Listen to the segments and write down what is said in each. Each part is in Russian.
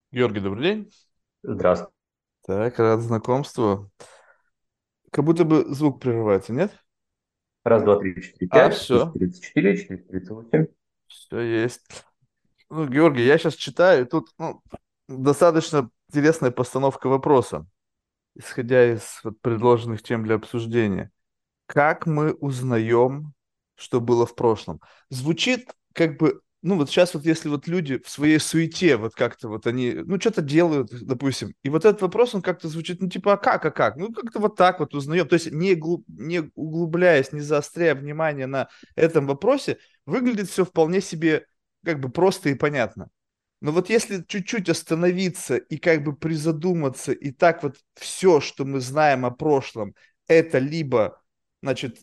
Георгий, добрый день. Здравствуйте. Так, рад знакомству. Как будто бы звук прерывается, нет? Раз, два, три, четыре, А, пять, все, 434, 438. все есть. Ну, Георгий, я сейчас читаю, и тут достаточно интересная постановка вопроса, исходя из вот предложенных тем для обсуждения. Как мы узнаем, что было в прошлом? Звучит как бы, ну вот сейчас вот если вот люди в своей суете вот как-то вот они, ну что-то делают, допустим, и вот этот вопрос, он как-то звучит, ну типа, а как? Ну как-то вот так вот узнаем. То есть не углубляясь, не заостряя внимание на этом вопросе, выглядит все вполне себе как бы просто и понятно. Но вот если чуть-чуть остановиться и как бы призадуматься, и так вот все, что мы знаем о прошлом, это либо значит,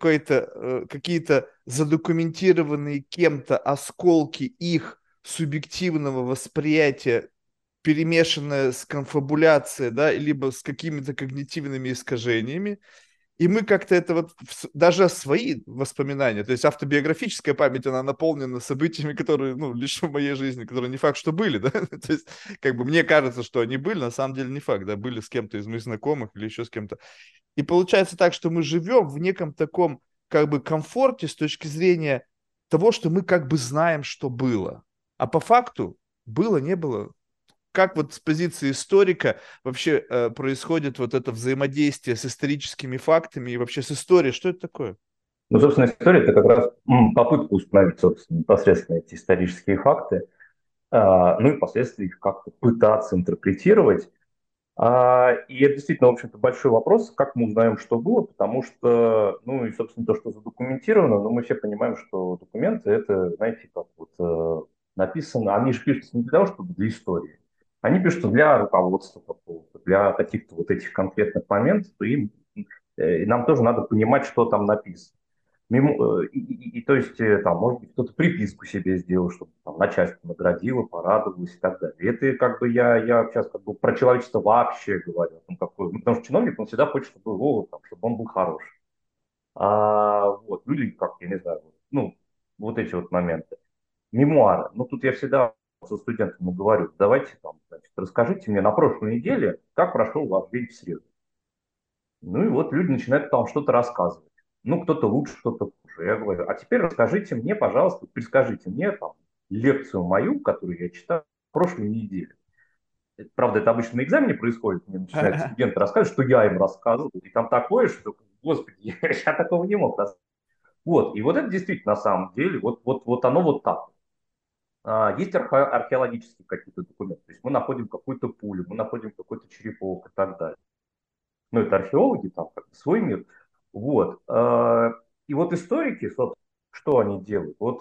какие-то задокументированные кем-то осколки их субъективного восприятия, перемешанное с конфабуляцией, да, либо с какими-то когнитивными искажениями, и мы как-то это вот даже свои воспоминания, то есть автобиографическая память, она наполнена событиями, которые, ну, лично в моей жизни, которые не факт, что были, да, то есть как бы мне кажется, что они были, на самом деле не факт, да, были с кем-то из моих знакомых или еще с кем-то. И получается так, что мы живем в неком таком как бы комфорте с точки зрения того, что мы как бы знаем, что было. А по факту было, не было. Как вот с позиции историка вообще происходит вот это взаимодействие с историческими фактами и вообще с историей? Что это такое? Ну, собственно, история — это как раз попытка установить, собственно, непосредственно эти исторические факты, ну и впоследствии их как-то пытаться интерпретировать. И это действительно, в общем-то, большой вопрос, как мы узнаем, что было, потому что, ну и, собственно, то, что задокументировано, ну, мы все понимаем, что документы — это, знаете, как вот написано, они же пишутся не для того, чтобы для истории, они пишутся для руководства какого-то, для каких-то вот этих конкретных моментов, и нам тоже надо понимать, что там написано. То есть, там, может быть, кто-то приписку себе сделал, чтобы там, начальство наградило, порадовалось и так далее. И это как бы я сейчас как бы про человечество вообще говорю. Ну, какой, ну, потому что чиновник, он всегда хочет, чтобы, там, чтобы он был хороший. Вот, люди, как, я не знаю, ну, вот эти вот моменты. Мемуары. Ну, тут я всегда со студентами говорю, давайте там, значит, расскажите мне на прошлой неделе, как прошел ваш день в среду. Ну и вот люди начинают там что-то рассказывать. Ну, кто-то лучше, кто-то хуже. Я говорю, а теперь расскажите мне, пожалуйста, перескажите мне там лекцию мою, которую я читал в прошлой неделе. Правда, это обычно на экзамене происходит. Мне начинают студенты рассказывать, что я им рассказывал. И там такое, что, господи, я такого не мог рассказать. Вот, и вот это действительно на самом деле, вот оно вот так. Есть археологические какие-то документы. То есть мы находим какую-то пулю, мы находим какой-то черепок и так далее. Ну, это археологи, там как бы свой мир. Вот. И вот историки, собственно, что они делают? Вот,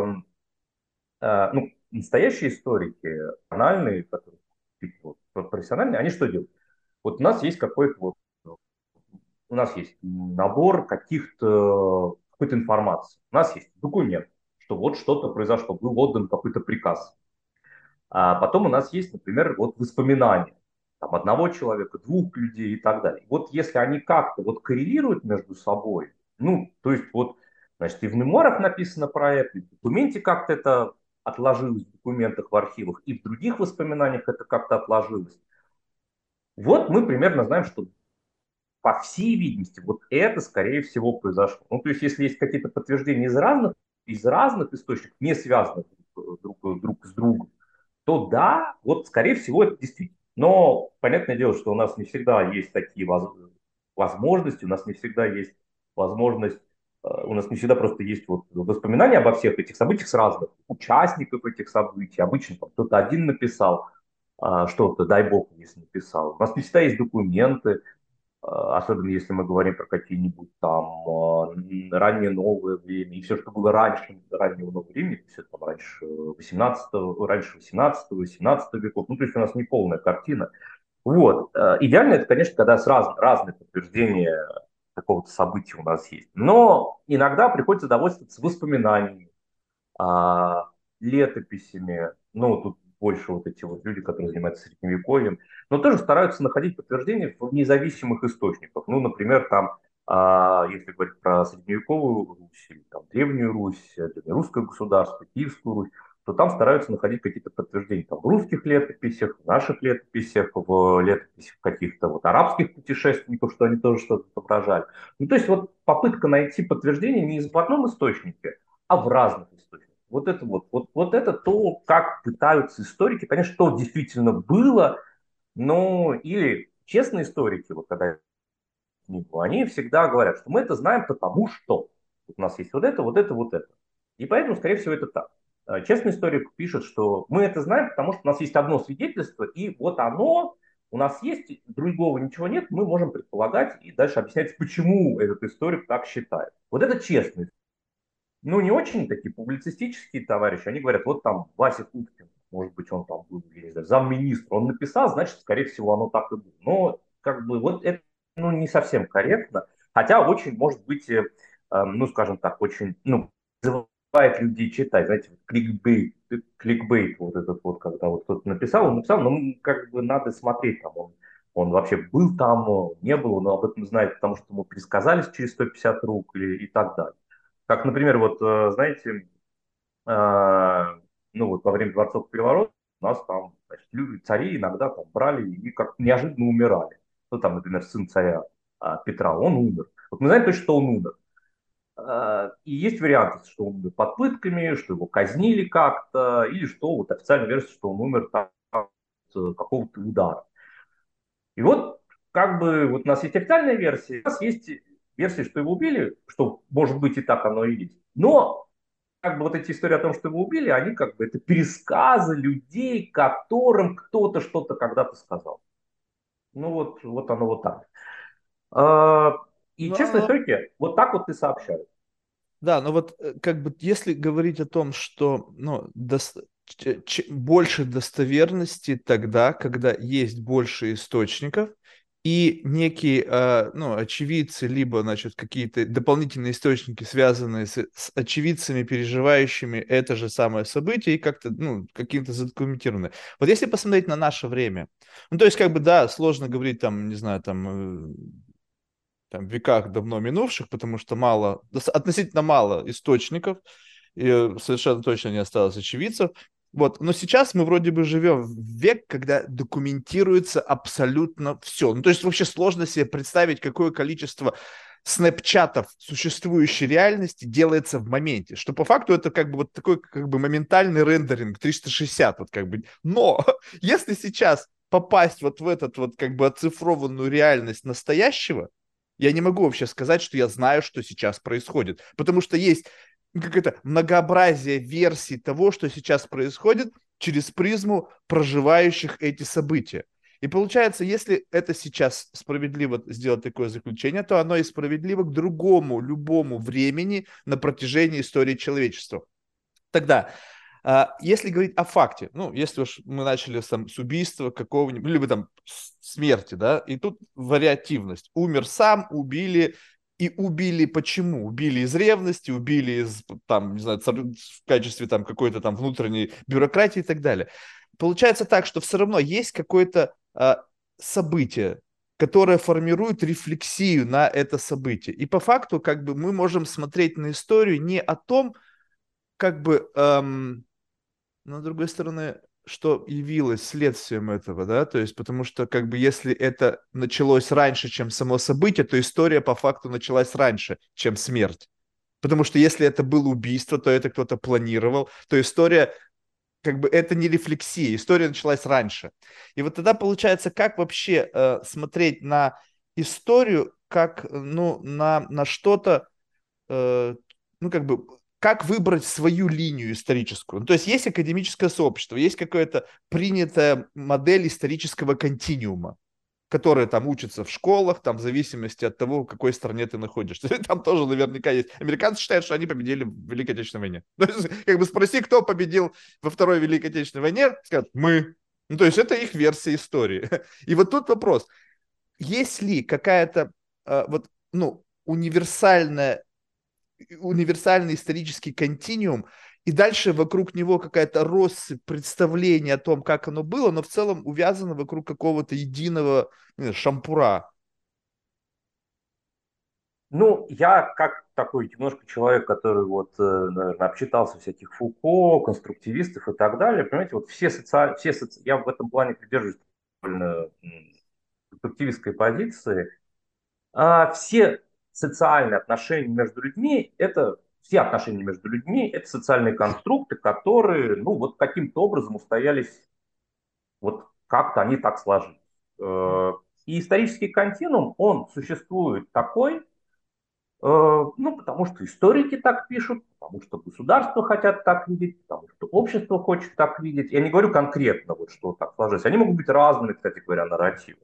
ну, настоящие историки, профессиональные, которые вот, профессиональные, они что делают? Вот у нас есть какой-то вот, у нас есть набор какой-то информации. У нас есть документ, что вот что-то произошло, был отдан какой-то приказ. А потом у нас есть, например, вот воспоминания там, одного человека, двух людей и так далее. Вот если они как-то вот коррелируют между собой, ну, то есть вот, значит, и в мемуарах написано про это, и в документе как-то это отложилось, в документах, в архивах, и в других воспоминаниях это как-то отложилось. Вот мы примерно знаем, что по всей видимости вот это, скорее всего, произошло. Ну, то есть если есть какие-то подтверждения из разных источников, не связанных друг с другом, то да, вот скорее всего это действительно. Но понятное дело, что у нас не всегда есть такие возможности, у нас не всегда есть возможность, у нас не всегда просто есть вот воспоминания обо всех этих событиях с разных участников этих событий. Обычно там кто-то один написал что-то, дай бог, если написал. У нас не всегда есть документы, особенно если мы говорим про какие-нибудь там раннее новое время, и все, что было раньше раннего нового времени, все там раньше 18 раньше 18 17 веков, ну, то есть у нас не полная картина. Вот. Идеально это, конечно, когда разные подтверждения какого-то события у нас есть. Но иногда приходится довольствоваться воспоминаниями, а, летописями, ну, тут больше вот эти вот люди, которые занимаются средневековьем, но тоже стараются находить подтверждения в независимых источниках. Ну, например, там, если говорить про средневековую Русь, или там Древнюю Русь, древнерусское государство, Киевскую Русь, то там стараются находить какие-то подтверждения там, в русских летописях, в наших летописях, в летописях каких-то вот арабских путешественников, что они тоже что-то отображали. Ну, то есть вот попытка найти подтверждение не в одном источнике, а в разных источниках. Вот это то, как пытаются историки понять, что действительно было, ну, или честные историки, вот когда книгу, они всегда говорят, что мы это знаем потому что у нас есть вот это, вот это, вот это. И поэтому, скорее всего, это так. Честный историк пишет, что мы это знаем, потому что у нас есть одно свидетельство, и вот оно у нас есть, другого ничего нет, мы можем предполагать и дальше объяснять, почему этот историк так считает. Вот это честный. Ну, не очень такие публицистические товарищи, они говорят, вот там Вася Пупкин, может быть, он там был, я не знаю, замминистра, он написал, значит, скорее всего, оно так и было. Но, как бы, вот это, ну, не совсем корректно, хотя очень, может быть, ну, скажем так, очень, ну, вызывает людей читать, знаете, кликбейт вот этот вот, когда вот кто-то написал, он написал, но как бы надо смотреть там, он вообще был там, не был, но об этом знает, потому что ему пересказали через 150 рук или, и так далее. Как, например, вот, знаете, ну вот во время дворцовых переворотов у нас там, значит, цари иногда там брали и как неожиданно умирали. Ну там, например, сын царя Петра, он умер. Вот мы знаем точно, что он умер. И есть варианты, что он умер под пытками, что его казнили как-то, или что вот официальная версия, что он умер там от какого-то удара. И вот как бы вот у нас есть официальная версия, у нас есть версия, что его убили, что может быть и так оно и есть. Но как бы вот эти истории о том, что его убили, они как бы это пересказы людей, которым кто-то что-то когда-то сказал. Ну вот оно вот так. А, И Ну, честной историки вот так вот и сообщают. да, но вот как бы если говорить о том, что ну, больше достоверности тогда, когда есть больше источников, и некие ну, очевидцы, либо значит, какие-то дополнительные источники, связанные с очевидцами, переживающими это же самое событие, и как-то ну, каким-то задокументированы. Вот если посмотреть на наше время, ну то есть как бы да, сложно говорить там, не знаю, там, веках давно минувших, потому что относительно мало источников, и совершенно точно не осталось очевидцев. Вот. Но сейчас мы вроде бы живем в век, когда документируется абсолютно все. Ну, то есть вообще сложно себе представить, какое количество снэпчатов существующей реальности делается в моменте, что по факту это как бы вот такой как бы моментальный рендеринг 360 вот как бы. Но если сейчас попасть вот в этот вот как бы оцифрованную реальность настоящего, я не могу вообще сказать, что я знаю, что сейчас происходит, потому что есть как это, многообразие версий того, что сейчас происходит через призму проживающих эти события. И получается, если это сейчас справедливо сделать такое заключение, то оно и справедливо к другому, любому времени на протяжении истории человечества. Тогда, если говорить о факте, ну, если уж мы начали с убийства какого-нибудь, либо там смерти, да, и тут вариативность. Умер сам, убили, и убили почему? Убили из ревности, убили из, там, не знаю, в качестве там какой-то там внутренней бюрократии и так далее. Получается так, что все равно есть какое-то событие, которое формирует рефлексию на это событие. И по факту как бы мы можем смотреть на историю не о том, как бы, но с другой стороны, что явилось следствием этого, да, то есть потому что как бы если это началось раньше, чем само событие, то история по факту началась раньше, чем смерть. Потому что если это было убийство, то это кто-то планировал, то история как бы это не рефлексия, история началась раньше. И вот тогда получается, как вообще смотреть на историю, как ну, на что-то, э, ну, как бы, как выбрать свою линию историческую. Ну, то есть есть академическое сообщество, есть какая-то принятая модель исторического континуума, которые там учатся в школах, там в зависимости от того, в какой стране ты находишься. Там тоже наверняка есть. Американцы считают, что они победили в Великой Отечественной войне. То есть, как бы спроси, кто победил во Второй Великой Отечественной войне, скажут, мы. Ну, то есть это их версия истории. И вот тут вопрос, есть ли какая-то вот, ну, универсальный исторический континуум, и дальше вокруг него какая-то россыпь представлений о том, как оно было, но в целом увязано вокруг какого-то единого не знаю, шампура. Ну, я как такой немножко человек, который вот, наверное, обчитался всяких Фуко, конструктивистов и так далее, понимаете, вот я в этом плане придерживаюсь довольно конструктивистской позиции. Все социальные отношения между людьми, все отношения между людьми, это социальные конструкты, которые, ну, вот каким-то образом устоялись, вот как-то они так сложились. И исторический континуум, он существует такой, ну, потому что историки так пишут, потому что государства хотят так видеть, потому что общество хочет так видеть. Я не говорю конкретно, вот, что так сложилось. Они могут быть разными, кстати говоря, нарративы.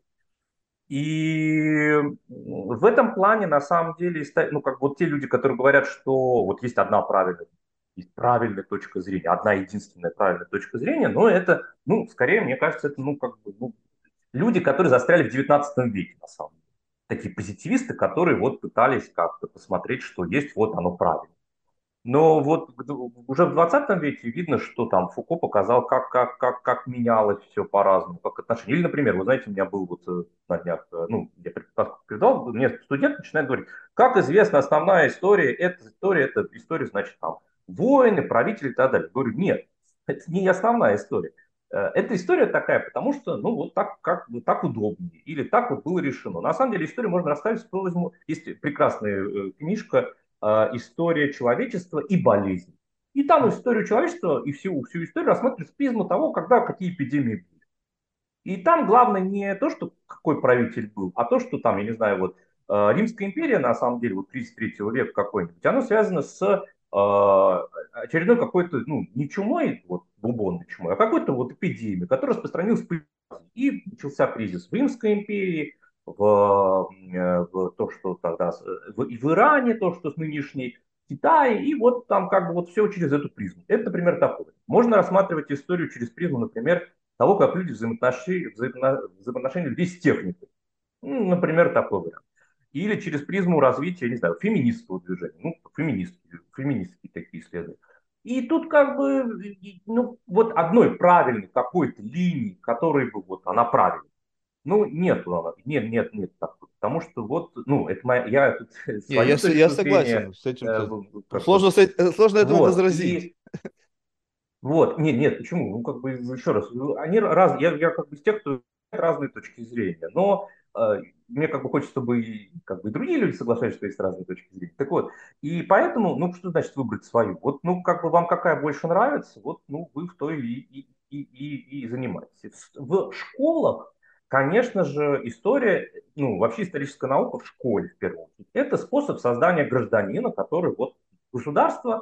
И в этом плане, на самом деле, ну, как вот те люди, которые говорят, что вот есть правильная точка зрения, одна единственная правильная точка зрения, но это, ну, скорее, мне кажется, это, ну, как бы, ну, люди, которые застряли в XIX веке, на самом деле. Такие позитивисты, которые вот пытались как-то посмотреть, что есть, вот оно правильно. Но вот уже в 20 веке видно, что там Фуко показал, как менялось все по-разному, как отношения. Или, например, вы знаете, у меня был вот на днях, ну, я преподавал, мне студент начинает говорить, как известно, основная это история, значит, там, воины, правители и так далее. Говорю, нет, это не основная история. Эта история такая, потому что, ну, вот так, как бы, так удобнее, или так вот было решено. На самом деле историю можно расставить, есть прекрасная книжка «История человечества и болезни». И там историю человечества и всю историю рассматривают с призму того, когда какие эпидемии были. И там главное не то, что какой правитель был, а то, что там, я не знаю, вот Римская империя, на самом деле, вот 33 века какой-нибудь, оно связано с очередной какой-то, ну, не чумой, вот, бубонной чумой, а какой-то вот эпидемией, которая распространилась по Азии. И начался кризис в Римской империи, в то, что тогда и в Иране, то, что с нынешней Китае, и вот там как бы вот все через эту призму. Это, например, такое. Можно рассматривать историю через призму, например, того, как люди взаимоотношения людей с техникой. Ну, например, такой вариант. Или через призму развития, не знаю, феминистского движения. Ну, феминистские такие исследования. И тут как бы, ну, вот одной правильной какой-то линии, которой бы вот она правильная. Ну, нет, такой. Потому что вот, ну, это я тут Не, свою я точку зрения, согласен с этим-то. как бы, Сложно, сложно этому вот, возразить. и вот, нет, почему? Ну, как бы, еще раз, я как бы из тех, кто имеет разные точки зрения, но мне как бы хочется, чтобы как бы и другие люди соглашались, что есть разные точки зрения. Так вот, и поэтому, ну, что значит выбрать свою? Вот, ну, как бы вам какая больше нравится, вот, ну, вы в той и занимаетесь. В школах, конечно же, история, ну, вообще историческая наука в школе, в первую очередь, это способ создания гражданина, который вот государство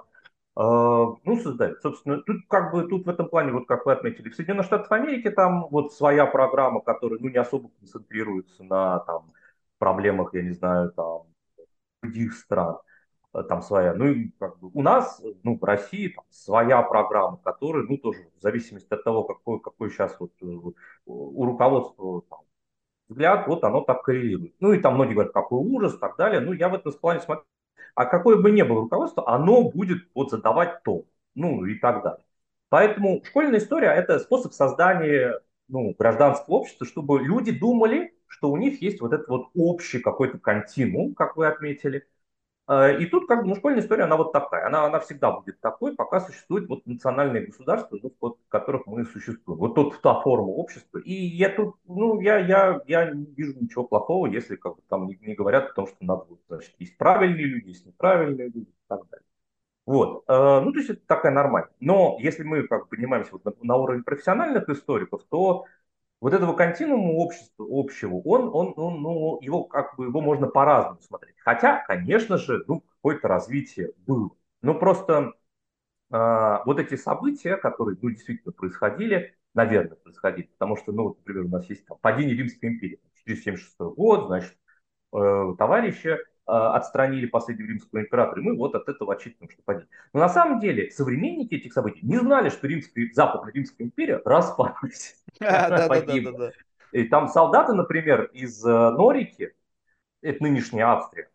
ну, создать. Собственно, тут как бы тут в этом плане, вот как вы отметили, в Соединенных Штатах Америки там вот своя программа, которая ну, не особо концентрируется на там, проблемах, я не знаю, там, других стран, там своя. Ну и как бы у нас, ну, в России там, своя программа, которая, ну, тоже в зависимости от того, какой сейчас вот у руководства там, взгляд, вот оно так коррелирует. Ну и там многие говорят, какой ужас, и так далее. Ну, я в этом плане смотрю, а какое бы ни было руководство, оно будет вот задавать тон, ну и так далее. Поэтому школьная история – это способ создания ну, гражданского общества, чтобы люди думали, что у них есть вот этот вот общий какой-то континуум, как вы отметили, и тут как бы, ну, школьная история, она вот такая. Она всегда будет такой, пока существует вот национальные государства, ну, вот, в которых мы существуем. Вот тут та форма общества. И я тут, ну, я не вижу ничего плохого, если как бы, там не говорят о том, что надо, вот, значит, есть правильные люди, есть неправильные люди и так далее. Вот. Ну, то есть это такая нормальная. Но если мы как бы поднимаемся вот на уровень профессиональных историков, то вот этого континуума общества, общего, ну, его как бы его можно по-разному смотреть. Хотя, конечно же, ну, какое-то развитие было. Ну, просто вот эти события, которые, ну, действительно происходили, наверное, происходили, потому что, ну, вот, например, у нас есть там, падение Римской империи, 476 год, значит, товарища отстранили последнего римского императора, и мы вот от этого отчитываем, что падение. Но на самом деле современники этих событий не знали, что Западная Римская империя распалась, она погибла. Да-да-да-да. И там солдаты, например, из Норики, это нынешняя Австрия,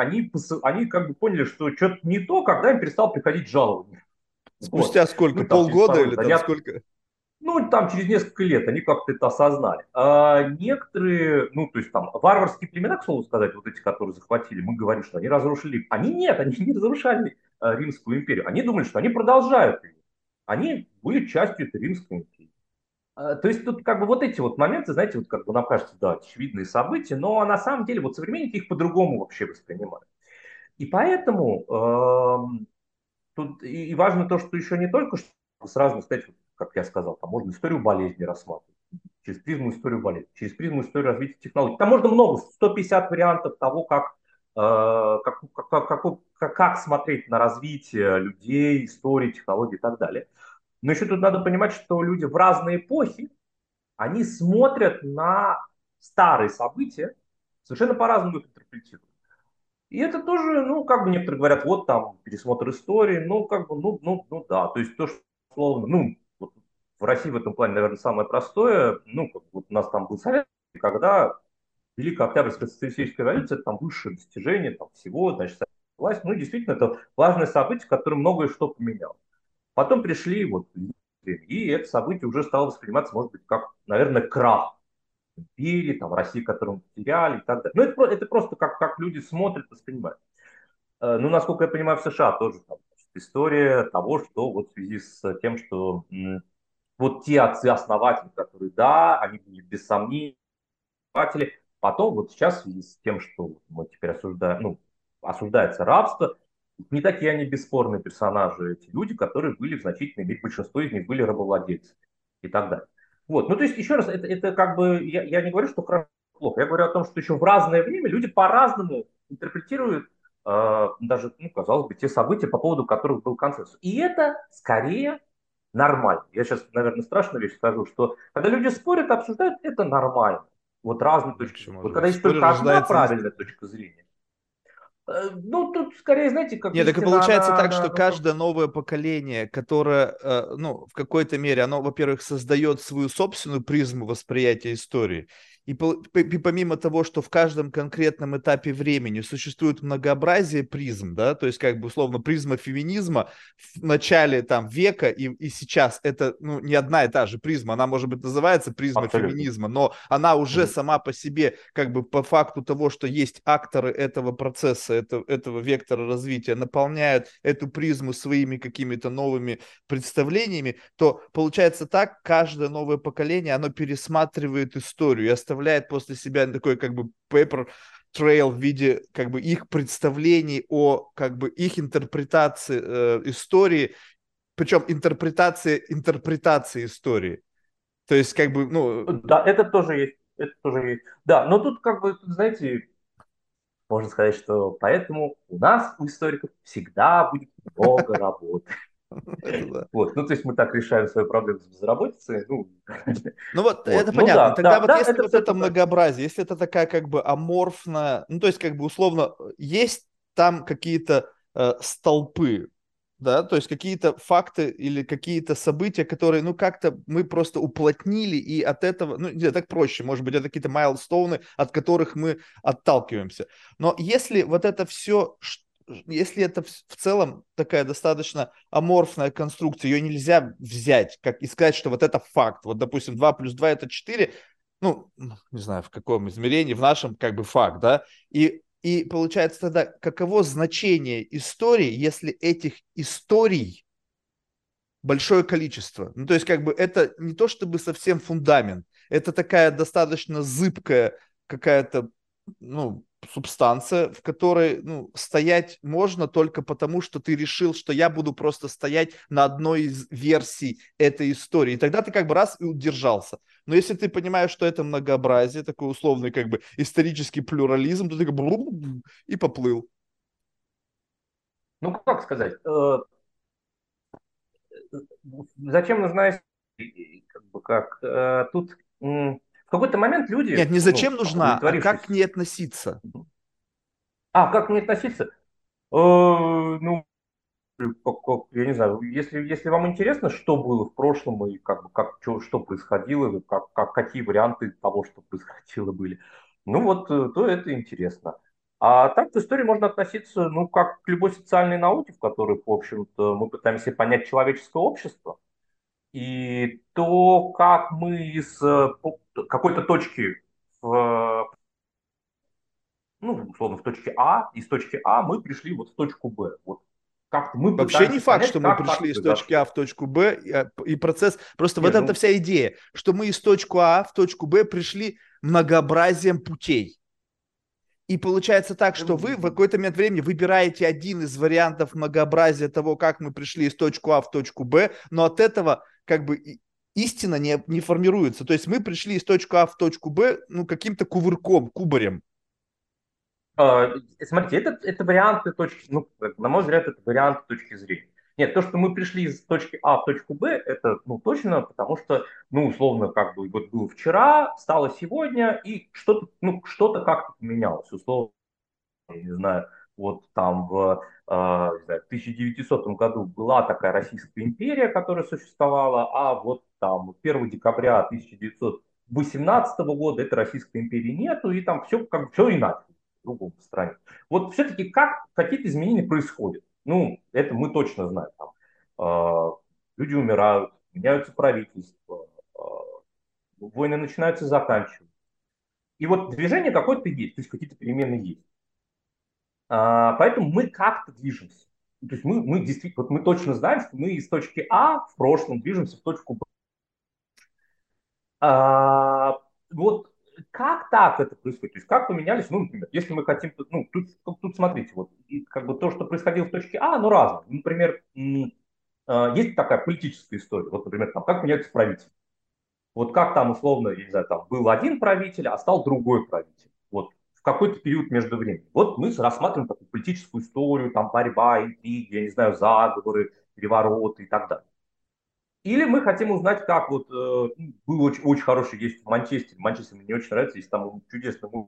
они как бы поняли, что что-то не то, когда им перестал приходить жалование. Вот. Спустя сколько? Ну, там через Полгода пару или лет. там сколько? Ну, там через несколько лет они как-то это осознали. А некоторые, ну, то есть там варварские племена, к слову сказать, вот эти, которые захватили, мы говорим, что они разрушили. Они нет, они не разрушали Римскую империю. Они думали, что они продолжают ее. Они были частью этой Римской империи. То есть тут как бы вот эти вот моменты, знаете, вот как бы нам кажется, да, очевидные события, но на самом деле вот современники их по-другому вообще воспринимают. И поэтому тут и важно то, что еще не только что сразу сказать, вот как я сказал, там можно историю болезни рассматривать, через призму историю болезни, через призму историю развития технологий. Там можно много, 150 вариантов того, как смотреть на развитие людей, истории, технологий и так далее. Но еще тут надо понимать, что люди в разные эпохи, они смотрят на старые события, совершенно по-разному их интерпретируют. И это тоже, ну, как бы некоторые говорят, вот там пересмотр истории, ну, как бы, ну, да. То есть то, что, условно, ну, вот в России в этом плане, наверное, самое простое, ну, как вот у нас там был совет, когда Великая Октябрьская социалистическая революция, это там высшее достижение там, всего, значит, власть, ну, действительно, это важное событие, которое многое что поменяло. Потом пришли вот и это событие уже стало восприниматься, может быть, как, наверное, крах империи, там, России, которую мы потеряли и так далее. Но это просто как люди смотрят, воспринимают. Ну, насколько я понимаю, в США тоже там, значит, история того, что вот в связи с тем, что вот те отцы-основатели, которые, да, они были без сомнений, основатели, потом вот сейчас в связи с тем, что мы теперь осуждаем, ну, осуждается рабство, не такие они бесспорные персонажи, эти люди, которые были в значительной мере, большинство из них были рабовладельцы и так далее. Вот, ну то есть еще раз, это как бы, я не говорю, что хорошо, плохо, я говорю о том, что еще в разное время люди по-разному интерпретируют даже, ну, казалось бы, те события, по поводу которых был консенсус. И это скорее нормально. Я сейчас, наверное, страшную вещь скажу, что когда люди спорят, обсуждают, это нормально. Вот разные Ну, точки что зрения. Вот может когда быть? В есть споре только одна рождается правильная истина. точка зрения, ну, тут скорее, знаете, как Нет, так и истина, получается она, так, что ну, как каждое новое поколение, которое, ну, в какой-то мере, оно, во-первых, создает свою собственную призму восприятия истории. И помимо того, что в каждом конкретном этапе времени существует многообразие призм, да, то есть как бы условно призма феминизма в начале там века и сейчас это, ну, не одна и та же призма, она может быть называется призма абсолютно. феминизма, но она уже Мгм. сама по себе как бы по факту того, что есть акторы этого процесса, этого вектора развития, наполняют эту призму своими какими-то новыми представлениями, то получается так, каждое новое поколение, оно пересматривает историю и оставляет после себя такой как бы paper trail в виде как бы их представлений о как бы их интерпретации истории, причем интерпретации истории. То есть как бы, ну, Да, это тоже есть. Это тоже есть. Да, но тут как бы, тут, знаете, можно сказать, что поэтому у нас, у историков, всегда будет много работы. это да. Вот, ну, то есть мы так решаем свою проблему с безработицей, ну, Ну вот это вот, ну понятно. да, Тогда да, вот да, если это вот это абсолютно так. многообразие, если это такая как бы аморфная, ну то есть как бы условно есть там какие-то столпы, да, то есть какие-то факты или какие-то события, которые, ну как-то мы просто уплотнили и от этого, ну нет, так проще, может быть, это какие-то майлстоуны, от которых мы отталкиваемся. Но если вот это все, если это в целом такая достаточно аморфная конструкция, ее нельзя взять как и сказать, что вот это факт. Вот, допустим, 2 плюс 2 это 4, ну, не знаю, в каком измерении, в нашем как бы факт, да, и получается тогда, каково значение истории, если этих историй большое количество. Ну, то есть, как бы это не то чтобы совсем фундамент, это такая достаточно зыбкая какая-то, ну, субстанция, в которой, ну, стоять можно только потому, что ты решил, что я буду просто стоять на одной из версий этой истории. И тогда ты как бы раз и удержался. Но если ты понимаешь, что это многообразие, такой условный как бы исторический плюрализм, то ты как бы и поплыл. Ну, как сказать, зачем нужна история? Как бы как, тут в какой-то момент Нет, люди, не ну, зачем там, нужна, а как к удовлетворившись, ней относиться. как мне относиться? Ну, я не знаю, если вам интересно, что было в прошлом и как бы, что происходило, какие варианты того, что происходило, были, ну вот, то это интересно. А так к истории можно относиться, ну, как к любой социальной науке, в которой, в общем-то, мы пытаемся понять человеческое общество. И то, как мы из какой-то точки ну, условно, в точке А, из точки А мы пришли вот в точку Б. Вот как мы Вообще не пытаемся факт, понять, что мы как так пришли из точки А произошло. в точку Б, и процесс... Просто в Не, этом-то ну, вся идея, что мы из точки А в точку Б пришли многообразием путей. И получается так, что вы в эм, какой-то момент времени выбираете один из вариантов многообразия того, как мы пришли из точки А в точку Б, но от этого как бы истина не формируется. То есть мы пришли из точки А в точку Б, ну, каким-то кувырком, кубарем. смотрите, это варианты точки, ну, на мой взгляд, это варианты точки зрения. Нет, то, что мы пришли из точки А в точку Б, это, ну, точно, потому что, ну, условно, как бы, вот было вчера, стало сегодня, и что-то, ну, что-то как-то поменялось, условно. Я не знаю, вот там не знаю, в 1900 году была такая Российская империя, которая существовала, а вот там 1 декабря 1918 года этой Российской империи нету, и там все, как, все иначе в другом стране. Вот все-таки как какие-то изменения происходят? Ну, это мы точно знаем. Там, люди умирают, меняются правительства, войны начинаются, заканчиваются. И вот движение какое-то есть, то есть какие-то перемены есть. Поэтому мы как-то движемся. То есть мы действительно, вот мы точно знаем, что мы из точки А в прошлом движемся в точку Б. А, вот как так это происходит? То есть как поменялись, ну, например, если мы хотим, ну, тут смотрите, вот и как бы то, что происходило в точке А, оно разное. Например, есть такая политическая история. Вот, например, там, как меняется правительство. Вот как там условно, я не знаю, там был один правитель, а стал другой правитель. Вот в какой-то период между временем. Вот мы рассматриваем такую политическую историю, там борьба, интриги, я не знаю, заговоры, перевороты и так далее. Или мы хотим узнать, как вот был очень, очень хороший, есть в Манчестере. Манчестер мне не очень нравится, есть там чудесный музей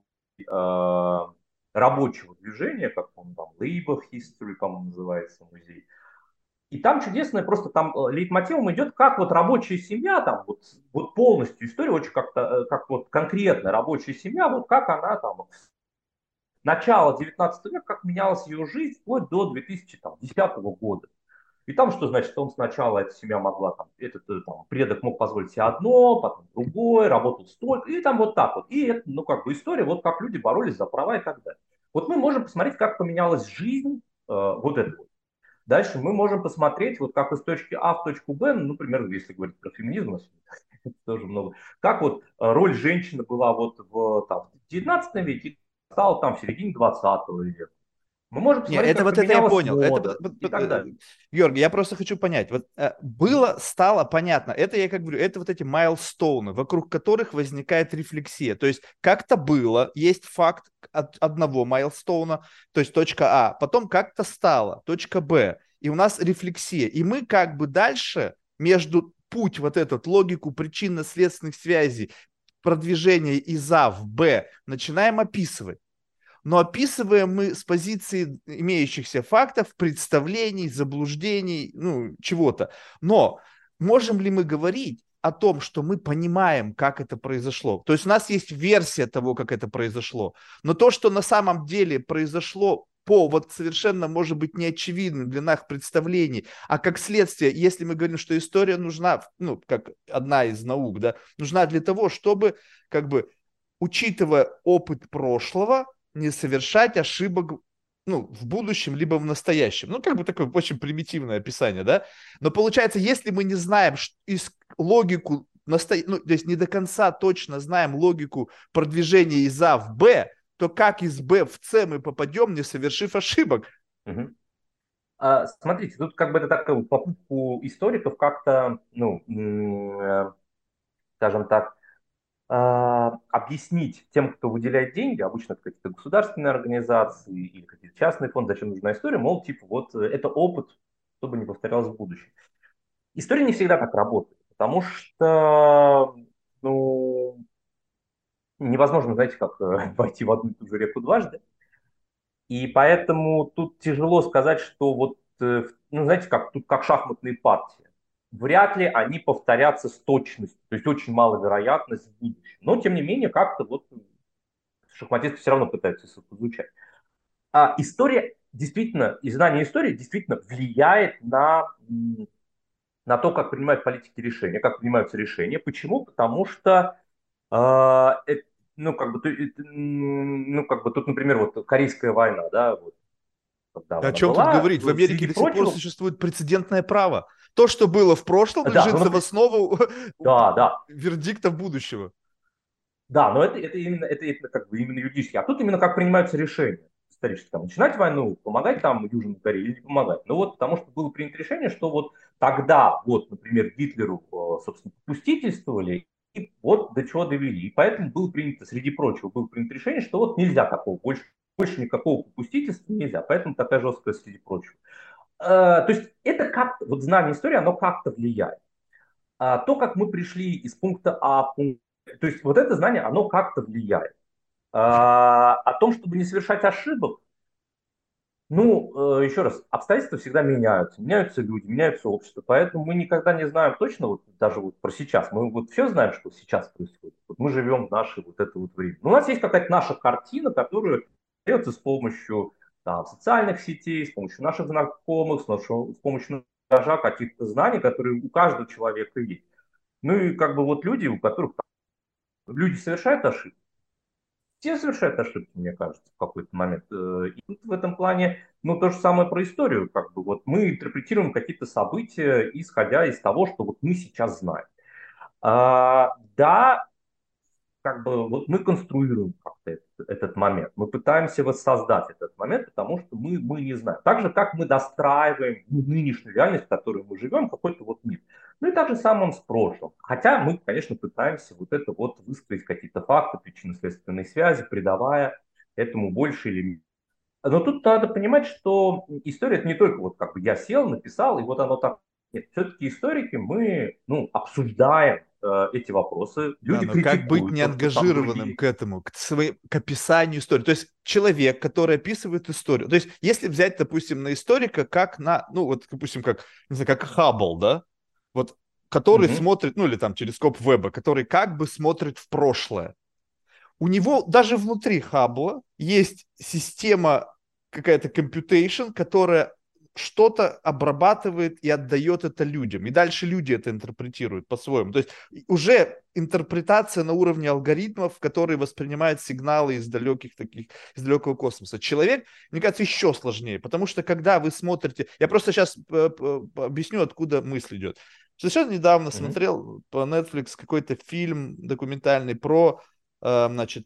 рабочего движения, как он там, Labour History, по-моему, называется музей. И там чудесное, просто там лейтмотивом идет, как вот рабочая семья, там вот полностью история очень как-то, как вот конкретная рабочая семья, вот как она там с начала 19 века, как менялась ее жизнь вплоть до 2010 года. И там что значит, он сначала, эта семья могла, там, этот там, предок мог позволить себе одно, потом другое, работал столько, и там вот так вот. И это, ну, как бы история, вот как люди боролись за права и так далее. Вот мы можем посмотреть, как поменялась жизнь вот этого. Дальше мы можем посмотреть, вот как из точки А в точку Б, ну, например, если говорить про феминизм, это тоже много, как вот роль женщины была вот там, в 19 веке и стала там в середине 20 века. Мы можем Не, посмотреть, это как вот это я поменялась понял. Это, мода и так далее. Георгий, я просто хочу понять. Вот было, стало понятно. Это я как говорю, это вот эти майлстоуны, вокруг которых возникает рефлексия. То есть как-то было, есть факт от одного майлстоуна, то есть точка А, потом как-то стало, точка Б, и у нас рефлексия. И мы как бы дальше между путь вот этот, логику причинно-следственных связей, продвижения из А в Б начинаем описывать. Но описываем мы с позиции имеющихся фактов, представлений, заблуждений, ну, чего-то. Но можем ли мы говорить о том, что мы понимаем, как это произошло? То есть у нас есть версия того, как это произошло. Но то, что на самом деле произошло по вот совершенно, может быть, неочевидным для нас представлений, а как следствие, если мы говорим, что история нужна, ну, как одна из наук, да, нужна для того, чтобы, как бы, учитывая опыт прошлого, не совершать ошибок, ну, в будущем, либо в настоящем. Ну, как бы такое очень примитивное описание, да? Но получается, если мы не знаем логику, ну, то есть не до конца точно знаем логику продвижения из А в Б, то как из Б в С мы попадем, не совершив ошибок? Мгм. Смотрите, тут как бы это такая вот попытку историков как-то, ну, скажем так, объяснить тем, кто выделяет деньги, обычно это какие-то государственные организации или какие-то частные фонды, зачем нужна история, мол, типа, вот это опыт, чтобы не повторялось в будущем. История не всегда так работает, потому что, ну, невозможно, знаете, как войти в одну и ту же реку дважды. И поэтому тут тяжело сказать, что вот, ну, знаете, как тут как шахматные партии. Вряд ли они повторятся с точностью, то есть очень маловероятность в будущем. Но, тем не менее, как-то вот шахматисты все равно пытаются это изучать. А история действительно, и знание истории действительно влияет на на то, как принимают политики решения, как принимаются решения. Почему? Потому что, ну, как бы, ну, как бы тут, например, вот Корейская война, да, вот, когда О она чем тут была, говорить? В Америке среди до сих пор прочего, существует прецедентное право. То, что было в прошлом, да, лежит ну, в основу да, да, вердикта будущего. да, но это именно, это как бы именно юридически. А тут именно как принимаются решения исторически. Там, начинать войну, помогать там Южной Корее или не помогать. Ну вот, потому что было принято решение, что вот тогда, вот, например, Гитлеру, собственно, попустительствовали, и вот до чего довели. И поэтому было принято, среди прочего, было принято решение, что вот нельзя такого, больше никакого попустительства нельзя. Поэтому такая жесткая среди прочего. То есть это как, вот знание истории, оно как-то влияет. А то, как мы пришли из пункта А в пункт, то есть вот это знание, оно как-то влияет. О том, чтобы не совершать ошибок, ну, еще раз, обстоятельства всегда меняются, меняются люди, меняются общества, поэтому мы никогда не знаем точно, вот даже вот про сейчас, мы вот все знаем, что сейчас происходит, вот мы живем в наше вот это вот время. Но у нас есть какая-то наша картина, которая дается с помощью там, социальных сетей, с помощью наших знакомых, с помощью багажа каких-то знаний, которые у каждого человека есть. Ну и как бы вот люди, у которых люди совершают ошибки, все совершают ошибки, мне кажется, в какой-то момент. И тут в этом плане, ну, то же самое про историю, как бы, вот мы интерпретируем какие-то события, исходя из того, что вот мы сейчас знаем. Да, как бы, вот мы конструируем как-то этот момент, мы пытаемся воссоздать этот момент, потому что мы не знаем. Так же, как мы достраиваем нынешнюю реальность, в которой мы живем, какой-то вот мир. Ну и так же самым с прошлым. Хотя мы, конечно, пытаемся вот это вот выстроить какие-то факты, причинно-следственные связи, придавая этому больше или меньше. Но тут надо понимать, что история это не только вот как бы я сел, написал, и вот оно так. Нет, все-таки историки мы ну, обсуждаем эти вопросы, Да, люди но как быть критикуют то, что там неангажированным другие. к этому, к описанию истории? То есть человек, который описывает историю. То есть если взять, допустим, на историка, как на, ну вот, допустим, как, не знаю, как Хаббл, да, вот, который Мгм, смотрит, ну или там телескоп Веба, который как бы смотрит в прошлое. У него даже внутри Хаббла есть система какая-то computation, которая что-то обрабатывает и отдает это людям. И дальше люди это интерпретируют по-своему. То есть уже интерпретация на уровне алгоритмов, которые воспринимают сигналы из далеких таких, из далекого космоса. Человек, мне кажется, еще сложнее, потому что когда вы смотрите, я просто сейчас объясню, откуда мысль идет. Совершенно недавно мгм, смотрел по Netflix какой-то фильм документальный про значит,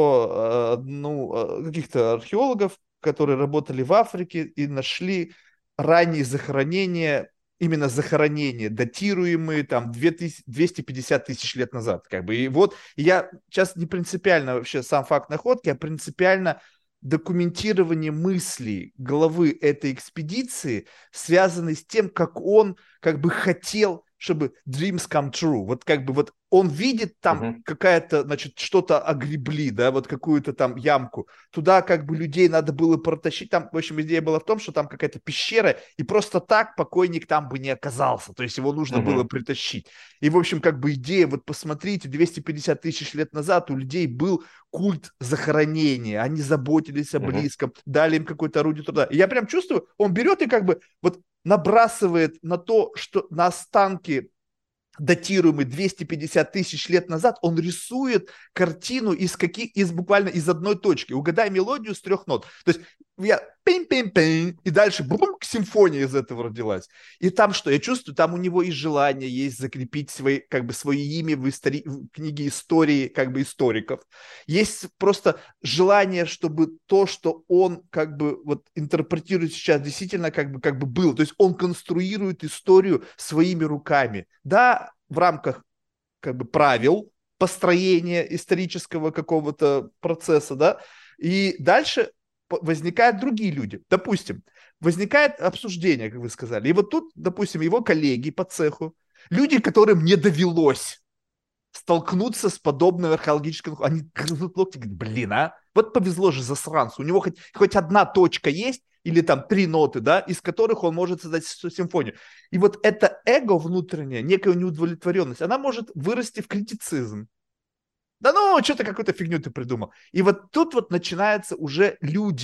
про каких-то археологов, которые работали в Африке и нашли ранние захоронения, именно захоронения, датируемые там 2000, 250 тысяч лет назад. Как бы. И вот я сейчас не принципиально вообще сам факт находки, а принципиально документирование мыслей главы этой экспедиции, связанный с тем, как он как бы хотел, чтобы dreams come true. Вот как бы вот он видит там мгм, какая-то, значит, что-то огребли, да, вот какую-то там ямку. Туда как бы людей надо было протащить. Там, в общем, идея была в том, что там какая-то пещера, и просто так покойник там бы не оказался. То есть его нужно было мгм, притащить. И, в общем, как бы идея, вот посмотрите, 250 тысяч лет назад у людей был культ захоронения. Они заботились о мгм, близком, дали им какое-то орудие труда. И я прям чувствую, он берет и как бы вот набрасывает на то, что на останки датируемый 250 тысяч лет назад, он рисует картину из буквально из одной точки. Угадай мелодию с трех нот. То есть я пим-пим-пим, и дальше бум, симфония из этого родилась. И там что? Я чувствую, там у него и желание есть закрепить свои, как бы, свое имя в книге истории как бы историков. Есть просто желание, чтобы то, что он как бы вот интерпретирует сейчас, действительно как бы было. То есть он конструирует историю своими руками. Да, в рамках как бы правил построения исторического какого-то процесса, да, и дальше возникают другие люди. Допустим, возникает обсуждение, как вы сказали, и вот тут, допустим, его коллеги по цеху, люди, которым не довелось столкнуться с подобным археологическим... Они грызут локти, говорят, блин, а? Вот повезло же засранцу. У него хоть одна точка есть, или там три ноты, да, из которых он может создать симфонию. И вот это эго внутреннее, некая неудовлетворенность, она может вырасти в критицизм. Да ну, что-то какую-то фигню ты придумал. И вот тут вот начинаются уже люди.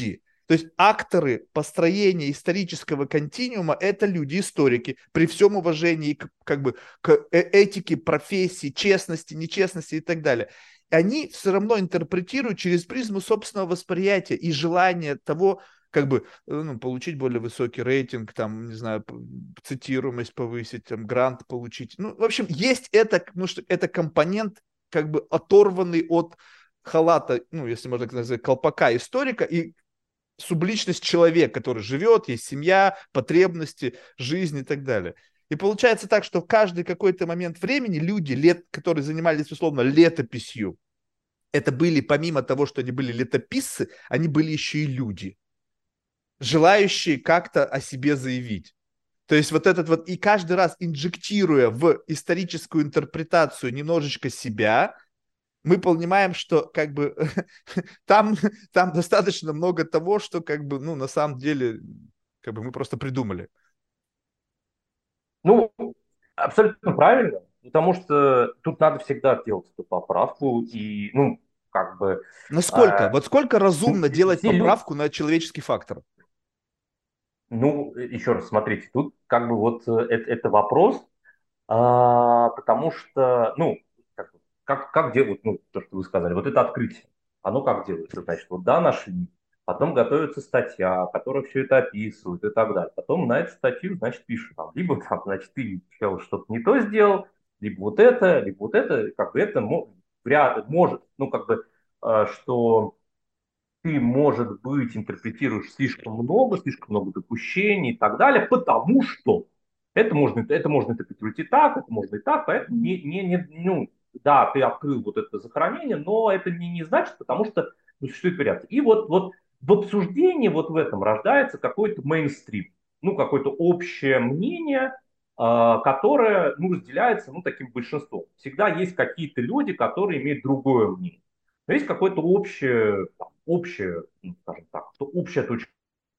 То есть акторы построения исторического континуума — это люди-историки, при всем уважении к, как бы, к этике, профессии, честности, нечестности и так далее. Они все равно интерпретируют через призму собственного восприятия и желания того, как бы, ну, получить более высокий рейтинг, там, не знаю, цитируемость повысить, там, грант получить. Ну, в общем, есть это, потому что это компонент, как бы, оторванный от халата, ну, если можно так назвать, колпака историка, и субличность человека, который живет, есть семья, потребности, жизнь и так далее. И получается так, что в каждый какой-то момент времени люди, которые занимались, условно, летописью, это были, помимо того, что они были летописцы, они были еще и люди, желающие как-то о себе заявить. То есть вот этот вот, и каждый раз инжектируя в историческую интерпретацию немножечко себя, мы понимаем, что как бы там, там достаточно много того, что как бы, ну, на самом деле, как бы мы просто придумали. Ну, абсолютно правильно, потому что тут надо всегда делать эту поправку, и, ну, как бы, Насколько? э, Вот сколько разумно делать все люди, поправку на человеческий фактор? ну, еще раз, смотрите, тут как бы вот это вопрос, потому что, ну, как делают, ну, то, что вы сказали, вот это открытие, оно как делается, значит, вот да, нашли, потом готовится статья, которая все это описывает и так далее, потом на эту статью, значит, пишут, там, либо, там, значит, ты что-то не то сделал, либо вот это, как бы это вряд может, ну, как бы, что ты, может быть, интерпретируешь слишком много допущений и так далее, потому что это можно интерпретировать и так, это можно и так, поэтому ну, да, ты открыл вот это захоронение, но это не значит, потому что ну, существует вариант. И вот в обсуждении вот в этом рождается какой-то мейнстрим, ну, какое-то общее мнение, которое, ну, разделяется, ну, таким большинством. Всегда есть какие-то люди, которые имеют другое мнение. Но есть какое-то общее, ну, скажем так, общая точка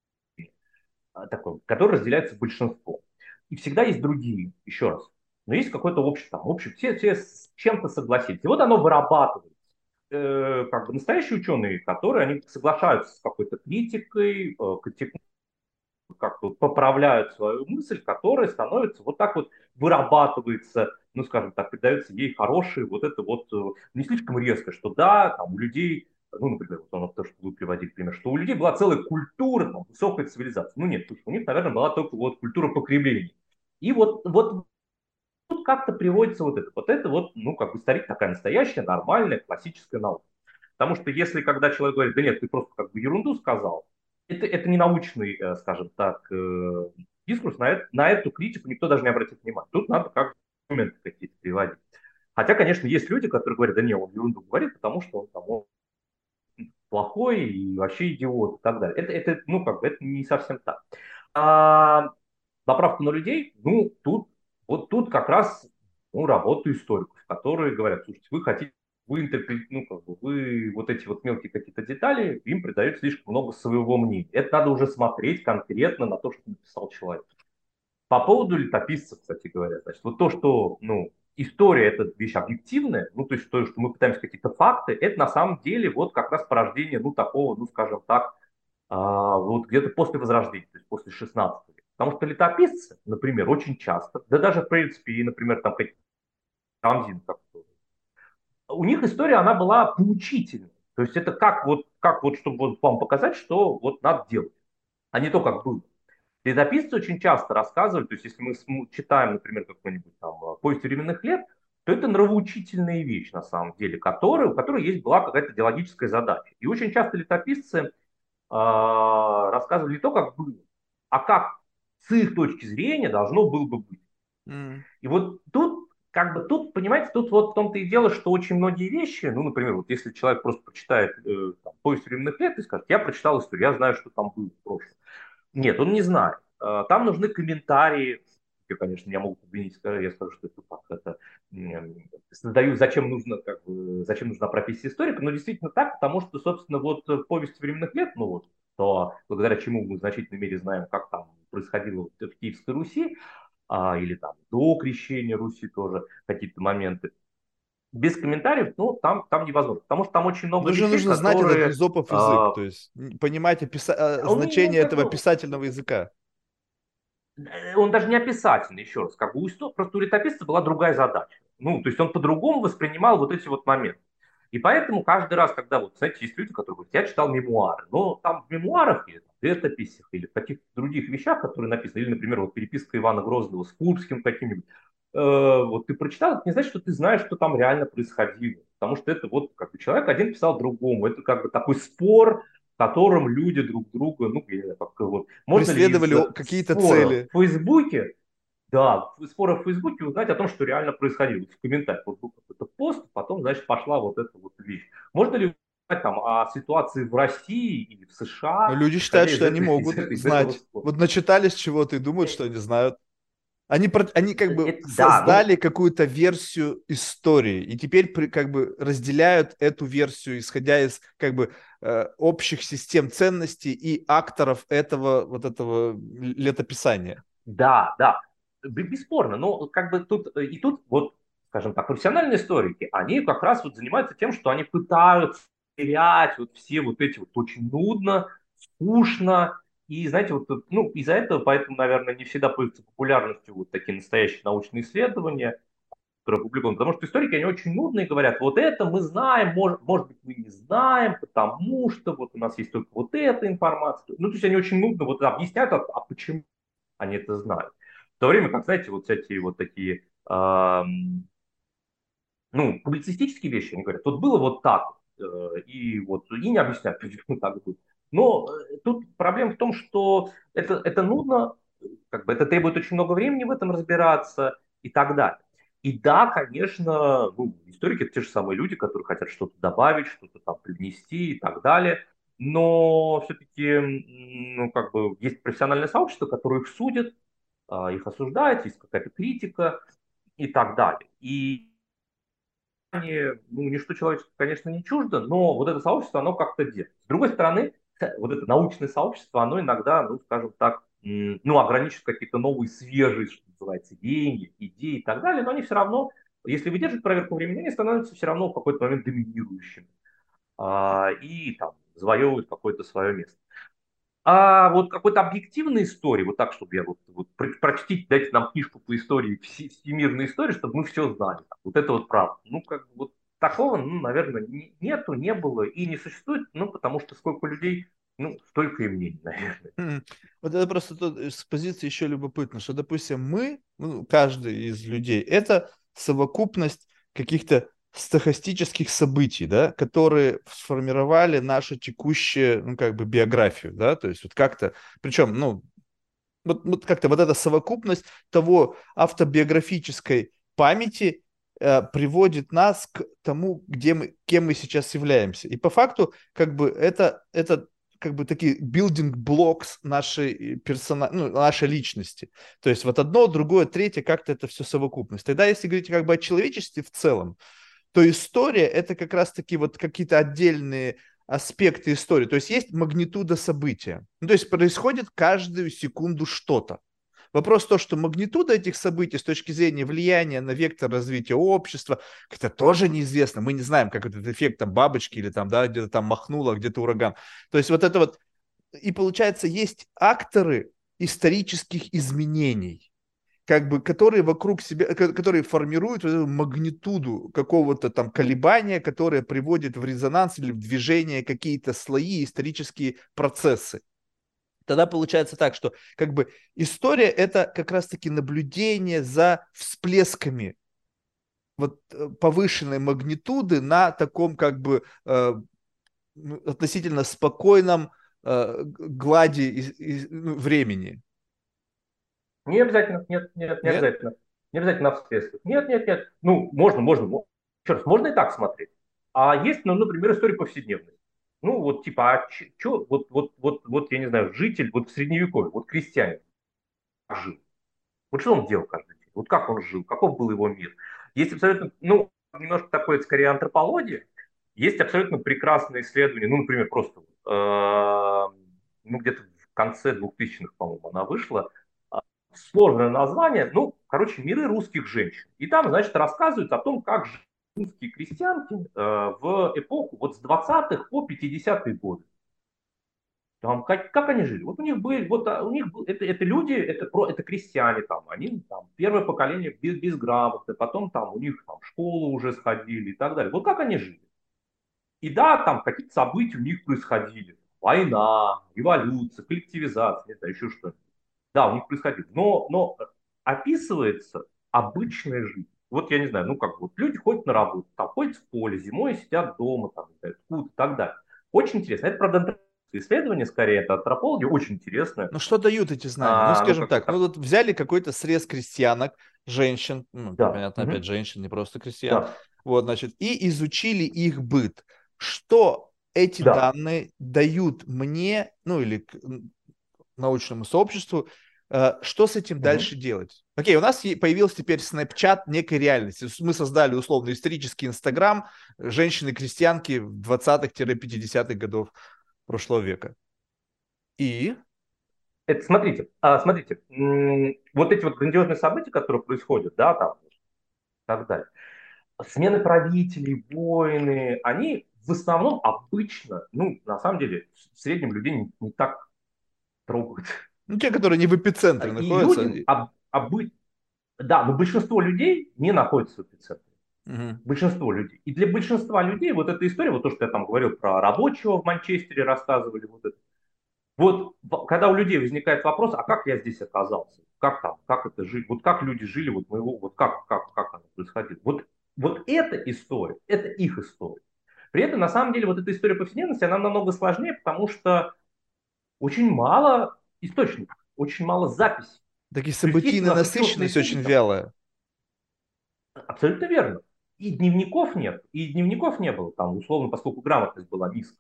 такое, которая разделяется большинством. И всегда есть другие, еще раз. Но есть какое-то общее, там, общее, все с чем-то согласились. И вот оно вырабатывается. Как бы настоящие ученые, которые они соглашаются с какой-то критикой, как-то поправляют свою мысль, которая становится вот так вот вырабатывается, ну, скажем так, придается ей хорошее, вот это вот не слишком резко, что да, там у людей, ну, например, вот то, что вы приводили пример, что у людей была целая культура, там, высокая цивилизация. Ну, нет, у них, наверное, была только вот культура покрепления. И вот тут как-то приводится вот это вот, ну, как бы старик такая настоящая, нормальная, классическая наука. Потому что если когда человек говорит, да нет, ты просто как бы ерунду сказал, это не научный, скажем так, дискурс, на эту критику никто даже не обратит внимания. Тут надо как аргументы какие-то приводить. Хотя, конечно, есть люди, которые говорят, да не, он ерунду говорит, потому что он плохой и вообще идиот и так далее. Ну, как бы, это не совсем так. А поправка на людей, ну, вот тут как раз ну, работа историков, которые говорят, слушайте, вы хотите, ну, как бы, вы вот эти вот мелкие какие-то детали, им придают слишком много своего мнения. Это надо уже смотреть конкретно на то, что написал человек. По поводу летописцев, кстати говоря, значит, вот то, что, ну, история это вещь объективная, ну, то есть то, что мы пытаемся какие-то факты, это на самом деле вот как раз порождение, ну, такого, ну, скажем так, вот где-то после Возрождения, то есть после 16 века. Потому что летописцы, например, очень часто, да даже в принципе, и, например, там какие-то Карамзин, у них история, она была поучительной. То есть это как вот, чтобы вот вам показать, что вот надо делать, а не то, как было. Летописцы очень часто рассказывали, то есть если мы читаем, например, какой-нибудь там «Повесть временных лет», то это нравоучительная вещь на самом деле, у которой была какая-то идеологическая задача. И очень часто летописцы рассказывали не то, как было, а как с их точки зрения должно было бы быть. М. И вот тут, как бы тут, понимаете, тут вот в том-то и дело, что очень многие вещи, ну, например, вот если человек просто прочитает там, «Повесть временных лет» и скажет, я прочитал историю, я знаю, что там было в прошлом. Нет, он не знает. Там нужны комментарии. Я, конечно, я могу обвинить, я скажу, что это так, это создаю, зачем нужно, как бы, зачем нужна профессия историка, но действительно так, потому что, собственно, вот повесть временных лет, ну вот, то благодаря чему мы в значительной мере знаем, как там происходило в Киевской Руси, или там до крещения Руси тоже какие-то моменты. без комментариев, ну, там невозможно. Потому что там очень много Ну же вещей, нужно знать этот которые... эзопов язык, а, то есть понимать ну, значение как этого бы, писательного языка. он даже не описательный, еще раз. Как бы просто у летописца была другая задача. Ну, то есть он по-другому воспринимал вот эти вот моменты. И поэтому каждый раз, когда, вот, знаете, есть люди, которые говорят, я читал мемуары, но там в мемуарах или в летописях, или в каких-то других вещах, которые написаны, или, например, вот переписка Ивана Грозного с Курбским каким-нибудь, вот ты прочитал, это не значит, что ты знаешь, что там реально происходило. Потому что это вот как бы человек один писал другому. Это как бы такой спор, в котором люди друг друга, ну, я не знаю, как вот, можно ли из Преследовали какие-то споров цели. в Фейсбуке, да, споров в Фейсбуке узнать о том, что реально происходило. В комментариях вот был какой-то пост, потом, значит, пошла вот эта вот вещь. Можно ли узнать там о ситуации в России или в Но США, люди исходя считают, из что они этой, могут из этого знать. спора? Вот начитались чего-то и думают, что они знают. Они как бы Да, ну, создали какую-то версию истории и теперь как бы разделяют эту версию, исходя из как бы общих систем ценностей и акторов этого вот этого летописания. да, да, бесспорно. Но как бы тут и тут вот, скажем так, профессиональные историки, они как раз вот занимаются тем, что они пытаются терять вот все вот эти вот очень нудно, скучно. И знаете, вот, ну, из-за этого, поэтому, наверное, не всегда пользуются популярностью вот такие настоящие научные исследования, которые опубликованы. Потому что историки, они очень нудные, говорят, вот это мы знаем, может быть, мы не знаем, потому что вот у нас есть только вот эта информация. Ну, то есть они очень нудно вот объясняют, а почему они это знают. В то время как, знаете, вот всякие вот такие, ну, публицистические вещи, они говорят, тут было вот так, и вот, и не объясняют, почему так будет. Но тут проблема в том, что это нудно, как бы это требует очень много времени в этом разбираться и так далее. И да, конечно, ну, историки это те же самые люди, которые хотят что-то добавить, что-то там привнести и так далее. Но все-таки, ну, как бы есть профессиональное сообщество, которое их судит, их осуждает, есть какая-то критика и так далее. И ну, ничто человеческое, конечно, не чуждо, но вот это сообщество, оно как-то держит. С другой стороны, вот это научное сообщество, оно иногда, ну, скажем так, ну, ограничивает какие-то новые, свежие, что называется, веяния, идеи и так далее, но они все равно, если выдерживают проверку времени, они становятся все равно в какой-то момент доминирующими и там завоевывают какое-то свое место. А вот какой-то объективной истории, вот так, чтобы я вот прочтите, дайте нам книжку по истории, всемирной истории, чтобы мы все знали. Вот это вот правда. Ну, как бы вот такого, ну, наверное, нету, не было и не существует, ну, потому что сколько людей, ну, столько и мнений, наверное. Мгм. Вот это просто тут с позиции еще любопытно, что, допустим, мы, ну, каждый из людей, это совокупность каких-то стохастических событий, да, которые сформировали нашу текущую, ну, как бы биографию, да, то есть вот как-то, причем, ну, вот как-то вот эта совокупность того автобиографической памяти приводит нас к тому, где мы, кем мы сейчас являемся. И по факту, как бы это как бы такие building blocks нашей ну, нашей личности. То есть вот одно, другое, третье, как-то это все совокупность. Тогда, если говорить как бы о человечестве в целом, то история это как раз-таки вот какие-то отдельные аспекты истории. То есть есть магнитуда события. Ну, то есть происходит каждую секунду что-то. Вопрос в том, что магнитуда этих событий с точки зрения влияния на вектор развития общества, это тоже неизвестно. Мы не знаем, как этот эффект там бабочки или там, да, где-то там махнуло, где-то ураган. То есть вот это вот, и получается, есть акторы исторических изменений, как бы, которые вокруг себя, которые формируют вот эту магнитуду какого-то там колебания, которое приводит в резонанс или в движение какие-то слои, исторические процессы. Тогда получается так, что как бы история это как раз-таки наблюдение за всплесками вот повышенной магнитуды на таком как бы ну, относительно спокойном глади ну, времени. Не обязательно, нет, нет, не Нет? обязательно. Не обязательно на всплесках. Нет, нет, нет. Ну, можно. Еще раз, можно и так смотреть. А есть, ну, например, история повседневности. Ну, вот типа, вот, я не знаю, житель, вот в средневековье, вот крестьянин жил. Вот что он делал каждый день? Вот как он жил? Каков был его мир? Есть абсолютно, ну, немножко такое, скорее, антропология. Есть абсолютно прекрасные исследования, ну, например, просто, ну, где-то в конце 2000-х, по-моему, она вышла. Сложное название, ну, короче, миры русских женщин. И там, значит, рассказывают о том, как жили русские крестьянки в эпоху вот с 20-х по 50-е годы. Там, как они жили? Вот у них были, вот у них это люди, это крестьяне там, они там первое поколение безграмотное, потом там у них там в школу уже сходили и так далее. Вот как они жили? И да, там какие-то события у них происходили. Война, революция, коллективизация, не знаю, еще что-то. Да, у них происходило. Но описывается обычная жизнь. Вот я не знаю, ну как вот люди ходят на работу, там ходят в поле, зимой сидят дома, там, не знаю, ткут и так далее. Очень интересно. Это, правда, исследование, скорее, это антропология, очень интересное. Ну, что дают эти знания? Ну, Ну, скажем как бы так, ну так, вот взяли какой-то срез крестьянок, женщин, ну, да, понятно, опять женщин, не просто крестьян, да, вот, значит, и изучили их быт. Что эти да. данные дают мне, ну, или научному сообществу, что с этим Мгм. дальше делать? Окей, у нас появился теперь Snapchat некой реальности. Мы создали условно исторический Инстаграм женщины-крестьянки 20-50-х годов прошлого века. И Это смотрите, вот эти вот грандиозные события, которые происходят, да, там, и так далее, смены правителей, войны, они в основном обычно, ну, на самом деле, в среднем людей не так трогают. ну, те, которые не в эпицентре И находятся. людям, да, но большинство людей не находится в эпицентре. Мгм. Большинство людей. И для большинства людей вот эта история, вот то, что я там говорил про рабочего в Манчестере, рассказывали, вот это. Вот когда у людей возникает вопрос, а как я здесь оказался? Как там, как это жить? Вот как люди жили, вот моего, вот как оно происходило? Вот эта история, это их история. При этом, на самом деле, вот эта история повседневности, она намного сложнее, потому что очень мало источников, очень мало записей. Так и То есть есть у событийная нас ученые насыщенность книги, очень там, вялая. абсолютно верно. И дневников нет, и дневников не было, там, условно, поскольку грамотность была низкая.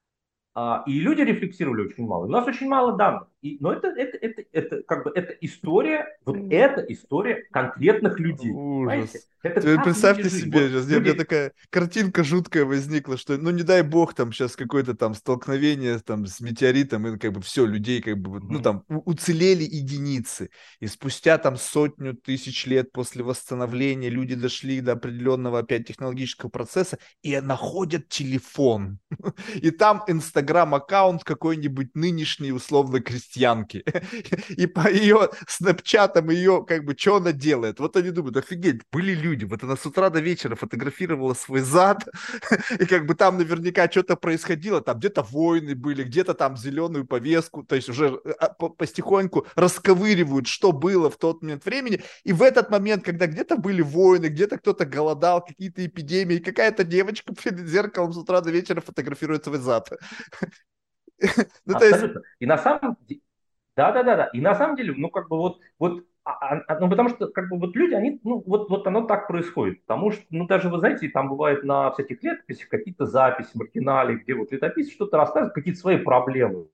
И люди рефлексировали очень мало. У нас очень мало данных. Но это как бы это история, вот это история конкретных людей. Понимаете? Ужас. Это Теперь как люди представьте жили. себе, Вот сейчас, у меня люди. такая картинка жуткая возникла, что, ну, не дай бог, там сейчас какое-то там столкновение там с метеоритом, и как бы все, людей как бы, вот, ну, Мгм, там, уцелели единицы. И спустя там сотню тысяч лет после восстановления люди дошли до определенного опять технологического процесса и находят телефон. И там инстаграм-аккаунт какой-нибудь нынешней условно крестьянки. И по ее снапчатам ее, как бы, что она делает? Вот они думают, офигеть, были люди. Вот она с утра до вечера фотографировала свой зад, и как бы там наверняка что-то происходило, там где-то войны были, где-то там зеленую повестку, то есть уже потихоньку расковыривают, что было в тот момент времени, и в этот момент, когда где-то были войны, где-то кто-то голодал, какие-то эпидемии, какая-то девочка перед зеркалом с утра до вечера фотографирует свой зад. Ну, то есть, абсолютно. И на самом деле, да. И на самом деле, ну как бы ну потому что как бы вот люди, они, ну вот оно так происходит. Потому что, ну даже вы знаете, там бывает на всяких летописях какие-то записи, маргинали, где вот летописец что-то рассказывает, какие-то свои проблемы.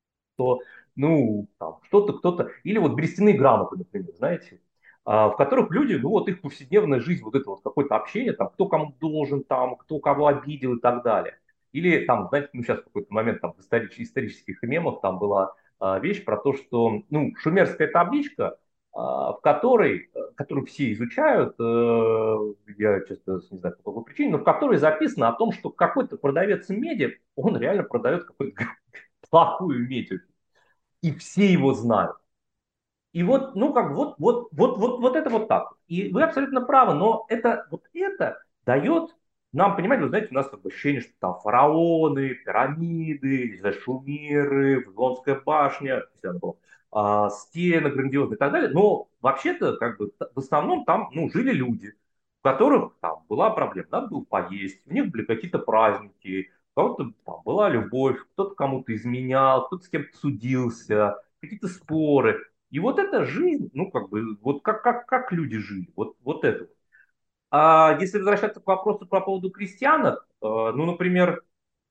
Ну, там, что-то, кто-то, или вот берестяные грамоты, например, знаете, в которых люди, ну, вот их повседневная жизнь, вот это вот какое-то общение, там, кто кому должен, там, кто кого обидел и так далее. Или там, знаете, ну, сейчас в какой-то момент там в исторических мемах там была вещь про то, что, ну, шумерская табличка, в которую все изучают, я, честно, не знаю, по какой причине, но в которой записано о том, что какой-то продавец меди, он реально продает какую-то плохую медь, и все его знают. И вот, ну, как вот это вот так. И вы абсолютно правы, но это дает нам, понимаете, вы знаете, у нас как бы ощущение, что там фараоны, пирамиды, не знаю, шумеры, Вавилонская башня, если она была, стены грандиозные и так далее. Но вообще-то, как бы, в основном там, ну, жили люди, у которых там была проблема, надо было поесть, у них были какие-то праздники, у кого-то там была любовь, кто-то кому-то изменял, кто-то с кем-то судился, какие-то споры. И вот эта жизнь, ну, как бы, вот как люди жили, вот это. А если возвращаться к вопросу по поводу крестьянок, ну, например,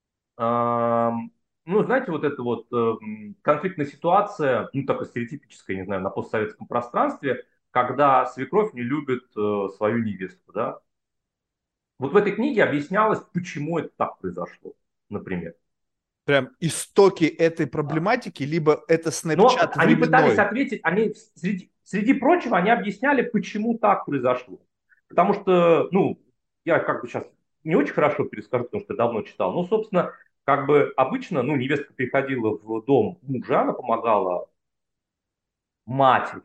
ну, знаете, вот эта вот конфликтная ситуация, ну, такая стереотипическая, не знаю, на постсоветском пространстве, когда свекровь не любит свою невесту, да. Вот в этой книге объяснялось, почему это так произошло, например. прям истоки этой проблематики, либо это Но Snapchat они пытались временной. ответить, они, среди прочего, они объясняли, почему так произошло. Потому что, ну, я как бы сейчас не очень хорошо перескажу, потому что давно читал. Ну, собственно, как бы обычно, ну, невестка приходила в дом мужа, она помогала матери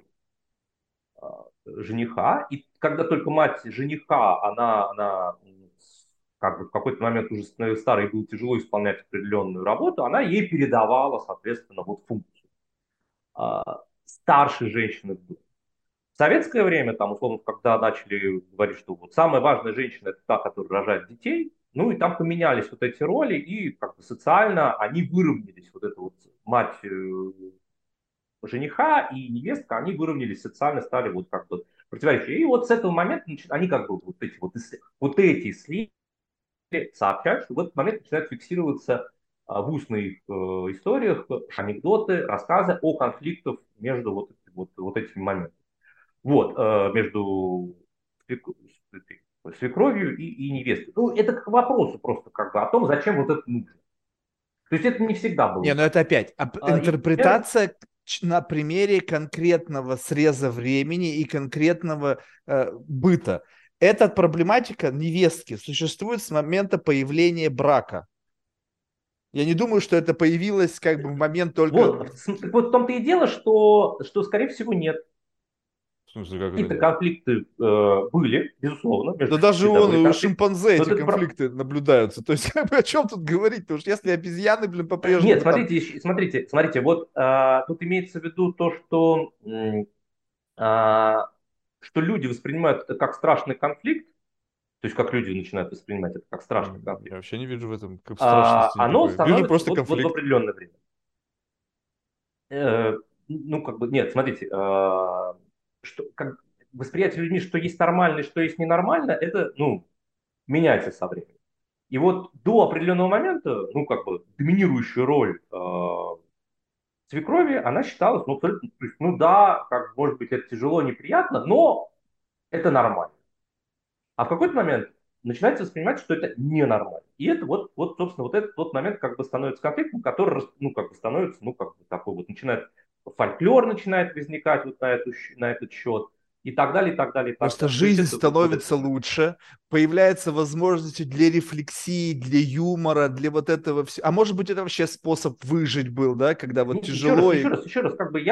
жениха, и когда только мать жениха, она как бы в какой-то момент уже становилась старой, и было тяжело исполнять определенную работу, она ей передавала, соответственно, вот функцию старшей женщины в доме. В советское время, там, условно, когда начали говорить, что вот самая важная женщина – это та, которая рожает детей, ну и там поменялись вот эти роли, и как бы социально они выровнялись. Вот эта вот мать жениха и невестка, они выровнялись социально, стали вот как бы противоречия. И вот с этого момента они как бы вот эти исследования сообщают, что в этот момент начинают фиксироваться в устных историях анекдоты, рассказы о конфликтах между вот этими моментами. Вот, между свекровью и невестой. Ну, это к вопросу просто как бы о том, зачем вот это нужно. То есть это не всегда было Не, ну так. это опять И пример, интерпретация на примере конкретного среза времени и конкретного быта. Эта проблематика невестки существует с момента появления брака. Я не думаю, что это появилось как бы в момент только... вот, так вот в том-то и дело, что скорее всего нет. В смысле, как это Какие-то нет? конфликты были, безусловно, Да между даже всегда были у конфликты. шимпанзе Но эти это, конфликты наблюдаются. То есть, как бы, о чем тут говорить? Потому что если обезьяны, блин, нет, по-прежнему там... смотрите, смотрите, вот тут имеется в виду то, а, что люди воспринимают это как страшный конфликт, то есть как люди начинают воспринимать это как страшный Я конфликт, вообще не вижу в этом страшности оно никакой. Вижу становится просто вот в конфликт. определенное время. Ну, как бы, нет, смотрите, что, как, восприятие людьми, что есть нормально и что есть ненормально, это, ну, меняется со временем. И вот до определенного момента, ну, как бы, доминирующую роль свекрови, она считалась, ну, абсолютно, то есть, ну, да, как, может быть, это тяжело, неприятно, но это нормально. А в какой-то момент начинается воспринимать, что это ненормально. И это вот, собственно, вот этот вот момент как бы становится конфликтом, который, ну, как бы становится, ну, как бы такой вот, начинает, фольклор начинает возникать вот на этот счет, и так далее, и так далее, и так Просто далее. То есть жизнь это вот этот становится момент. лучше, появляются возможности для рефлексии, для юмора, для вот этого всего. А может быть, это вообще способ выжить был, да, когда вот Еще раз, тяжело еще и... раз, еще раз, как бы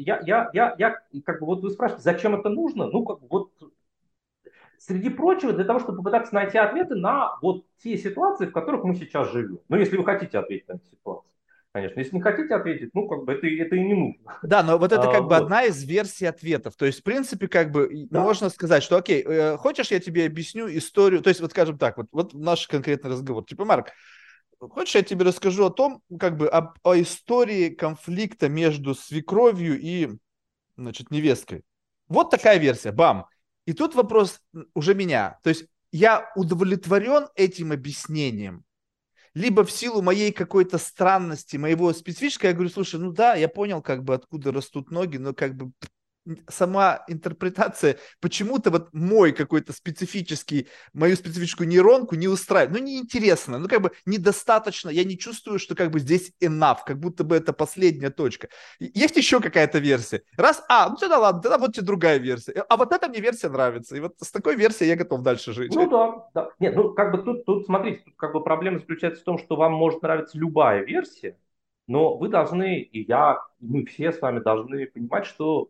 я, как бы вот вы спрашиваете, зачем это нужно? Ну, как бы вот среди прочего, для того, чтобы попытаться найти ответы на вот те ситуации, в которых мы сейчас живем. Ну, если вы хотите ответить на эти ситуации, конечно. Если не хотите ответить, ну, как бы это и не нужно. Да, но вот это как бы Вот. одна из версий ответов. То есть, в принципе, как бы Да. можно сказать, что, окей, хочешь, я тебе объясню историю, то есть, вот скажем так, вот наш конкретный разговор. Типа, Марк, хочешь, я тебе расскажу о том, как бы о истории конфликта между свекровью и, значит, невесткой. Вот такая версия, бам. И тут вопрос уже меня. То есть я удовлетворен этим объяснением, либо в силу моей какой-то странности, моего специфического, я говорю, слушай, ну да, я понял, как бы откуда растут ноги, но как бы сама интерпретация, почему-то вот мой какой-то специфический, мою специфическую нейронку не устраивает. Ну, неинтересно, ну, как бы недостаточно, я не чувствую, что как бы здесь enough, как будто бы это последняя точка. Есть еще какая-то версия. Раз, ну тогда ладно, тогда вот тебе другая версия. А вот эта мне версия нравится. И вот с такой версией я готов дальше жить. Ну да, да. Нет, ну как бы тут смотрите, тут как бы проблема заключается в том, что вам может нравиться любая версия, но вы должны, и я, и мы все с вами должны понимать, что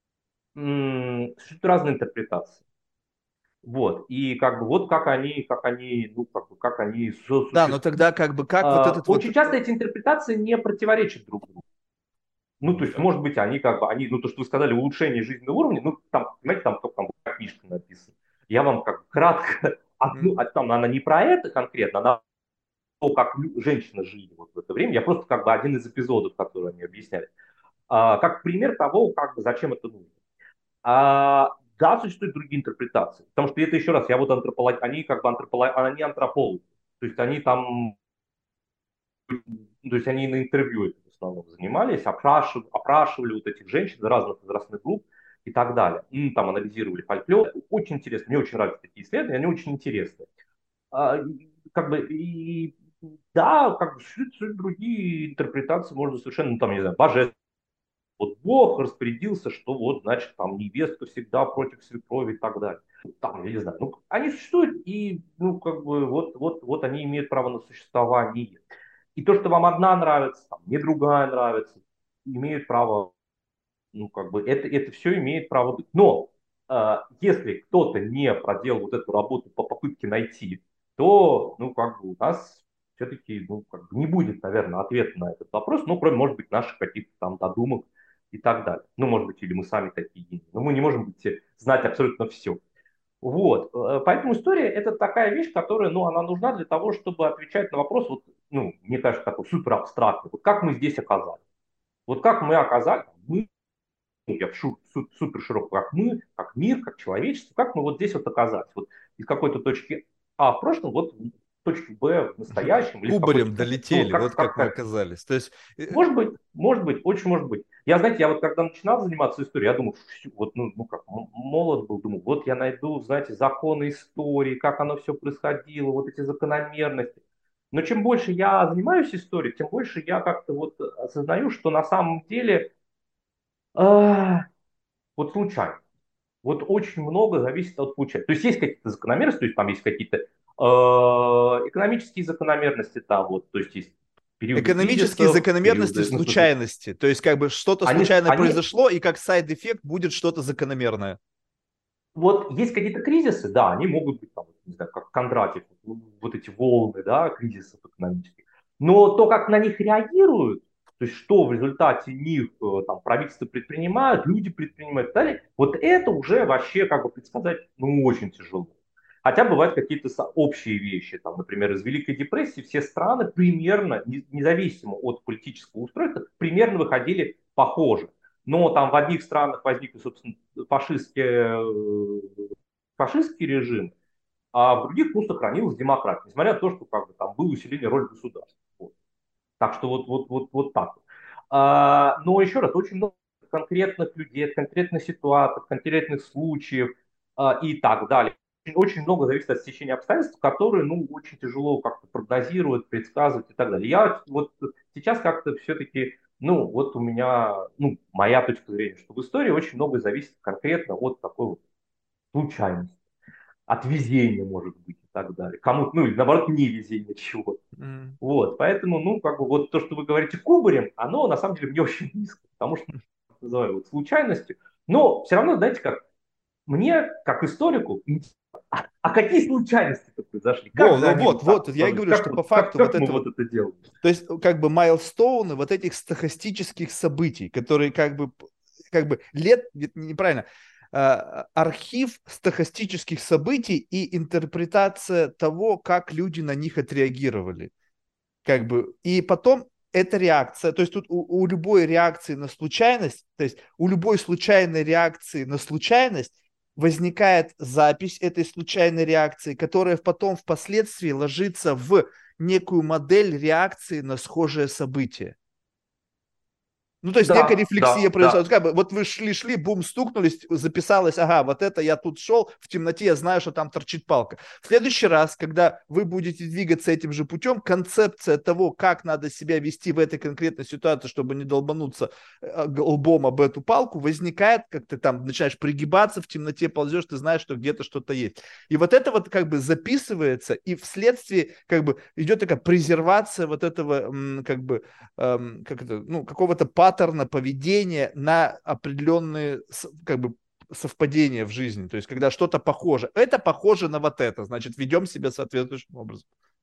существуют разные интерпретации. Вот. И как бы вот как они, ну, как они Да, но сосуществуют. тогда как бы как вот этот вот... Очень часто эти интерпретации не противоречат друг другу. Ну, то Ну, есть, может быть, они как бы, они, ну, то, что вы сказали, улучшение жизненного уровня, ну, там, понимаете, там, как там книжка написана. Я вам как кратко, там она не про это конкретно, она про то, как женщины жили вот в это время. Я просто как бы один из эпизодов, которые они объясняли. Как пример того, как бы, зачем это нужно. Да, существуют другие интерпретации. Потому что это еще раз, я вот они как бы они антропологи. То есть они там, то есть они на интервью этим в основном занимались, опрашивали вот этих женщин из разных возрастных групп и так далее. И там анализировали фольклор. Очень интересно, мне очень нравятся такие исследования, они очень интересные. А, как бы, и да, как бы существуют другие интерпретации, можно совершенно, ну там, не знаю, божественные. Вот Бог распорядился, что вот, значит, там невестка всегда против свекрови и так далее. Там, я не знаю, ну, они существуют, и, ну, как бы, вот они имеют право на существование. И то, что вам одна нравится, там, мне другая нравится, имеют право, ну, как бы, это все имеет право быть. Но если кто-то не проделал вот эту работу по попытке найти, то, ну, как бы, у нас все-таки, ну, как бы, не будет, наверное, ответа на этот вопрос, ну, кроме, может быть, наших каких-то там додумок и так далее. Ну, может быть, или мы сами такие гении. Но мы не можем быть, знать абсолютно все. Вот. Поэтому история это такая вещь, которая, ну, она нужна для того, чтобы отвечать на вопрос, вот, ну, мне кажется, такой супер абстрактный. Вот как мы здесь оказались? Вот как мы оказались, мы, ну, я в супер широко, как мы, как мир, как человечество, как мы вот здесь вот оказались? Вот из какой-то точки А в прошлом, вот в точке Б в настоящем или в какой-то Кубарем конкретно. Ну, вот долетели, вот как мы как оказались. То есть, может быть, очень может быть. Я, знаете, я вот когда начинал заниматься историей, я думал, вот, ну как, молод был, думал, вот я найду, знаете, законы истории, как оно все происходило, вот эти закономерности. Но чем больше я занимаюсь историей, тем больше я как-то вот осознаю, что на самом деле а, вот случайно. Вот очень много зависит от случая. То есть есть какие-то закономерности, то есть там есть какие-то экономические закономерности, там вот, то есть есть периоды экономические кризисов, закономерности периоды, ну, в смысле, случайности. То есть, как бы что-то они, случайно они, произошло, и как сайд-эффект будет что-то закономерное. вот есть какие-то кризисы, да, они могут быть, там, не знаю, как Кондратьев, вот эти волны, да, кризисов экономических. Но то, как на них реагируют, то есть что в результате них там, правительства предпринимают, люди предпринимают и так далее, вот это уже вообще как бы предсказать ну, очень тяжело. Хотя бывают какие-то общие вещи. Там, например, из Великой депрессии все страны примерно, независимо от политического устройства, примерно выходили похоже. Но там в одних странах возникли, собственно, фашистские, фашистский режим, а в других ну, сохранилась демократия, несмотря на то, что как бы, там было усиление роли государства. Вот. Так что вот так вот. Но еще раз, очень много конкретных людей, конкретных ситуаций, конкретных случаев и так далее. Очень много зависит от стечения обстоятельств, которые, ну, очень тяжело как-то прогнозировать, предсказывать и так далее. Я вот сейчас как-то все-таки, ну, вот у меня, ну, моя точка зрения, что в истории очень многое зависит конкретно от такой вот случайности, от везения, может быть, и так далее. Кому, ну, или наоборот, невезения чего-то. М. Вот, поэтому, ну, как бы вот то, что вы говорите кубарем, оно на самом деле мне очень близко, потому что называю вот случайностью. Но все равно, знаете как, мне, как историку, а какие случайности-то произошли? Как же Вот, они вот, вот так вот, вот я и сложились? говорю, что по факту вот Как мы это вот вот, это делаем? то есть как бы майлстоуны вот этих стохастических событий, которые как бы лет, неправильно, архив стохастических событий и интерпретация того, как люди на них отреагировали. Как бы, и потом эта реакция, то есть тут у любой реакции на случайность, то есть у любой случайной реакции на случайность возникает запись этой случайной реакции, которая потом впоследствии ложится в некую модель реакции на схожее событие. Ну, то есть некая Да, рефлексия да, произошла. да. Как бы, вот вы шли, бум, стукнулись, записалось, ага, вот это я тут шел, в темноте я знаю, что там торчит палка. В следующий раз, когда вы будете двигаться этим же путем, концепция того, как надо себя вести в этой конкретной ситуации, чтобы не долбануться лбом об эту палку, возникает, как ты там начинаешь пригибаться, в темноте ползешь, ты знаешь, что где-то что-то есть. И вот это вот как бы записывается, и вследствие как бы идет такая презервация вот этого как бы как это, ну, какого-то паттерна поведения на определенные как бы совпадения в жизни. То есть, когда что-то похоже. Это похоже на вот это, значит, ведем себя соответствующим образом.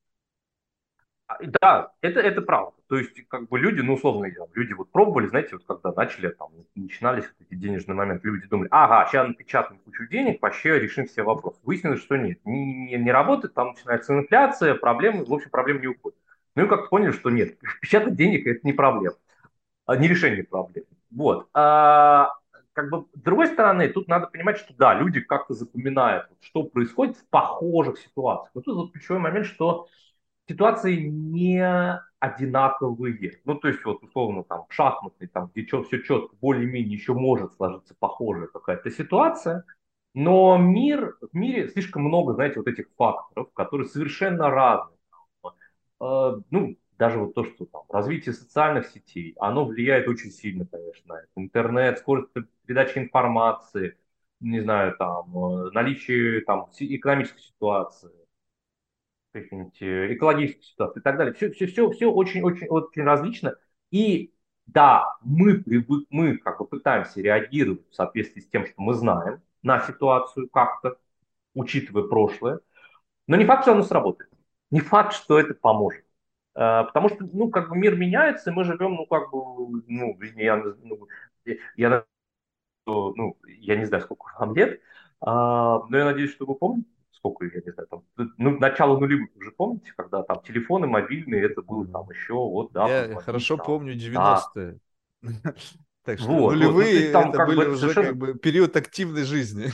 Да, это правда. То есть, как бы люди, ну, условно говоря, люди вот пробовали, знаете, вот когда начали, там, начинались вот эти денежные моменты, люди думали, ага, сейчас напечатаем кучу денег, вообще решим все вопросы. Выяснилось, что нет, не работает, там начинается инфляция, проблемы, в общем, проблем не уходит. Ну и как-то поняли, что нет, печатать денег это не проблема, не решение проблем. Вот. Как бы, с другой стороны, тут надо понимать, что да, люди как-то запоминают, вот, что происходит в похожих ситуациях. Но тут вот ключевой момент, что ситуации не одинаковые. Ну, то есть, вот, условно, там, шахматный, там, где все четко, более-менее еще может сложиться похожая какая-то ситуация, но в мире слишком много, знаете, вот этих факторов, которые совершенно разные. Ну, даже вот то, что там развитие социальных сетей, оно влияет очень сильно, конечно, на это. Интернет, скорость передачи информации, не знаю, там, наличие там, экономической ситуации, каких-нибудь экологических ситуаций и так далее. Все очень различно. И да, мы как бы пытаемся реагировать в соответствии с тем, что мы знаем на ситуацию как-то, учитывая прошлое. Но не факт, что оно сработает. Не факт, что это поможет. Потому что, ну, как бы мир меняется, и мы живем, ну, как бы, ну, я, ну, я не знаю, сколько вам лет, но я надеюсь, что вы помните, сколько, я не знаю, там, ну, начало нулевых, вы же помните, когда там телефоны мобильные, это было там Помню. еще, вот, да, Я позвонить хорошо там, помню да, 90-е. Так что вот, то есть нулевые там это как бы были это уже совершенно, как бы период активной жизни.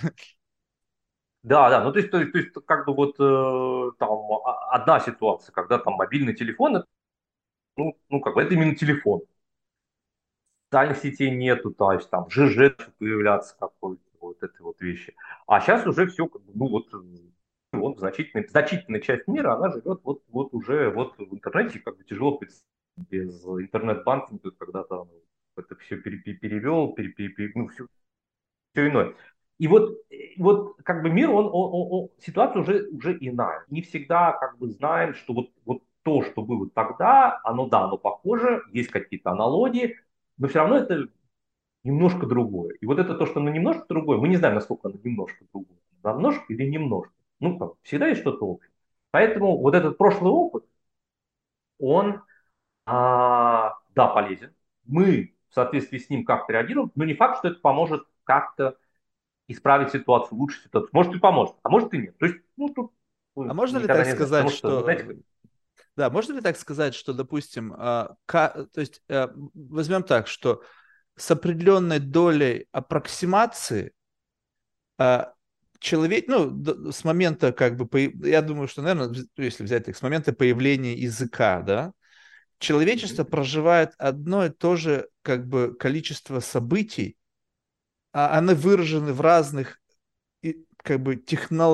да, ну, то есть как бы вот там одна ситуация, когда там мобильный телефон, это, ну, как бы это именно телефон, социальных сетей нету, то есть там ЖЖ появляться какой-то, вот этой вот вещи. А сейчас уже все, как бы, ну вот, вот значительная часть мира, она живет вот уже вот в интернете, как бы тяжело представить без интернет-банкинга, когда там это все перевел, ну, все иное. И вот как бы мир, ситуация уже иная. Не всегда как бы знаем, что вот то, что было тогда, оно да, оно похоже, есть какие-то аналогии, но все равно это немножко другое. И вот это то, что оно немножко другое, мы не знаем, насколько оно немножко другое. Намножко или немножко. Ну, как, всегда есть что-то общее. Поэтому вот этот прошлый опыт, он, да, полезен. Мы в соответствии с ним как-то реагируем, но не факт, что это поможет как-то исправить ситуацию, улучшить ситуацию. Может и поможет, а может и нет. То есть, ну, тут А мы можно ли никогда так не знаем. сказать, Потому что, ну, что знаете, да, можно ли так сказать, что, допустим, то есть возьмем так, что с определенной долей аппроксимации а, человек, ну, с момента, как бы, я думаю, что, наверное, если взять так, с момента появления языка, да, человечество проживает одно и то же, как бы, количество событий, а они выражены в разных, как бы,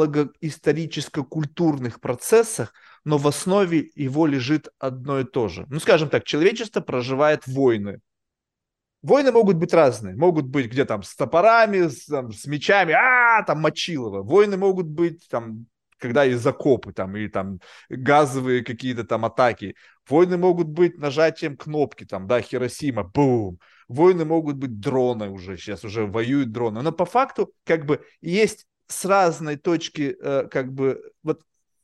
технолого-историческо-культурных процессах, но в основе его лежит одно и то же. Ну, скажем так, человечество проживает войны. Войны могут быть разные. Могут быть где там с топорами, с мечами, там Мочилово. Войны могут быть там, когда есть закопы там, или там газовые какие-то там атаки. Войны могут быть нажатием кнопки, там, да, Хиросима, бум. Войны могут быть дроны уже, сейчас уже воюют дроны. Но по факту, как бы, есть с разной точки, как бы, вот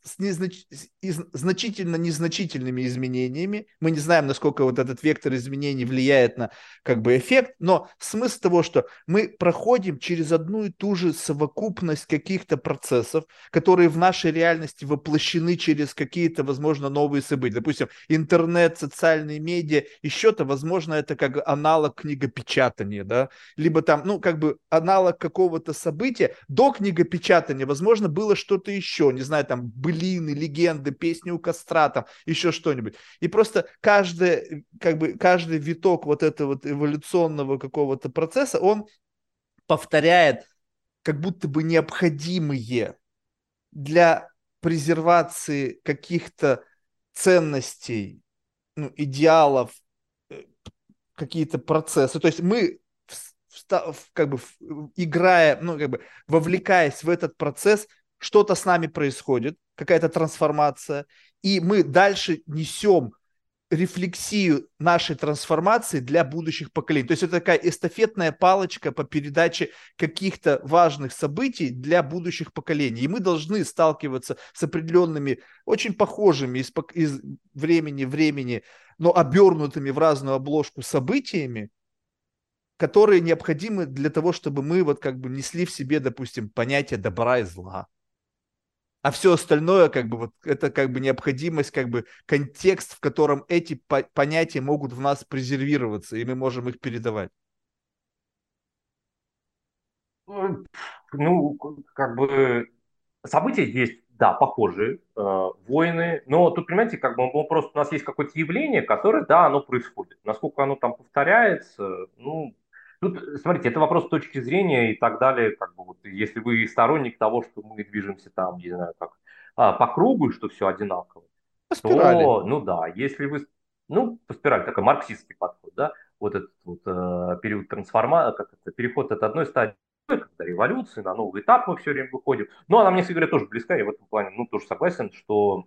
с значительно незначительными изменениями. Мы не знаем, насколько вот этот вектор изменений влияет на как бы эффект, но смысл того, что мы проходим через одну и ту же совокупность каких-то процессов, которые в нашей реальности воплощены через какие-то, возможно, новые события. Допустим, интернет, социальные медиа, еще-то, возможно, это как аналог книгопечатания, да, либо там, ну, как бы аналог какого-то события. До книгопечатания, возможно, было что-то еще, не знаю, там, былины, легенды, песни у костра, там, еще что-нибудь. И просто каждый, как бы, каждый виток вот этого вот эволюционного какого-то процесса, он повторяет как будто бы необходимые для презервации каких-то ценностей, ну, идеалов, э, какие-то процессы. То есть мы как бы играя, ну, как бы вовлекаясь в этот процесс, что-то с нами происходит, какая-то трансформация, и мы дальше несем рефлексию нашей трансформации для будущих поколений. То есть это такая эстафетная палочка по передаче каких-то важных событий для будущих поколений. И мы должны сталкиваться с определенными, очень похожими из времени в времени, но обернутыми в разную обложку событиями, которые необходимы для того, чтобы мы вот как бы несли в себе, допустим, понятие добра и зла. А все остальное, как бы, вот, это как бы необходимость, как бы контекст, в котором эти понятия могут в нас презервироваться, и мы можем их передавать. ну, как бы события есть, да, похожие, войны, но тут, понимаете, как бы просто у нас есть какое-то явление, которое, да, оно происходит. Насколько оно там повторяется, ну, тут, смотрите, это вопрос точки зрения и так далее, как бы вот, если вы сторонник того, что мы движемся там, не знаю, как по кругу, и что все одинаково, По спирали. то, ну да, если вы, ну, по спирали, такой марксистский подход, да, вот этот вот период трансформации, как это, переход от одной стадии когда революции, на новый этап мы все время выходим. Но она мне, кстати говоря, тоже близка, я в этом плане, ну, тоже согласен, что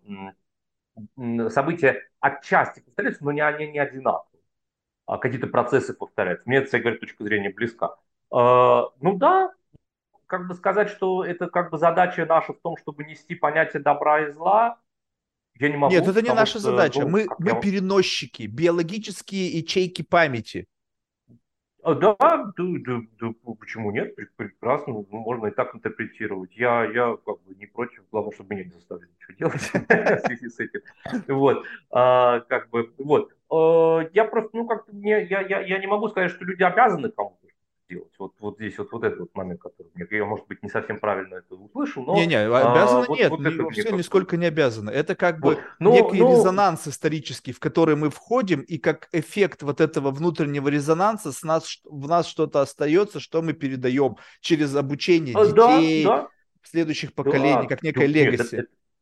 события отчасти повторяются, но они не одинаковые. А какие-то процессы повторяются. Мне, кстати говоря, точка зрения близка. Ну да, как бы сказать, что это как бы задача наша в том, чтобы нести понятие добра и зла, я не Нет, могу, это не потому наша что, задача. ну, Мы переносчики, биологические ячейки памяти. Да, да, да, почему нет? Прекрасно, ну, можно и так интерпретировать. Я как бы не против, главное, чтобы меня не заставили ничего делать в связи с этим. Вот, как бы, вот. Я просто, ну, как-то, я не могу сказать, что люди обязаны кому-то что-то делать. Вот здесь вот этот вот момент, который мне, я, может быть, не совсем правильно это услышал, но Не-не, обязаны нет, вот это мне все как бы, нисколько не обязаны. Это как вот. бы Но, некий но резонанс исторический, в который мы входим, и как эффект вот этого внутреннего резонанса в нас что-то остается, что мы передаем через обучение да, детей, да, следующих поколений, да, как некое нет, легаси.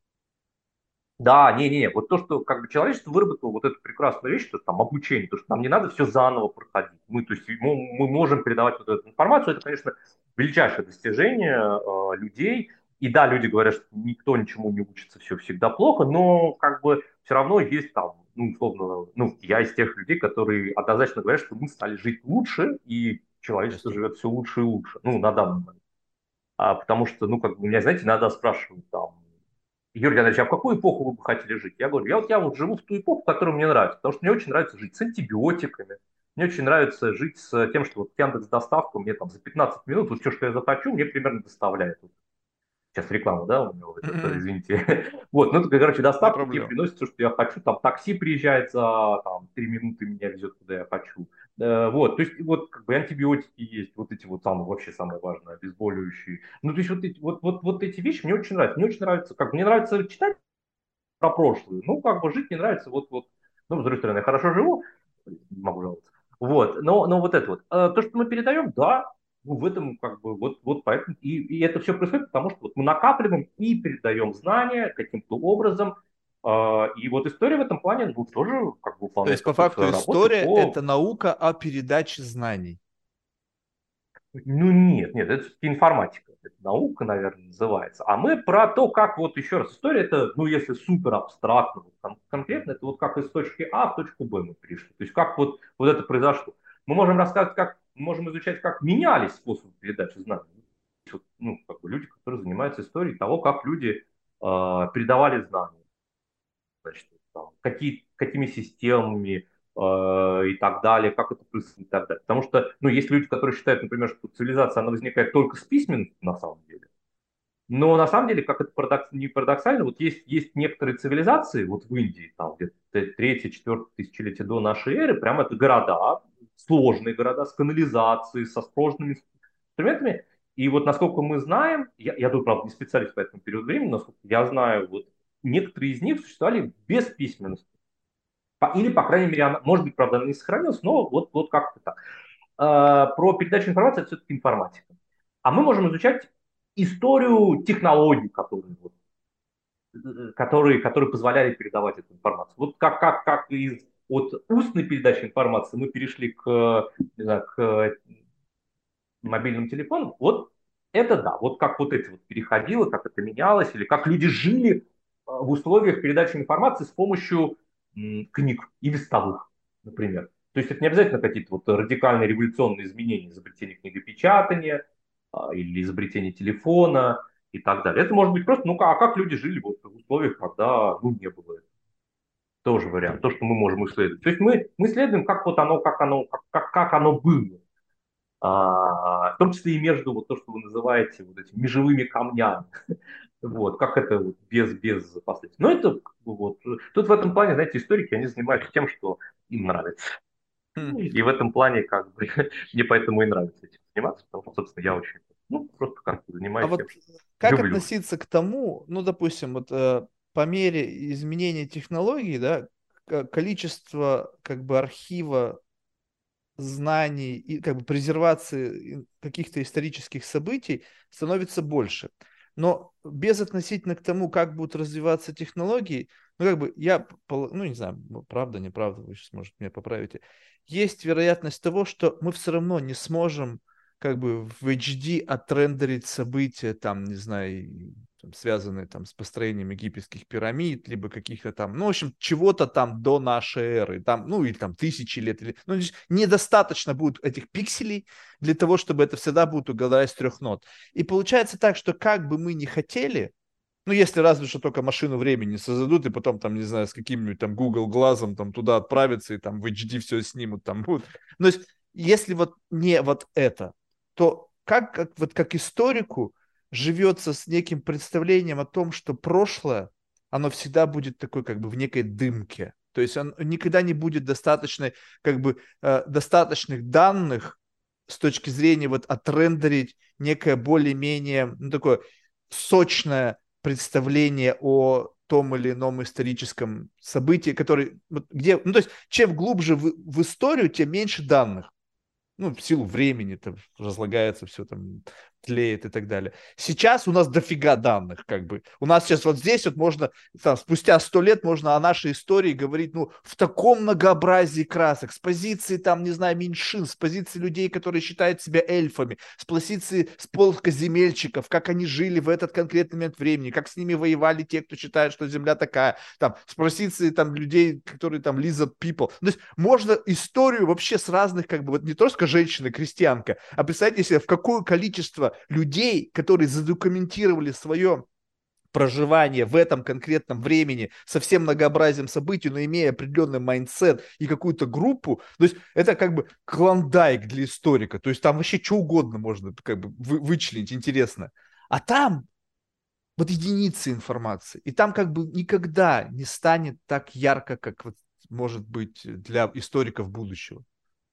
да, не-не-не, вот то, что как бы человечество выработало вот эту прекрасную вещь, что там обучение, то, что нам не надо все заново проходить. Мы, то есть, мы можем передавать вот эту информацию, это, конечно, величайшее достижение людей. И да, люди говорят, что никто ничему не учится, все всегда плохо, но как бы все равно есть там, ну, условно, ну, я из тех людей, которые однозначно говорят, что мы стали жить лучше, и человечество Естественно. живет все лучше и лучше, ну, на данный момент. Потому что, ну, как бы, меня, знаете, иногда спрашивают там, Юрий Леонидович, а в какую эпоху вы бы хотели жить? Я говорю, я вот живу в ту эпоху, которая мне нравится, потому что мне очень нравится жить с антибиотиками, мне очень нравится жить с тем, что вот Яндекс доставка мне там за 15 минут, вот все, что я захочу, мне примерно доставляет. Сейчас реклама, да, у него, М-м, извините. Вот, ну, короче, не доставка мне проблема. приносит все, что я хочу. Там такси приезжает за там, 3 минуты, меня везет, куда я хочу. Вот, то есть, вот, как бы антибиотики есть, вот эти вот самые, вообще самое важное, обезболивающие. Ну, то есть, вот эти вещи мне очень нравятся. Мне очень нравится, как мне нравится читать про прошлое. Ну, как бы жить не нравится, вот. Ну, с другой стороны, я хорошо живу, не могу жаловаться. Вот, но вот это вот. То, что мы передаем, да, ну, в этом как бы вот поэтому и это все происходит, потому что вот мы накапливаем и передаем знания каким-то образом. И вот история в этом плане ну, тоже как бы То выполняет есть, по какую-то факту, свою работу история– по это наука о передаче знаний. Ну нет, это все-таки информатика, это наука, наверное, называется. А мы про то, как вот еще раз, история это, ну если супер абстрактно, вот, конкретно, это вот как из точки А в точку Б мы пришли. То есть как вот это произошло. Мы можем рассказывать, как, мы можем изучать, как менялись способы передачи знаний. Вот, ну, как бы люди, которые занимаются историей того, как люди передавали знания значит, там, какими системами и так далее, как это происходит и так далее. Потому что, ну, есть люди, которые считают, например, что цивилизация, она возникает только с письменности на самом деле. Но на самом деле, как это не парадоксально, вот есть некоторые цивилизации, вот в Индии, там где-то третье, четвертое тысячелетие до нашей эры, прямо это города, сложные города с канализацией, со сложными инструментами. И вот насколько мы знаем, я тут, правда, не специалист по этому периоду времени, насколько я знаю, вот некоторые из них существовали без письменности. Или, по крайней мере, она, может быть, правда, она не сохранилась, но вот как-то так. Про передачу информации это все-таки информатика. А мы можем изучать историю технологий, которые позволяли передавать эту информацию. Вот как от устной передачи информации мы перешли не знаю, к мобильным телефоном, вот это да, вот как вот эти вот переходило, как это менялось, или как люди жили в условиях передачи информации с помощью книг и листовых, например. То есть это не обязательно какие-то вот радикальные революционные изменения, изобретение книгопечатания или изобретение телефона и так далее. Это может быть просто, ну а как люди жили вот в условиях, когда ну, не было этого. Тоже вариант, то, что мы можем исследовать. То есть мы исследуем, как вот оно, как оно было в том числе и между вот то, что вы называете вот этими межевыми камнями. Вот, как это вот без последствий. Но это как бы, вот. Тут в этом плане, знаете, историки, они занимаются тем, что им нравится. Хм. И в этом плане, как бы, мне поэтому и нравится этим заниматься, потому что, собственно, я очень, ну, просто как-то А занимаюсь тем, вот что как люблю. относиться к тому, ну, допустим, вот по мере изменения технологий, да, количество как бы архива знаний и как бы презервации каких-то исторических событий становится больше. Но безотносительно к тому, как будут развиваться технологии, ну, как бы ну, не знаю, правда, неправда, вы сейчас, может, меня поправите, есть вероятность того, что мы все равно не сможем как бы в HD отрендерить события, там, не знаю, там, связанные там с построением египетских пирамид, либо каких-то там, ну, в общем, чего-то там до нашей эры, там, ну, или там тысячи лет, или, ну, недостаточно будет этих пикселей для того, чтобы это всегда будет угадать с трех нот. И получается так, что как бы мы ни хотели, ну, если разве что только машину времени создадут, и потом там, не знаю, с каким-нибудь там Google глазом там туда отправиться, и там в HD все снимут, там будут. Но есть, если вот не вот это, то вот как историку живется с неким представлением о том, что прошлое, оно всегда будет такой как бы в некой дымке. То есть он никогда не будет достаточной, как бы, достаточных данных с точки зрения вот отрендерить некое более-менее, ну, такое сочное представление о том или ином историческом событии, который, где, ну, то есть, чем глубже в историю, тем меньше данных. Ну, в силу времени там разлагается все там, тлеет и так далее. Сейчас у нас дофига данных, как бы. У нас сейчас вот здесь вот можно, там, спустя 100 лет можно о нашей истории говорить, ну, в таком многообразии красок, с позиции, там, не знаю, меньшин, с позиции людей, которые считают себя эльфами, с позиции с плоскоземельщиков, как они жили в этот конкретный момент времени, как с ними воевали те, кто считает, что Земля такая, там, с позиции там людей, которые там lizard people. То есть можно историю вообще с разных, как бы, вот не только женщина, крестьянка, а представьте себе, в какое количество людей, которые задокументировали свое проживание в этом конкретном времени со всем многообразием событий, но имея определенный майндсет и какую-то группу, то есть это как бы клондайк для историка, то есть там вообще что угодно можно как бы вычленить интересно. А там вот единицы информации, и там как бы никогда не станет так ярко, как вот может быть для историков будущего.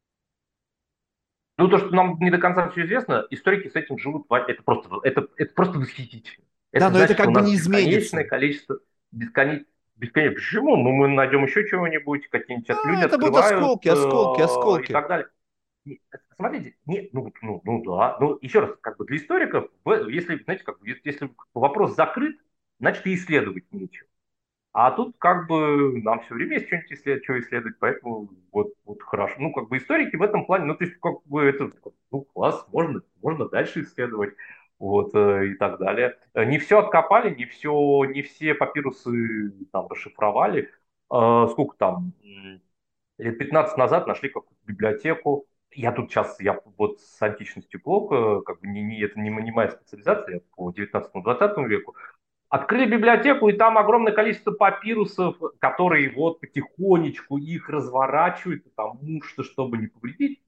Ну, то, что нам не до конца все известно, историки с этим живут, это просто восхитительно. Да, Это но это значит, что как у бы нас не бесконечное изменится. количество, бесконечно. Почему? Ну, мы найдем еще чего-нибудь, какие-нибудь люди Это будут открывают осколки, осколки, и осколки. так далее. Смотрите, ну да, ну еще раз, как бы для историков, если, знаете, как бы, если вопрос закрыт, значит и исследовать нечего. А тут как бы нам все время есть что-нибудь что исследовать, поэтому вот хорошо. Ну, как бы историки в этом плане, ну, то есть, как бы это, ну, класс, можно дальше исследовать, вот, и так далее. Не все откопали, не все папирусы там расшифровали. Сколько там, лет 15 назад нашли какую-то библиотеку. Я вот с античностью плохо, как бы это не моя специализация, я по 19-20 веку. Открыли библиотеку, и там огромное количество папирусов, которые вот потихонечку их разворачивают, потому что, чтобы не повредить,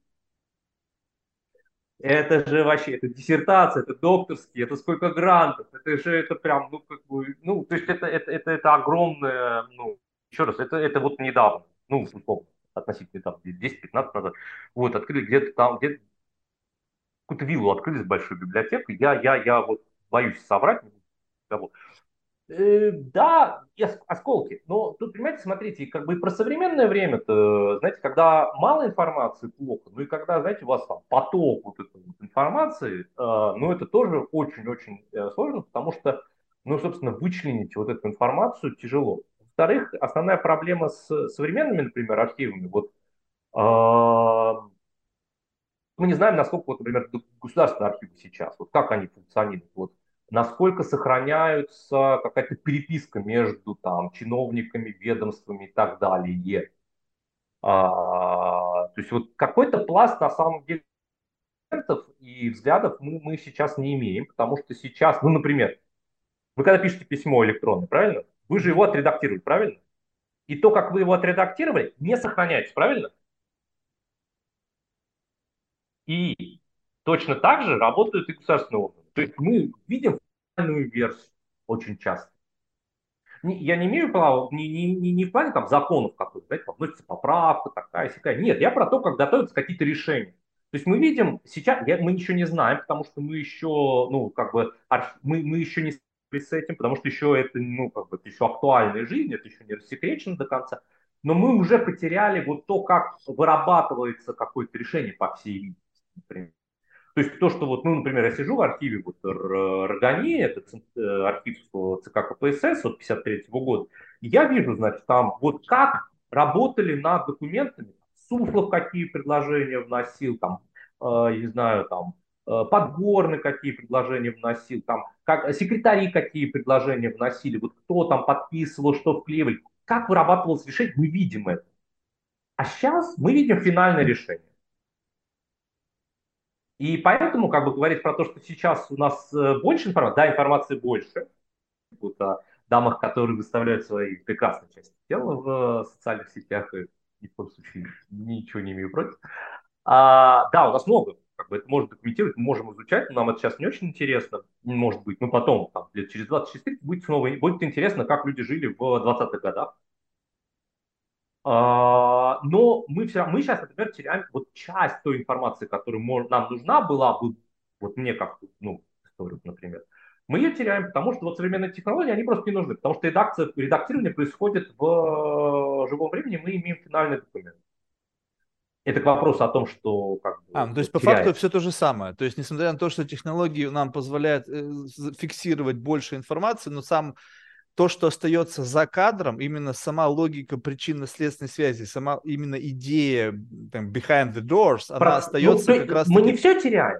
это же вообще, это диссертация, это докторский, это сколько грантов, это же, это прям, ну, как бы, ну, то есть это огромное, ну, еще раз, это вот недавно, ну, условно, относительно там 10-15 назад, вот, открыли где-то там, где-то какую-то виллу открыли с большой библиотекой, я вот боюсь соврать, да, и осколки. Но тут, понимаете, смотрите, как бы и про современное время-то, знаете, когда мало информации, плохо, ну и когда, знаете, у вас там поток вот этой вот информации, ну это тоже очень-очень сложно, потому что, ну, собственно, вычленить вот эту информацию тяжело. Во-вторых, основная проблема с современными, например, архивами, вот а, мы не знаем, насколько, вот, например, государственные архивы сейчас, вот как они функционируют, вот, насколько сохраняются какая-то переписка между там, чиновниками, ведомствами и так далее. То есть вот какой-то пласт на самом деле и взглядов мы сейчас не имеем, потому что сейчас, ну, например, вы когда пишете письмо электронное, правильно? Вы же Мгм. его отредактировали, правильно? И то, как вы его отредактировали, не сохраняется, правильно? И точно так же работают и государственные органы. То есть мы видим финальную версию очень часто. Я не имею права, не в плане там законов какой-то, знаете, там вносится поправка такая, сякая. Нет, я про то, как готовятся какие-то решения. То есть мы видим сейчас, мы ничего не знаем, потому что мы еще, ну, как бы, мы еще не столкнулись с этим, потому что еще это, ну, как бы, это еще актуальная жизнь, это еще не рассекречено до конца. Но мы уже потеряли вот то, как вырабатывается какое-то решение, по всей видимости, например. То есть то, что вот, ну, например, я сижу в архиве вот РГАНИ, это архив ЦК КПСС от 53 года, и я вижу, значит, там вот как работали над документами, Суслов какие предложения вносил, там, не знаю, там, Подгорный какие предложения вносил, там, как, секретари какие предложения вносили, вот кто там подписывал, что вклеивали, как вырабатывалось решение, мы видим это. А сейчас мы видим финальное решение. И поэтому, как бы говорить про то, что сейчас у нас больше информации, да, информации больше, вот о дамах, которые выставляют свои прекрасные части тела в социальных сетях, и ни в коем случае ничего не имею против. Да, у нас много, как бы это можно документировать, мы можем изучать, но нам это сейчас не очень интересно, может быть, ну потом, там, лет через 20, через 30 будет снова, будет интересно, как люди жили в 20-х годах. Но мы сейчас, например, теряем вот часть той информации, которая нам нужна была бы, вот мне как, ну, историк, например, мы ее теряем, потому что вот современные технологии, они просто не нужны, потому что редактирование происходит в живом времени, мы имеем финальный документ. Это к вопросу о том, что как бы Ну, то есть вот по факту теряется. все то же самое. То есть несмотря на то, что технологии нам позволяют фиксировать больше информации, но сам то, что остается за кадром, именно сама логика причинно-следственной связи, сама именно идея там, behind the doors, она Ну, остается то как есть мы не раз-таки... все теряем,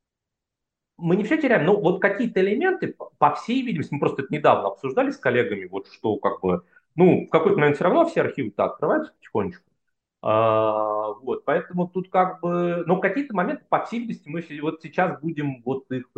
мы не все теряем, но вот какие-то элементы, по всей видимости, мы просто это недавно обсуждали с коллегами, вот что как бы, ну, в какой-то момент все равно все архивы так открываются потихонечку. Вот, поэтому тут как бы, ну, какие-то моменты, по всей видимости, мы вот сейчас будем вот их,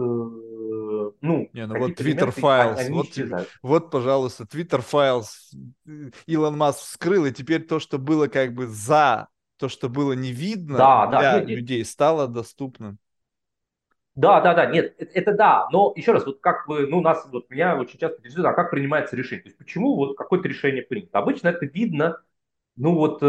ну, Не, ну вот какие-то Twitter элементы, Files, они вот тебе, исчезают. вот, пожалуйста, Twitter Files, Илон Маск вскрыл, и теперь то, что было как бы за, то, что было не видно Да, да, для нет, нет, людей, стало доступным. да, да, да, нет, это да, но еще раз, вот как бы, ну, у нас, вот меня очень часто интересует, а как принимается решение, то есть почему вот какое-то решение принято. Обычно это видно, ну, вот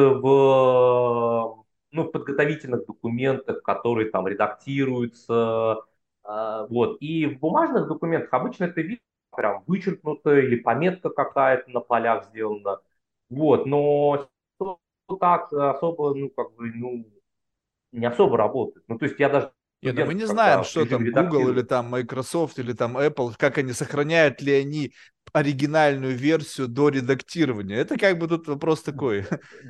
ну, в подготовительных документах, которые там редактируются, вот, и в бумажных документах обычно это видно, прям вычеркнуто или пометка какая-то на полях сделана, вот, но так особо, ну, как бы, ну, не особо работает. Ну, то есть я даже Не, ну мы студентов, не знаем, когда в что режиме там Google или редактирования. там Microsoft или там Apple, как они сохраняют ли они оригинальную версию до редактирования. Это как бы тут вопрос такой.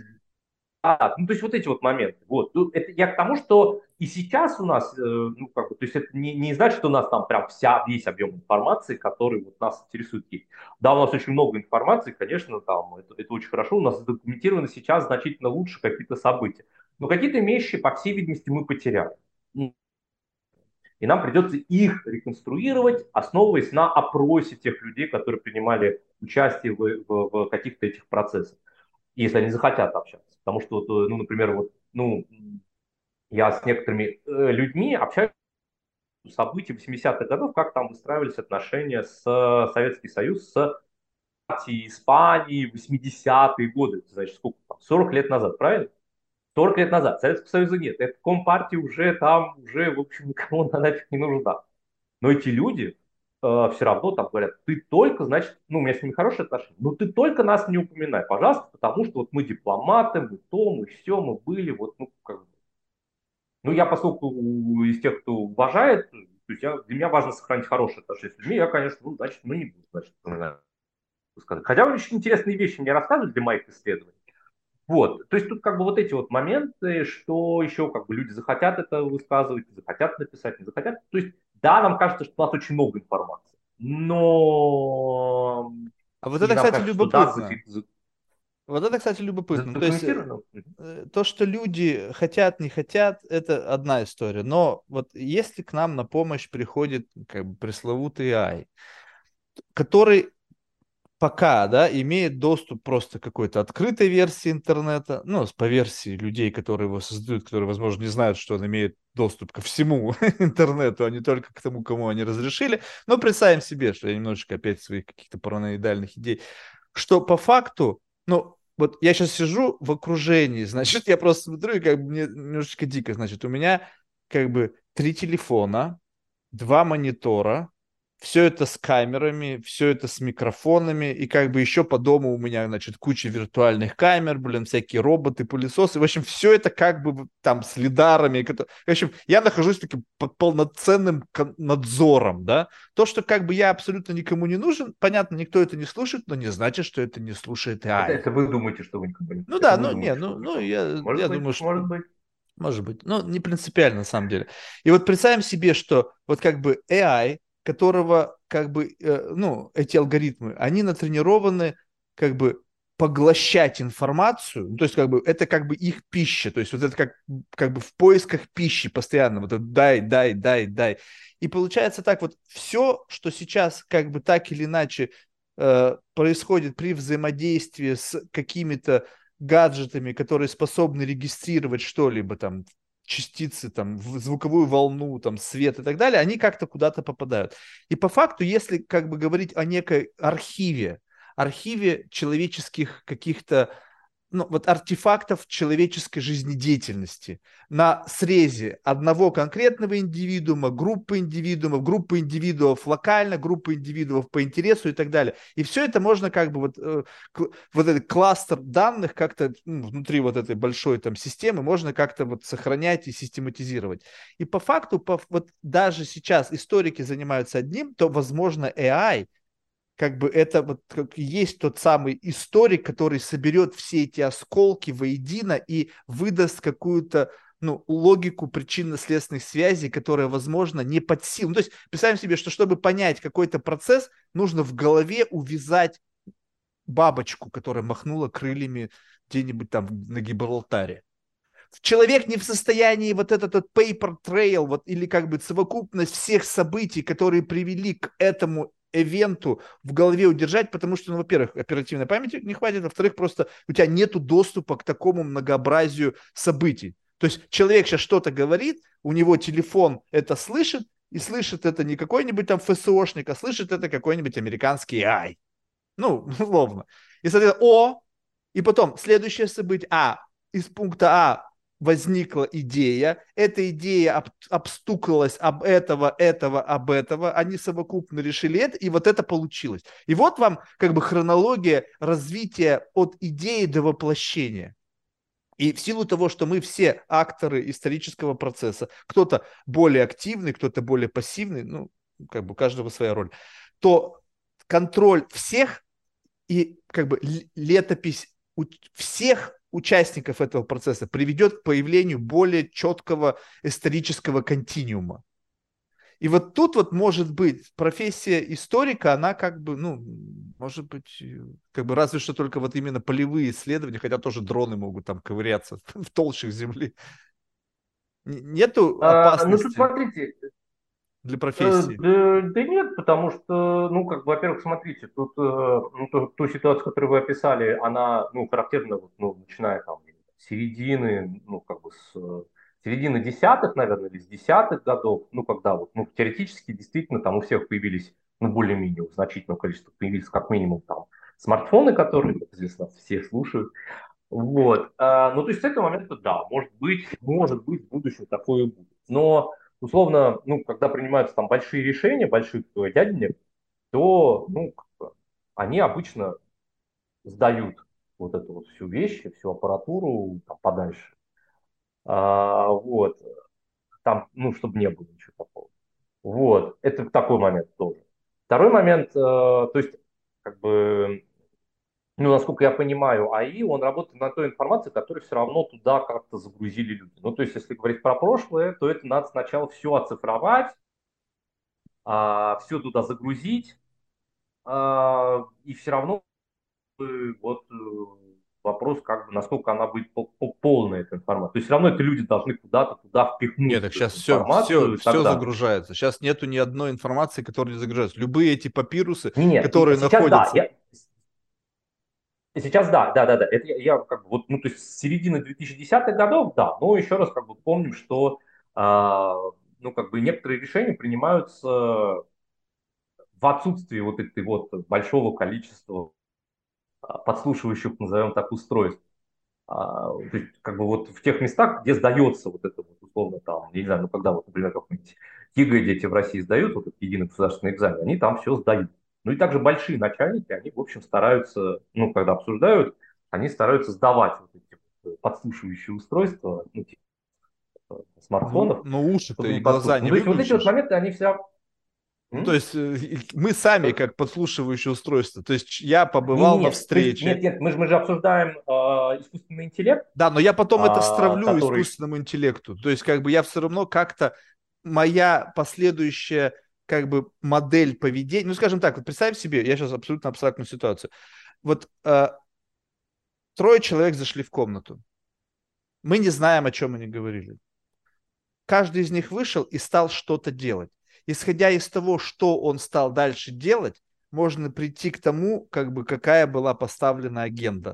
Ну, то есть вот эти вот моменты. Вот. Ну, это я к тому, что и сейчас у нас, ну, как бы, то есть это не значит, что у нас там прям весь объем информации, который вот нас интересует, есть. Да, у нас очень много информации, конечно, там, это очень хорошо, у нас задокументировано сейчас значительно лучше какие-то события. Но какие-то вещи, по всей видимости, мы потеряли. И нам придется их реконструировать, основываясь на опросе тех людей, которые принимали участие в каких-то этих процессах, если они захотят общаться. Потому что, вот, ну, например, вот, ну, я с некоторыми людьми общаюсь с событий 80-х годов, как там выстраивались отношения с Советский Союз, с партией Испании 80-е годы. Значит, сколько там? 40 лет назад, правильно? 40 лет назад. Советского Союза нет. Эта компартия уже там, уже, в общем, никому она нафиг не нужна. Но эти люди все равно там говорят, ты только, значит, ну, у меня с ними хорошие отношения, но ты только нас не упоминай, пожалуйста, потому что вот мы дипломаты, мы то, мы все, мы были, вот, ну, как бы. Ну, я, поскольку из тех, кто уважает, то есть для меня важно сохранить хорошие отношения с людьми, я, конечно, ну, значит, ну, не буду, значит, упоминать. Хотя очень интересные вещи мне рассказывали для моих исследований. Вот, то есть тут как бы вот эти вот моменты, что еще как бы люди захотят это высказывать, захотят написать, не захотят. То есть да, нам кажется, что у нас очень много информации, но А вот и это, нам кстати, кажется, что да, любопытно. Вот это, кстати, любопытно. То есть задокументировано. то, что люди хотят, не хотят, это одна история. Но вот если к нам на помощь приходит как бы пресловутый AI, который пока, да, имеет доступ просто к какой-то открытой версии интернета, ну, по версии людей, которые его создают, которые, возможно, не знают, что он имеет доступ ко всему интернету, а не только к тому, кому они разрешили. Но представим себе, что я немножечко опять своих каких-то параноидальных идей, что по факту, ну, вот я сейчас сижу в окружении, значит, я просто смотрю, и как бы мне немножечко дико, значит, у меня как бы 3 телефона, 2 монитора, все это с камерами, все это с микрофонами, и как бы еще по дому у меня, значит, куча виртуальных камер, блин, всякие роботы, пылесосы, в общем, все это как бы там с лидарами, в общем, я нахожусь таким под полноценным надзором, да, то, что как бы я абсолютно никому не нужен, понятно, никто это не слушает, но не значит, что это не слушает Это, AI. это вы думаете, что вы никому не... Ну Это да, вы ну не, думаете, что вы ну никому не... я Может быть, думаю, что может быть. Может быть, но не принципиально на самом деле. И вот представим себе, что вот как бы AI, которого как бы, ну, эти алгоритмы, они натренированы как бы поглощать информацию, ну, то есть как бы это как бы их пища, то есть вот это как бы в поисках пищи постоянно, вот это дай, дай, дай, дай. И получается так вот, все, что сейчас как бы так или иначе происходит при взаимодействии с какими-то гаджетами, которые способны регистрировать что-либо там, частицы, там, звуковую волну, там, свет и так далее, они как-то куда-то попадают. И по факту, если как бы говорить о некой архиве человеческих каких-то, ну, вот артефактов человеческой жизнедеятельности на срезе одного конкретного индивидуума, группы индивидуумов локально, группы индивидуумов по интересу и так далее. И все это можно как бы вот, вот этот кластер данных как-то внутри вот этой большой там системы можно как-то вот сохранять и систематизировать. И по факту, вот даже сейчас историки занимаются одним, то, возможно, AI как бы это вот как есть тот самый историк, который соберет все эти осколки воедино и выдаст какую-то, ну, логику причинно-следственных связей, которая, возможно, не под силу. Ну, то есть представим себе, что чтобы понять какой-то процесс, нужно в голове увязать бабочку, которая махнула крыльями где-нибудь там на Гибралтаре. Человек не в состоянии вот этот вот paper trail, вот, или как бы совокупность всех событий, которые привели к этому эвенту в голове удержать, потому что, ну, во-первых, оперативной памяти не хватит, во-вторых, просто у тебя нету доступа к такому многообразию событий. То есть человек сейчас что-то говорит, у него телефон это слышит, и слышит это не какой-нибудь там ФСОшник, а слышит это какой-нибудь американский AI. Ну, условно. И, соответственно, и потом следующее событие, из пункта А возникла идея, эта идея обстукалась об этого, они совокупно решили это, и вот это получилось. И вот вам как бы хронология развития от идеи до воплощения. И в силу того, что мы все акторы исторического процесса, кто-то более активный, кто-то более пассивный, ну, как бы у каждого своя роль, то контроль всех и как бы летопись всех участников этого процесса приведет к появлению более четкого исторического континуума. И вот тут вот может быть профессия историка, она как бы, ну, может быть, как бы разве что только вот именно полевые исследования, хотя тоже дроны могут там ковыряться в толщах земли. Нету Ну, тут опасности смотрите, для профессии. да нет, потому что, ну, как бы, во-первых, смотрите, тут ну, ту ситуацию, которую вы описали, она, ну, характерна, вот, ну, начиная там с середины, ну, как бы с середины десятых, наверное, или с десятых годов, ну, когда вот, ну, теоретически, действительно, там у всех появились, ну, более-менее в значительном количестве появились как минимум там смартфоны, которые, как известно, все слушают. Вот. Ну, то есть с этого момента, да, может быть, в будущем такое будет. Но, условно, ну, когда принимаются там большие решения, больших дяденек, то, ну, как бы, они обычно сдают вот эту вот всю вещь, всю аппаратуру там, подальше. Вот. Там, ну, чтобы не было ничего такого. Вот. Это такой момент тоже. Второй момент, то есть, как бы, ну, насколько я понимаю, АИ, он работает на той информации, которую все равно туда как-то загрузили люди. Ну, то есть, если говорить про прошлое, то это надо сначала все оцифровать, все туда загрузить, и все равно вот вопрос, как бы, насколько она будет полная, эта информация. То есть, все равно это люди должны куда-то туда Нет, впихнуть так вот сейчас эту все информацию и так далее. загружается. Сейчас нету ни одной информации, которая не загружается. Любые эти папирусы, Не, нет, которые сейчас да, находятся. сейчас да, да, да, да. Это я как бы вот, ну, то есть с середины 2010-х годов, да, но еще раз как бы помним, что, ну, как бы некоторые решения принимаются в отсутствии вот этой вот большого количества подслушивающих, назовем так, устройств. То есть, как бы вот в тех местах, где сдается вот это вот условно там, я не знаю, ну когда вот, например, какой-нибудь ЕГЭ дети в России сдают, вот этот единый государственный экзамен, они там все сдают. Ну и также большие начальники, они, в общем, стараются, ну, когда обсуждают, они стараются сдавать вот эти вот подслушивающие устройства, ну, типа Ну, смартфонов, но чтобы уши-то не и глаза подслушать. Ну, не то есть вот эти вот выключишь. моменты, они все, Ну, то есть мы сами как подслушивающее устройство. То есть я побывал на Не-не-не, встрече. нет, мы же обсуждаем искусственный интеллект, Да, но я потом это стравлю который... искусственному интеллекту. То есть как бы я все равно как-то моя последующая как бы модель поведения, ну, скажем так, вот представь себе, я сейчас абсолютно абстрактную ситуацию. Вот трое человек зашли в комнату. Мы не знаем, о чем они говорили. Каждый из них вышел и стал что-то делать. Исходя из того, что он стал дальше делать, можно прийти к тому, как бы какая была поставлена агенда.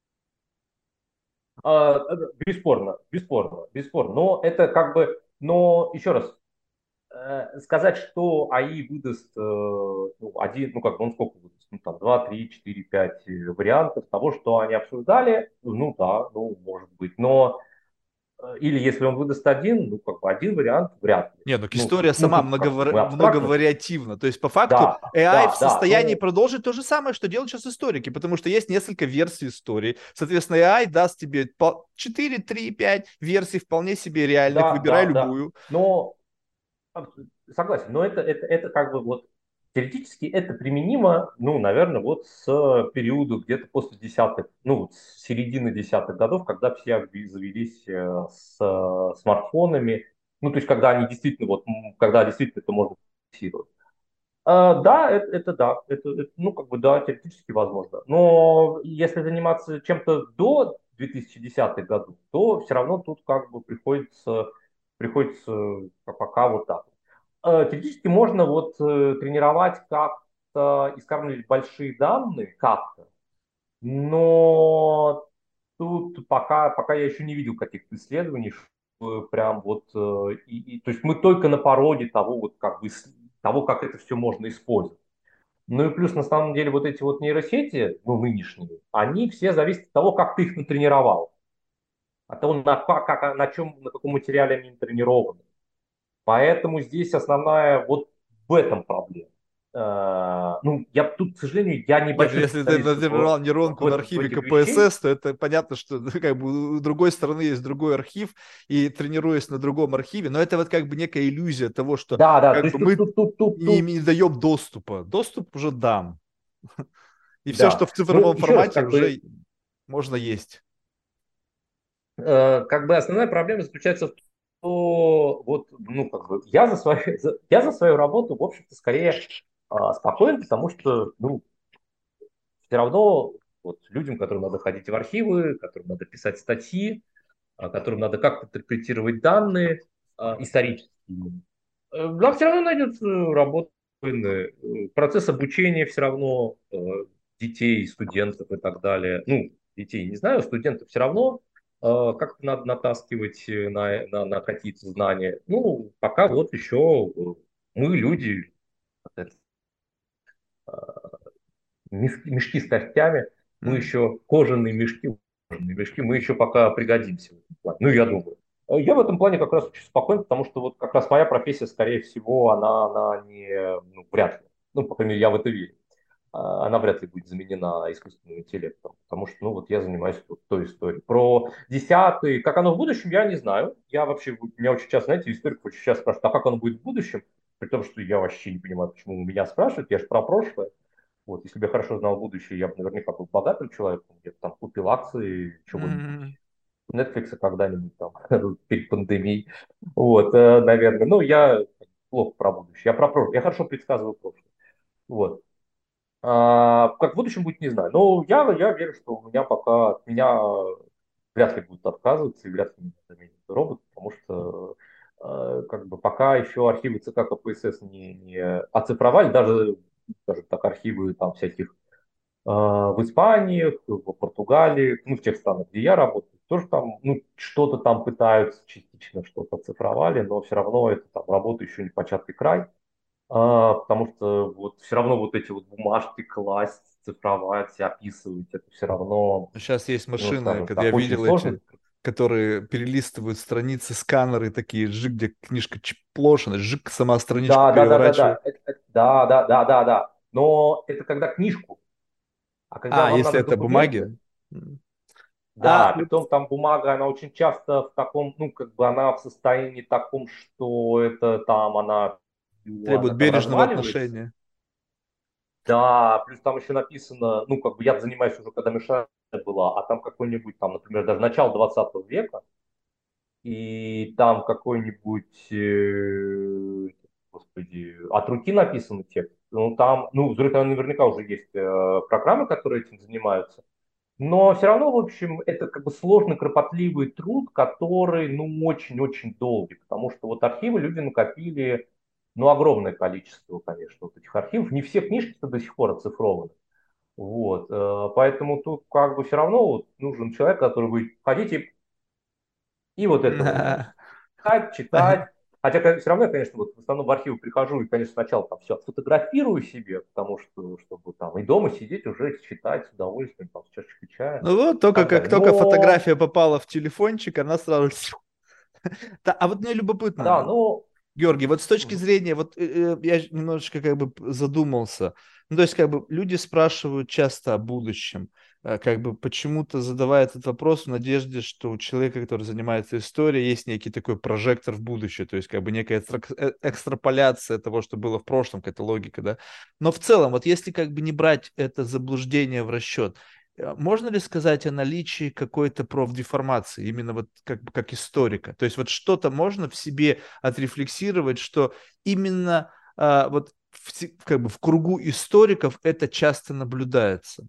Бесспорно, бесспорно, бесспорно. Но это как бы, но еще раз, сказать, что АИ выдаст ну, один, ну как бы он сколько выдаст, ну там 2, 3, 4, 5 вариантов того, что они обсуждали, ну да, ну может быть, но или если он выдаст один, ну как бы один вариант вряд ли. Нет, ну Ну, то история есть, ну сама тут как бы мы абстрактно, многовариативна. То есть по факту да, AI в да, да, состоянии ну продолжить то же самое, что делают сейчас историки, потому что есть несколько версий истории. Соответственно, AI даст тебе 4, 3, 5 версий вполне себе реальных, да, выбирай да, да, любую. но согласен, но это как бы вот теоретически это применимо, ну, наверное, вот с периода где-то после десятых, ну, с середины десятых годов, когда все завелись с смартфонами, ну, то есть когда они действительно, вот, когда действительно это можно фиксировать. Да, это да, ну, как бы, да, теоретически возможно. Но если заниматься чем-то до 2010-х годов, то все равно тут как бы приходится пока вот так. Теоретически можно вот тренировать как-то, искармливать большие данные как-то, но тут пока я еще не видел каких-то исследований, что прям вот, то есть мы только на пороге того, вот как бы, того, как это все можно использовать. Ну и плюс, на самом деле, вот эти вот нейросети, ну, нынешние, они все зависят от того, как ты их натренировал, от того, на чем, на каком материале они натренированы. Поэтому здесь основная вот в этом проблема. Ну, я тут, к сожалению, я Нет, ну небольшой если ты специалист натренировал нейронку на в архиве этих вещей. КПСС, то это понятно, что ну, как бы у другой стороны есть другой архив, и тренируясь на другом архиве, но это вот как бы некая иллюзия того, что Да, да, то как есть бы мы не, тут, не даем доступа. Доступ уже дан. И все, что да. в Ну, цифровом еще раз, формате, как бы уже можно есть. как бы основная проблема заключается в том, что вот, ну, как бы я за свою работу, в общем-то, скорее спокоен, потому что, ну, все равно вот людям, которым надо ходить в архивы, которым надо писать статьи, которым надо как-то интерпретировать данные исторические, нам все равно найдется работа. Процесс обучения все равно детей, студентов и так далее. Ну, детей не знаю, студентов все равно как-то надо натаскивать на какие-то знания. Ну, пока вот еще мы, люди, мешки с костями, мы Мгм. еще кожаные мешки, мы еще пока пригодимся в этом плане. Ну, я думаю. Я в этом плане как раз очень спокоен, потому что вот как раз моя профессия, скорее всего, она не, ну, вряд ли, ну, по крайней мере, я в это верю, она вряд ли будет заменена искусственным интеллектом, потому что, ну, вот я занимаюсь вот той историей. Про десятый, как оно в будущем, я не знаю. Я вообще, меня очень часто, знаете, историк очень часто спрашивает, а как оно будет в будущем? При том, что я вообще не понимаю, почему вы меня спрашивают, я же про прошлое. Вот, если бы я хорошо знал будущее, я бы наверняка был богатым человеком, где-то там купил акции чего-нибудь, Мгм. Netflix когда-нибудь там перед пандемией. Вот, наверное. Ну, я плохо про будущее. Я про прошлое. Я хорошо предсказываю прошлое. Вот. Как в будущем будет, не знаю. Но я верю, что у меня пока от меня вряд ли будут отказываться и вряд ли меня заменит робот, потому что как бы пока еще архивы ЦК КПСС не оцифровали, даже, скажем так, архивы там всяких в Испании, в Португалии, ну, в тех странах, где я работаю, тоже там, ну, что-то там пытаются частично, что-то оцифровали, но все равно это там работа еще не початый край, потому что вот все равно вот эти вот бумажки класть, цифровать, описывать, это все равно, Сейчас есть ну, машины, скажем когда я так, очень видел эти, сложно. которые перелистывают страницы, сканеры такие, жик, где книжка чплошена, жик, сама страничку Да, да, да, да, переворачивает. да, да, да, да, да, да. Но это когда книжку, а когда А, вам если надо это документы, бумаги? М. А, да, притом там бумага, она очень часто в таком, ну, как бы она в состоянии таком, что это там она. Требует она там бережного разваливается. отношения. Да, плюс там еще написано, ну, как бы я занимаюсь уже, когда Мишель была, а там какой-нибудь, там, например, даже начало 20 века, и там какой-нибудь, господи, от руки написанный текст. Ну, там, ну, там наверняка уже есть программы, которые этим занимаются. Но все равно, в общем, это как бы сложный, кропотливый труд, который, ну, очень-очень долгий, потому что вот архивы люди накопили, ну, огромное количество, конечно, вот этих архивов. Не все книжки до сих пор оцифрованы. Вот, поэтому тут как бы все равно вот нужен человек, который будет ходить и вот это вот читать, читать. Хотя все равно я, конечно, вот в основном в архивы прихожу и, конечно, сначала там все фотографирую себе, потому что, чтобы там и дома сидеть уже читать с удовольствием, там, с чашечкой чая Ну вот, и только так как далее. только Но, фотография попала в телефончик, она сразу... А вот мне да, любопытно, но, Георгий, вот с точки мгм. зрения, вот я немножечко как бы задумался. Ну, то есть как бы люди спрашивают часто о будущем, как бы почему-то задавая этот вопрос в надежде, что у человека, который занимается историей, есть некий такой прожектор в будущее, то есть как бы некая экстраполяция того, что было в прошлом, какая-то логика, да. Но в целом, вот если как бы не брать это заблуждение в расчет, можно ли сказать о наличии какой-то профдеформации, именно вот как бы как историка? То есть вот что-то можно в себе отрефлексировать, что именно вот как бы в кругу историков это часто наблюдается.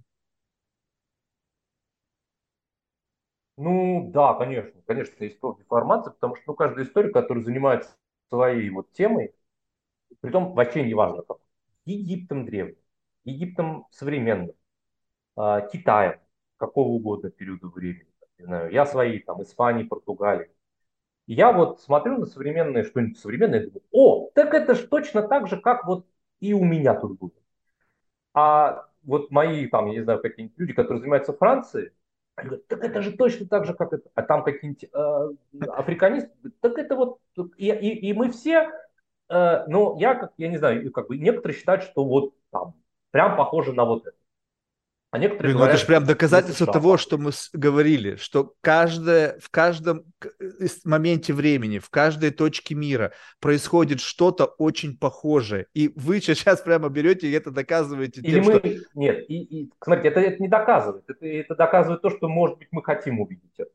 Ну, да, конечно, конечно, есть информация, потому что, ну, каждый историк, который занимается своей вот темой, притом вообще не важно как, Египтом древним, Египтом современным, Китаем, какого угодно периода времени, не знаю, я свои, там, Испании, Португалии. И я вот смотрю на современное, что-нибудь современное, и думаю, о, так это же точно так же, как вот и у меня тут будет. А вот мои, там, я не знаю, какие-нибудь люди, которые занимаются Францией, они говорят, так это же точно так же, как это. А там какие-нибудь африканисты, говорят, так это вот, и мы все, ну, я, как, я не знаю, как бы некоторые считают, что вот там прям похоже на вот это. А некоторые Блин, ну это же говорят, что прям вот на доказательство США того, похоже. что мы говорили, что в каждом моменте времени, в каждой точке мира происходит что-то очень похожее. И вы сейчас прямо берете и это доказываете Или тем, что... мы, нет, смотрите, это не доказывает, это доказывает то, что, может быть, мы хотим увидеть это,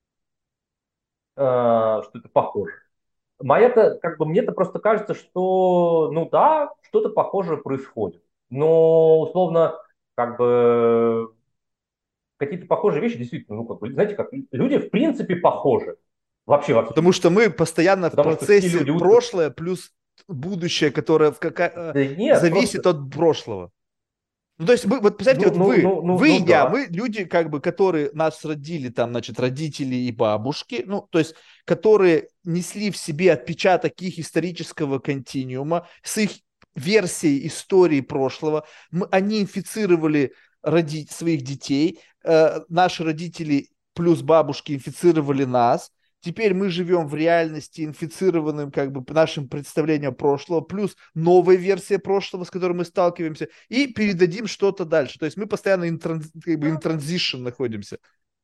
что это похоже. Моя-то, как бы, мне-то просто кажется, что, ну да, что-то похожее происходит. Но, условно, как бы, какие-то похожие вещи действительно, ну, как бы, знаете, как люди в принципе похожи. Вообще во всем Потому мире. что мы постоянно в Потому что все процессе люди учатся. прошлое плюс будущее, которое Да нет, зависит просто, от прошлого. Ну, то есть, вы, вот представьте, ну, вот ну, ну, ну, вы и ну я, да. мы люди, как бы, которые нас родили, там, значит, родители и бабушки, ну, то есть, которые несли в себе отпечаток их исторического континуума с их версией истории прошлого, они инфицировали своих детей, наши родители плюс бабушки инфицировали нас, теперь мы живем в реальности, инфицированным как бы нашим представлением прошлого, плюс новая версия прошлого, с которой мы сталкиваемся, и передадим что-то дальше. То есть мы постоянно как бы in transition находимся.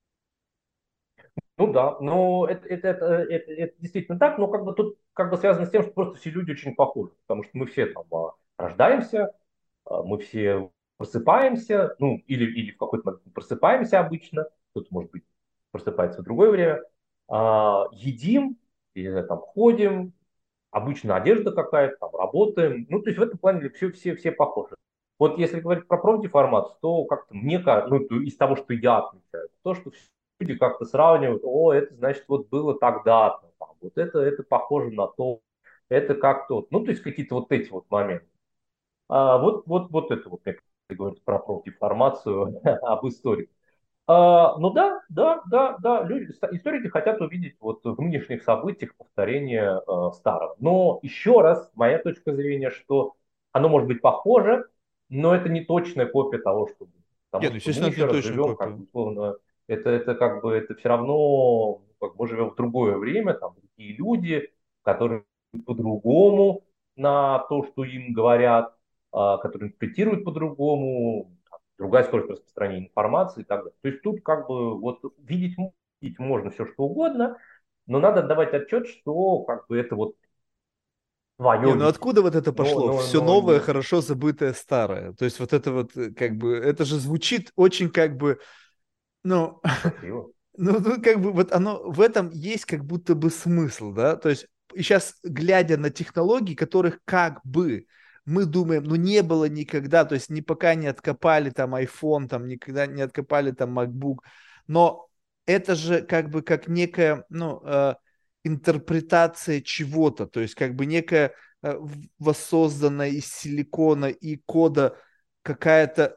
Ну да, но это действительно так, но как бы тут как бы связано с тем, что просто все люди очень похожи, потому что мы все там рождаемся, мы все просыпаемся, ну или в какой-то момент мы просыпаемся обычно, кто-то, может быть, просыпается в другое время, едим, или там ходим, обычно одежда какая-то, там работаем, ну то есть в этом плане все похожи. Вот если говорить про профдеформацию, то как-то мне кажется, ну, из того, что я отмечаю, то, что люди как-то сравнивают, о, это значит вот было тогда-то, там, вот это похоже на то, это как то, ну то есть какие-то вот эти вот моменты. Вот это вот, как ты говоришь про профдеформацию об истории. Ну да, да, да, да, люди, историки хотят увидеть вот в нынешних событиях повторение старого. Но еще раз, моя точка зрения, что оно может быть похоже, но это не точная копия того, что было. Не, Потому ну, что мы естественно, это еще не раз точная живем, как копия. бы, условно, это как бы, это все равно, ну, как мы живем в другое время, там другие люди, которые по-другому на то, что им говорят, которые интерпретируют по-другому, другая скорость распространения информации и так далее. То есть тут как бы вот видеть можно все что угодно, но надо отдавать отчет, что как бы это вот Не, Твое ну откуда вот это но, пошло? но, Все но новое, не хорошо забытое старое. То есть вот это вот как бы, это же звучит очень как бы, ну, красиво. ну, как бы вот оно, в этом есть как будто бы смысл, да? То есть и сейчас, глядя на технологии, которых как бы мы думаем, ну, не было никогда, то есть ни пока не откопали там iPhone, там, никогда не откопали там MacBook, но это же как бы как некая, ну, интерпретация чего-то, то есть как бы некая воссозданная из силикона и кода какая-то,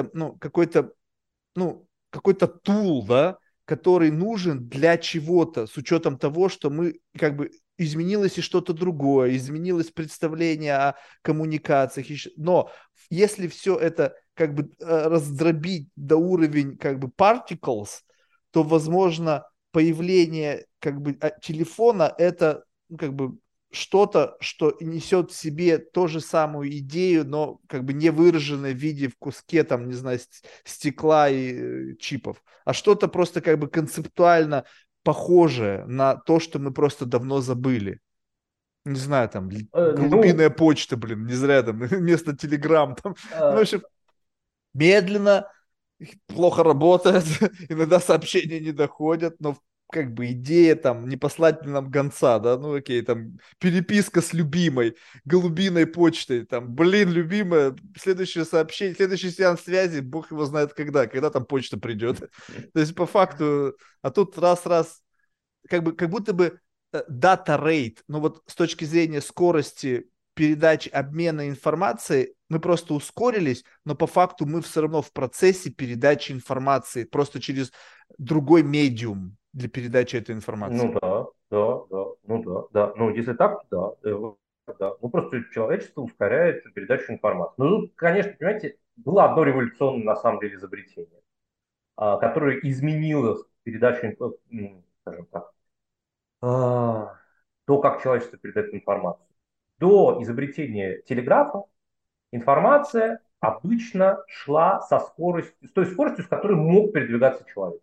какой-то тул, да, который нужен для чего-то, с учетом того, что мы как бы изменилось и что-то другое, изменилось представление о коммуникациях. Но если все это как бы раздробить до уровень как бы particles, то, возможно, появление как бы телефона это как бы что-то, что несет в себе ту же самую идею, но как бы не выраженное в виде в куске, там, не знаю, стекла и чипов, а что-то просто как бы концептуально похожее на то, что мы просто давно забыли. Не знаю, там, Ну, голубиная почта, блин, не зря там, вместо телеграмм, там, ну, в э, общем, медленно, плохо работает, иногда сообщения не доходят, но как бы идея там не послать ли нам гонца, да, ну окей, там переписка с любимой, голубиной почтой, там, блин, любимая, следующее сообщение, следующий сеанс связи, бог его знает когда там почта придет. То есть по факту, а тут раз-раз, как бы, как будто бы дата рейт, ну вот с точки зрения скорости передачи, обмена информации, мы просто ускорились, но по факту мы все равно в процессе передачи информации, просто через другой медиум для передачи этой информации. ну да, да, да, ну да, да. Ну, если так, то да. Да. Ну, просто человечество ускоряет передачу информации. Ну, тут, конечно, понимаете, было одно революционное, на самом деле, изобретение, которое изменило передачу, скажем так, то, как человечество передает информацию. До изобретения телеграфа информация обычно шла со скоростью, с той скоростью, с которой мог передвигаться человек.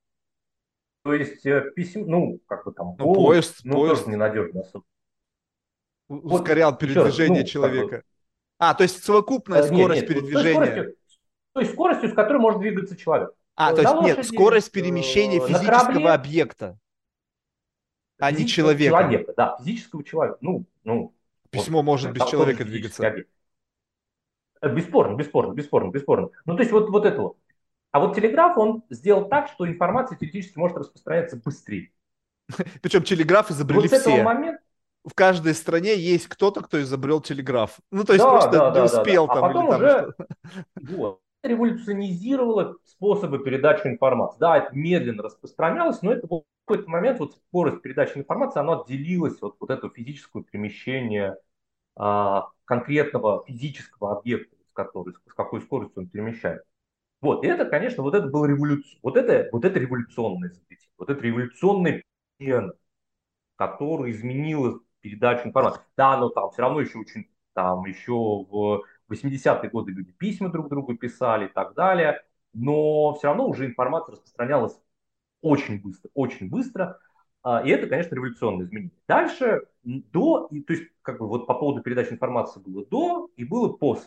То есть письмо, ну, как бы там Ну, голубь, поезд, ну, тоже поезд ненадежно особо. Вот ускорял еще раз, передвижение ну, как бы, человека. А, то есть совокупная нет, скорость нет, вот передвижения. с той скоростью, с которой может двигаться человек. А, то На есть нет, лошади, скорость перемещения на физического корабле, объекта, а не человека. человека, да, физического человека. Ну, Письмо может без тот же человека физический двигаться. объект. Бесспорно, бесспорно, бесспорно, бесспорно. Ну, то есть вот это вот. А вот телеграф, он сделал так, что информация теоретически может распространяться быстрее. Причем телеграф И изобрели вот с этого все. момента, В каждой стране есть кто-то, кто изобрел телеграф. Ну, то есть да, просто да, не да, да, да. успел А там или потом там уже что. вот, революционизировало способы передачи информации. Да, это медленно распространялось, но это был в какой-то момент вот скорость передачи информации, она отделилась от вот этого физического перемещения конкретного физического объекта, с какой скоростью он перемещается. Вот, и это, конечно, вот это был вот это революционное изобретение, вот это революционная перемена, которая изменила передачу информации. Да, но там все равно еще очень, там еще в 80-е годы люди письма друг другу писали и так далее, но все равно уже информация распространялась очень быстро, очень быстро. И это, конечно, революционное изменение. Дальше то есть как бы вот по поводу передачи информации было до и было после.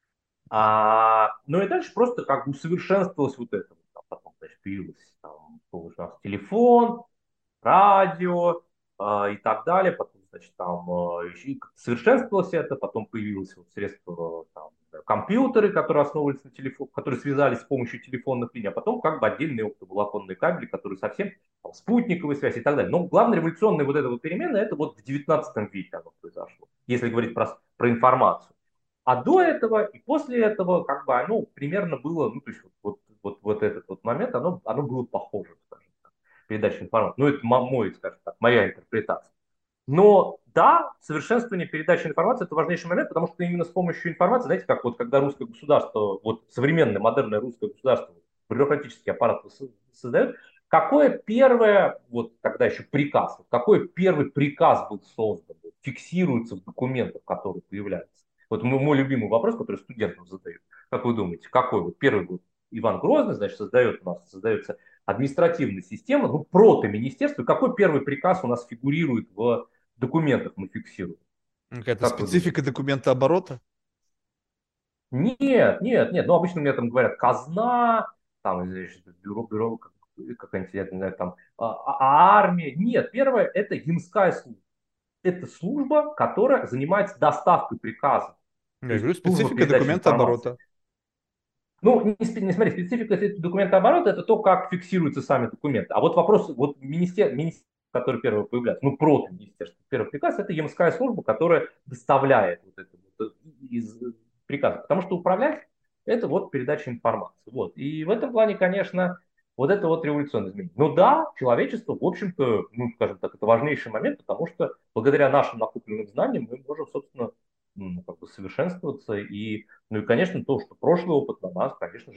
Ну и дальше просто как бы усовершенствовалось вот это. Там, потом, значит, появился там, у нас телефон, радио и так далее. Потом, значит, там совершенствовалось это, потом появилось вот средство, там, компьютеры, которые основывались на телефон, которые связались с помощью телефонных линий, а потом как бы отдельные оптоволоконные кабели, которые совсем там, спутниковая связь и так далее. Но главная революционная вот эта вот перемена, это вот в 19 веке оно произошло, если говорить про информацию. А до этого и после этого, как бы оно примерно было, ну, то есть вот этот вот момент, оно было похоже, скажем так, передача информации. Ну, это мой, скажем так, моя интерпретация. Но да, совершенствование передачи информации – это важнейший момент, потому что именно с помощью информации, знаете, как вот когда русское государство, вот современное, модерное русское государство, бюрократический аппарат создает, какое первое, вот тогда еще приказ, вот какой первый приказ был создан, вот, фиксируется в документах, которые появляются? Вот мой любимый вопрос, который студентам задают. Как вы думаете, какой вот первый год Иван Грозный, значит, создается административная система, ну, прото-министерство. Какой первый приказ у нас фигурирует в документах мы фиксируем? Какая-то Как вы думаете? специфика документа оборота? Нет, нет, нет. Ну, обычно мне там говорят казна, там, значит, бюро, какая-нибудь, я не знаю, там, армия. Нет, первое– это Ямская служба. Это служба, которая занимается доставкой приказов. То Я есть говорю, служба специфика передачи документа информации. оборота. Ну, не смотри, специфика документа оборота– это то, как фиксируются сами документы. А вот вопрос, вот министерство, которое первое появляется, ну, министерство, первый приказ– это Ямская служба, которая доставляет вот это вот из приказа. Потому что управлять– это вот передача информации. Вот. И в этом плане, конечно, вот это вот революционное изменение. Ну да, человечество, в общем-то, ну, скажем так, это важнейший момент, потому что благодаря нашим накопленным знаниям мы можем, собственно, как бы совершенствоваться и ну и, конечно, то, что прошлый опыт на нас, конечно же,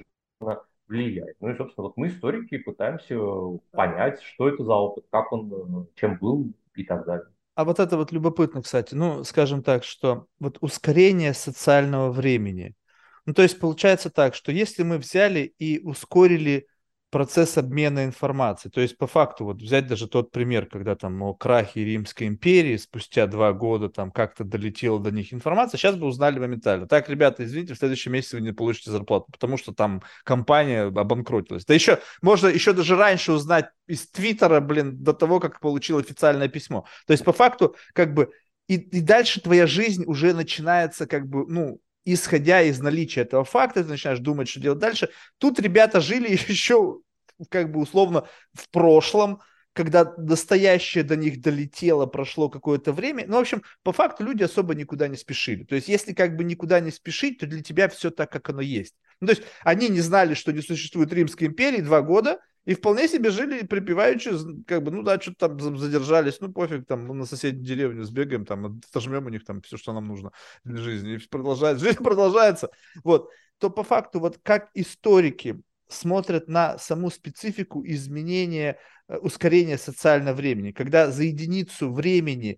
влияет. Ну и, собственно, вот мы, историки, пытаемся понять, что это за опыт, как он, чем был и так далее. А вот это вот любопытно, кстати. Ну, скажем так, что вот ускорение социального времени. Ну, то есть получается так, что если мы взяли и ускорили процесс обмена информацией, то есть по факту вот взять даже тот пример, когда там о крахе Римской империи спустя 2 года там как-то долетела до них информация, сейчас бы узнали моментально. Так, ребята, извините, в следующем месяце вы не получите зарплату, потому что там компания обанкротилась. Да еще можно еще даже раньше узнать из Твиттера, блин, до того, как получил официальное письмо. То есть по факту как бы и дальше твоя жизнь уже начинается как бы, ну, исходя из наличия этого факта, ты начинаешь думать, что делать дальше. Тут ребята жили еще как бы условно в прошлом, когда настоящее до них долетело, прошло какое-то время. Ну, в общем, по факту люди особо никуда не спешили. То есть, если как бы никуда не спешить, то для тебя все так, как оно есть. Ну, то есть, они не знали, что не существует Римской империи 2 года, и вполне себе жили припеваючи, как бы, ну да, что-то там задержались, ну пофиг, там, ну, на соседнюю деревню сбегаем, там, отожмем у них там все, что нам нужно для жизни, и продолжается, жизнь продолжается. Вот, то по факту, вот как историки смотрят на саму специфику изменения, ускорения социального времени, когда за единицу времени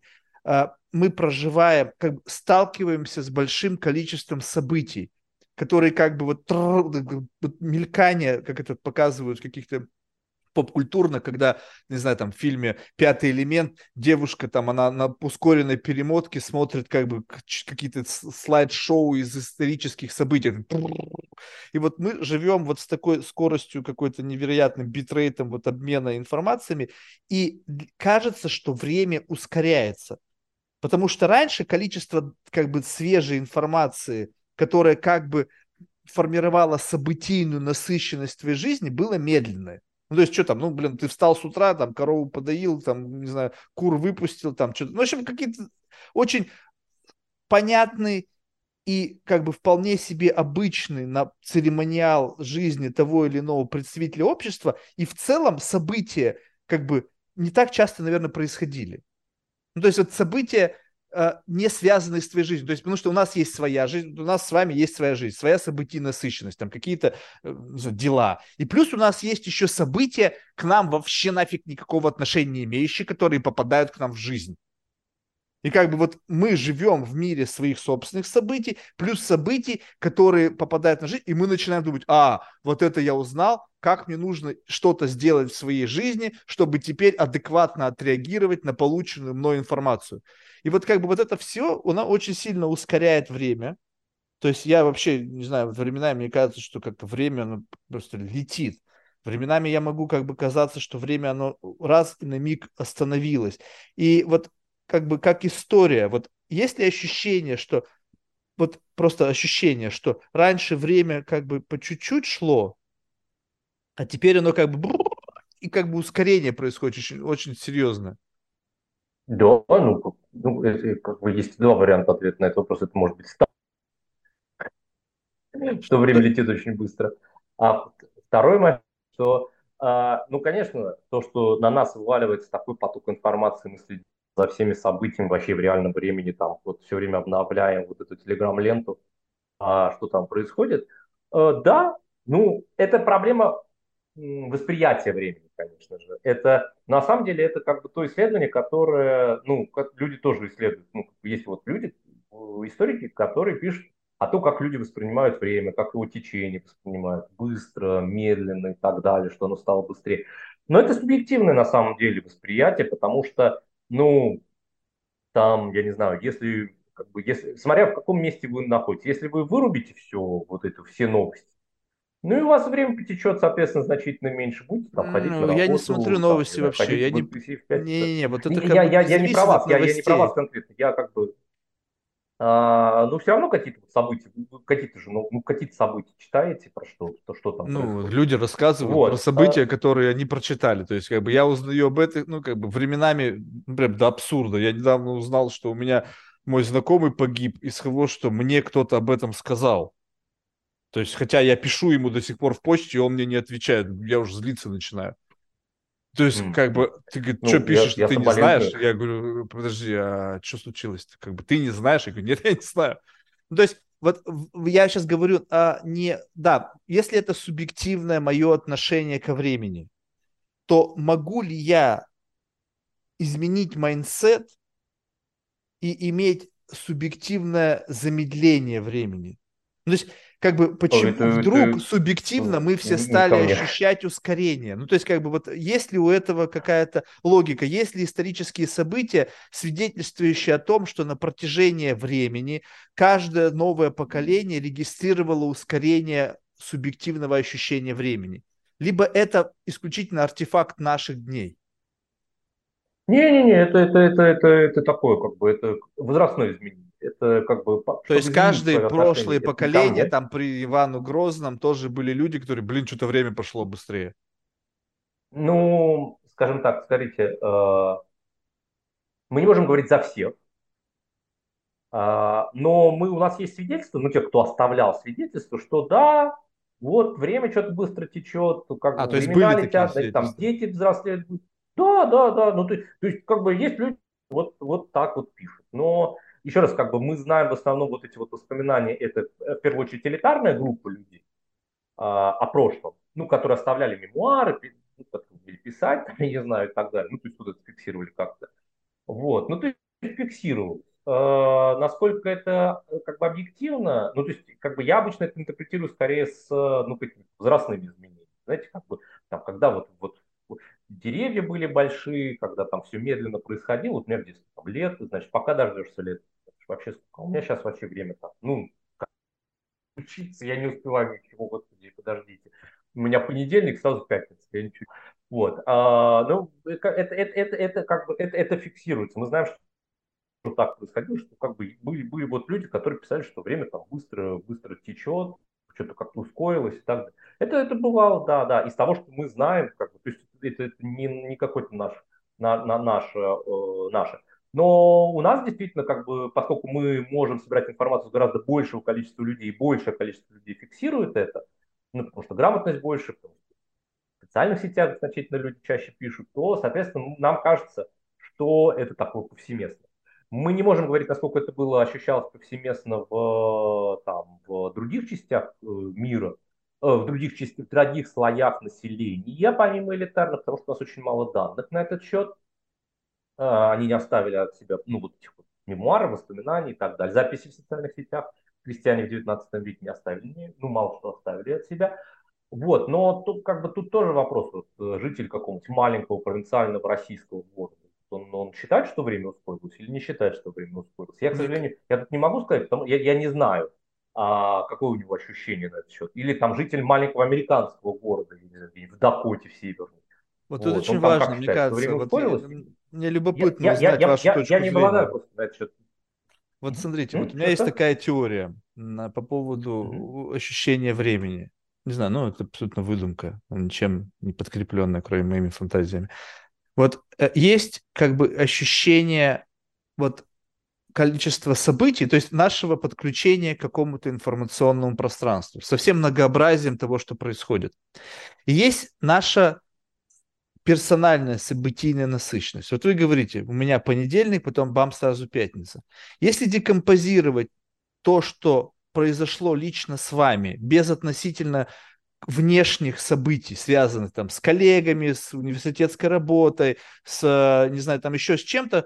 мы проживаем, как бы сталкиваемся с большим количеством событий, которые как бы вот мелькание, как это показывают в каких-то поп-культурно, когда, не знаю, там в фильме «Пятый элемент» девушка там, она на ускоренной перемотке смотрит как бы какие-то слайд-шоу из исторических событий. И вот мы живем вот с такой скоростью, какой-то невероятным битрейтом вот обмена информациями, и кажется, что время ускоряется. Потому что раньше количество как бы свежей информации, которая как бы формировала событийную насыщенность твоей жизни, было медленное. Ну, то есть, что там, ну, блин, ты встал с утра, там, корову подоил, там, не знаю, кур выпустил, там, что-то. Ну, в общем, какие-то очень понятные и как бы вполне себе обычный на церемониал жизни того или иного представителя общества, и в целом события как бы не так часто, наверное, происходили. Ну, то есть вот события, не связанные с твоей жизнью. То есть, потому что у нас есть своя жизнь, у нас с вами есть своя жизнь, своя событийная насыщенность, там какие-то дела. И плюс у нас есть еще события, к нам вообще нафиг никакого отношения не имеющие, которые попадают к нам в жизнь. И как бы вот мы живем в мире своих собственных событий, плюс событий, которые попадают на жизнь, и мы начинаем думать, вот это я узнал, как мне нужно что-то сделать в своей жизни, чтобы теперь адекватно отреагировать на полученную мной информацию. И вот как бы вот это все, оно очень сильно ускоряет время. То есть я вообще, не знаю, временами мне кажется, что как-то время, оно просто летит. Временами я могу как бы казаться, что время, оно раз и на миг остановилось. И вот как бы как история, вот есть ли ощущение, что вот просто ощущение, что раньше время как бы по чуть-чуть шло, а теперь оно как бы и как бы ускорение происходит очень, очень серьезно. Да, ну, ну как бы есть два варианта ответа на этот вопрос. Это может быть что время Что- летит очень быстро. А второй момент, что, ну, конечно, то, что на нас вываливается такой поток информации, мы следим за всеми событиями вообще в реальном времени, там, вот все время обновляем вот эту телеграм-ленту, что там происходит. Да, ну, это проблема восприятия времени, конечно же. Это, на самом деле, это как бы то исследование, которое, ну, как люди тоже исследуют. Ну, есть вот люди, историки, которые пишут о том, как люди воспринимают время, как его течение воспринимают, быстро, медленно и так далее, что оно стало быстрее. Но это субъективное на самом деле восприятие, потому что, ну, там, я не знаю, если как бы, если, смотря в каком месте вы находитесь. Если вы вырубите все, вот это, все новости, ну и у вас время потечет, соответственно, значительно меньше. Будете там ходить на Ну, я не смотрю работу, там, не новости знаю, вообще. ходить Я в не... ИПСИ в 5 часов. Не-не-не, вот это Не, как бы не я не про зависит от вас, я не про вас новостей. конкретно. Я как бы, ну, все равно какие-то вот события, какие-то же, ну, какие-то события читаете про что, то, что там Ну, происходит. люди рассказывают про Вот. события, которые они прочитали. То есть, как бы я узнаю об этом, ну, как бы временами, ну, прям до абсурда. Я недавно узнал, что у меня мой знакомый погиб из того, что мне кто-то об этом сказал. То есть, хотя я пишу ему до сих пор в почте, и он мне не отвечает. Я уже злиться начинаю. То есть, как М. бы, ты говоришь, что Ну, пишешь, что я ты не знаешь? соболезную. Я говорю, подожди, а что случилось-то? Как бы ты не знаешь? Я говорю, нет, я не знаю. Ну, то есть, вот я сейчас говорю, не, да, если это субъективное мое отношение ко времени, то могу ли я изменить майндсет и иметь субъективное замедление времени? Ну, то есть, как бы, почему вдруг Это субъективно мы все не стали ко мне. ощущать ускорение? Ну, то есть, как бы, вот есть ли у этого какая-то логика? Есть ли исторические события, свидетельствующие о том, что на протяжении времени каждое новое поколение регистрировало ускорение субъективного ощущения времени? Либо это исключительно артефакт наших дней? Не-не-не, это такое, как бы, это возрастное изменение. Это как бы, То есть чтобы изменить каждые свое отношение, прошлые это не ко поколения, мне. там при Ивану Грозном тоже были люди, которые, блин, что-то время прошло быстрее. Ну, скажем так, скажите, мы не можем говорить за всех, но у нас есть свидетельство, ну, те, кто оставлял свидетельство, что да, вот время что-то быстро течет, как А, бы то есть были времена такие летят, знаете, там свидетельства. дети взрослеют. Да, да, да, ну, то есть как бы есть люди, вот так вот пишут. Но еще раз, как бы мы знаем в основном вот эти вот воспоминания, это в первую очередь элитарная группа людей о прошлом, ну, которые оставляли мемуары, ну, как-то умели писать, я не знаю, и так далее, ну, то есть вот это фиксировали как-то. Вот, ну, то есть фиксировалось. Насколько это как бы объективно, ну, то есть, как бы я обычно это интерпретирую скорее с, ну, какими-то возрастными изменениями. Знаете, как бы, там, когда вот деревья были большие, когда там все медленно происходило, вот у меня в детстве там лето, значит, пока дождешься лета, вообще сколько, у меня сейчас вообще время там, ну, учиться, я не успеваю ничего, господи, подождите. У меня понедельник, сразу пятница, я ничего. Вот, ну, это как бы, это фиксируется. Мы знаем, что так происходило, что как бы были вот люди, которые писали, что время там быстро, быстро течет, что-то как-то ускорилось и так далее. Это бывало, да, да. Из того, что мы знаем, как бы, то есть это не какой-то наше. Но у нас действительно, как бы, поскольку мы можем собирать информацию с гораздо большего количества людей, большее количество людей фиксирует это, ну, потому что грамотность больше, потому что в социальных сетях значительно люди чаще пишут, то, соответственно, нам кажется, что это такое повсеместно. Мы не можем говорить, насколько это было ощущалось повсеместно в других частях мира, в других слоях населения, помимо элитарных, потому что у нас очень мало данных на этот счет. Они не оставили от себя, ну, вот этих вот мемуаров, воспоминаний и так далее. Записи в социальных сетях крестьяне в 19 веке не оставили, ну, мало что оставили от себя. Вот, но тут как бы тут тоже вопрос. Вот, житель какого-нибудь маленького провинциального российского города, он считает, что время ускорилось или не считает, что время ускорилось? Я, к Мне, сожалению, я тут не могу сказать, потому я не знаю, какое у него ощущение на этот счет. Или там житель маленького американского города, я не знаю, где-нибудь в Дакоте в Северной. вот тут Вот, очень он там важно, как мне считает, что кажется, время вот ускорилось? мне любопытно узнать вашу Я точку не зрения. обладаю просто на этот счет. Вот смотрите, вот у меня есть Что-что? такая теория по Мгм. поводу ощущения времени. Не знаю, ну это абсолютно выдумка, ничем не подкрепленная, кроме моими фантазиями. Вот есть как бы ощущение вот количества событий, то есть нашего подключения к какому-то информационному пространству, со всем многообразием того, что происходит. И есть наша персональная событийная насыщенность. Вот вы говорите, у меня понедельник, потом бам, сразу пятница. Если декомпозировать то, что произошло лично с вами, без относительно внешних событий, связанных там с коллегами, с университетской работой, с, не знаю, там еще с чем-то,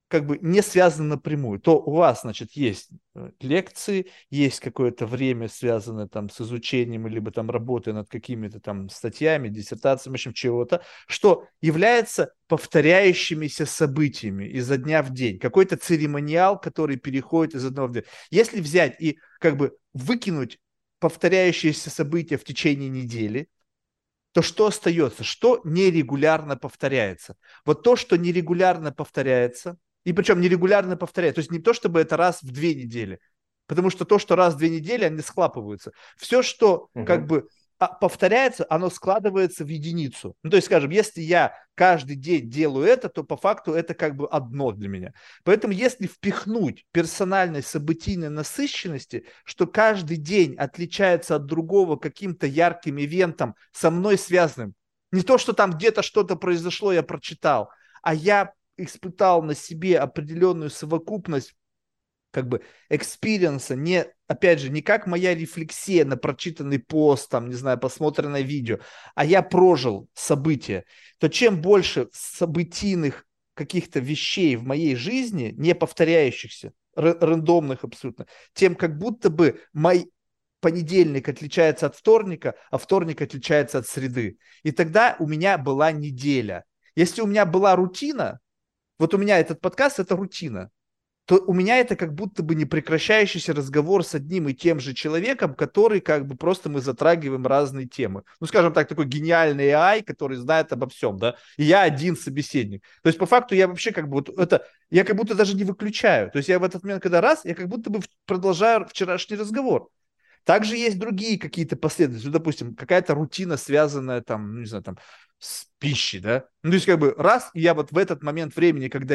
как бы не связано напрямую, то у вас, значит, есть лекции, есть какое-то время, связанное там с изучением, либо там работой над какими-то там статьями, диссертациями, в общем, чего-то, что является повторяющимися событиями изо дня в день. Какой-то церемониал, который переходит из одного в другое. Если взять и как бы выкинуть повторяющиеся события в течение недели, то что остается? Что нерегулярно повторяется? Вот то, что нерегулярно повторяется, и причем нерегулярно повторяется, то есть не то, чтобы это раз в 2 недели, потому что то, что раз в 2 недели, они схлапываются. Все, что как Мгм. бы повторяется, оно складывается в единицу. Ну, то есть, скажем, если я каждый день делаю это, то по факту это как бы одно для меня. Поэтому если впихнуть персональной событийной насыщенности, что каждый день отличается от другого каким-то ярким ивентом, со мной связанным, не то, что там где-то что-то произошло, я прочитал, а я испытал на себе определенную совокупность как бы экспириенса, не, опять же, не как моя рефлексия на прочитанный пост, там, не знаю, посмотренное видео, а я прожил события, то чем больше событийных каких-то вещей в моей жизни, не повторяющихся, рандомных абсолютно, тем как будто бы мой понедельник отличается от вторника, а вторник отличается от среды. И тогда у меня была неделя. Если у меня была рутина, вот у меня этот подкаст – это рутина, то у меня это как будто бы непрекращающийся разговор с одним и тем же человеком, который как бы просто мы затрагиваем разные темы. Ну, скажем так, такой гениальный AI, который знает обо всем, да, и я один собеседник. То есть, по факту, я вообще как бы вот это, я как будто даже не выключаю. То есть, я в этот момент, когда раз, я как будто бы продолжаю вчерашний разговор. Также есть другие какие-то последовательности. Ну, допустим, какая-то рутина, связанная там, ну, не знаю, там, с пищей, да. Ну, то есть, как бы раз, и я вот в этот момент времени, когда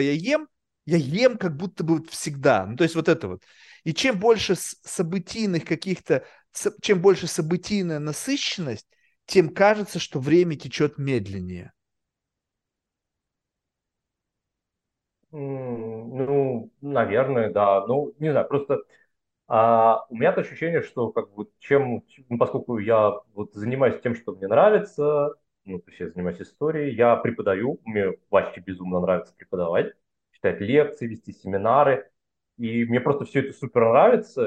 я ем как будто бы вот всегда. Ну, то есть, вот это вот. И чем больше событийных каких-то, чем больше событийная насыщенность, тем кажется, что время течет медленнее. Ну, наверное, да. Ну, не знаю, просто у меня ощущение, что как бы ну, поскольку я вот занимаюсь тем, что мне нравится, ну, то есть я занимаюсь историей, я преподаю, мне вообще безумно нравится преподавать, читать лекции, вести семинары, и мне просто все это супер нравится,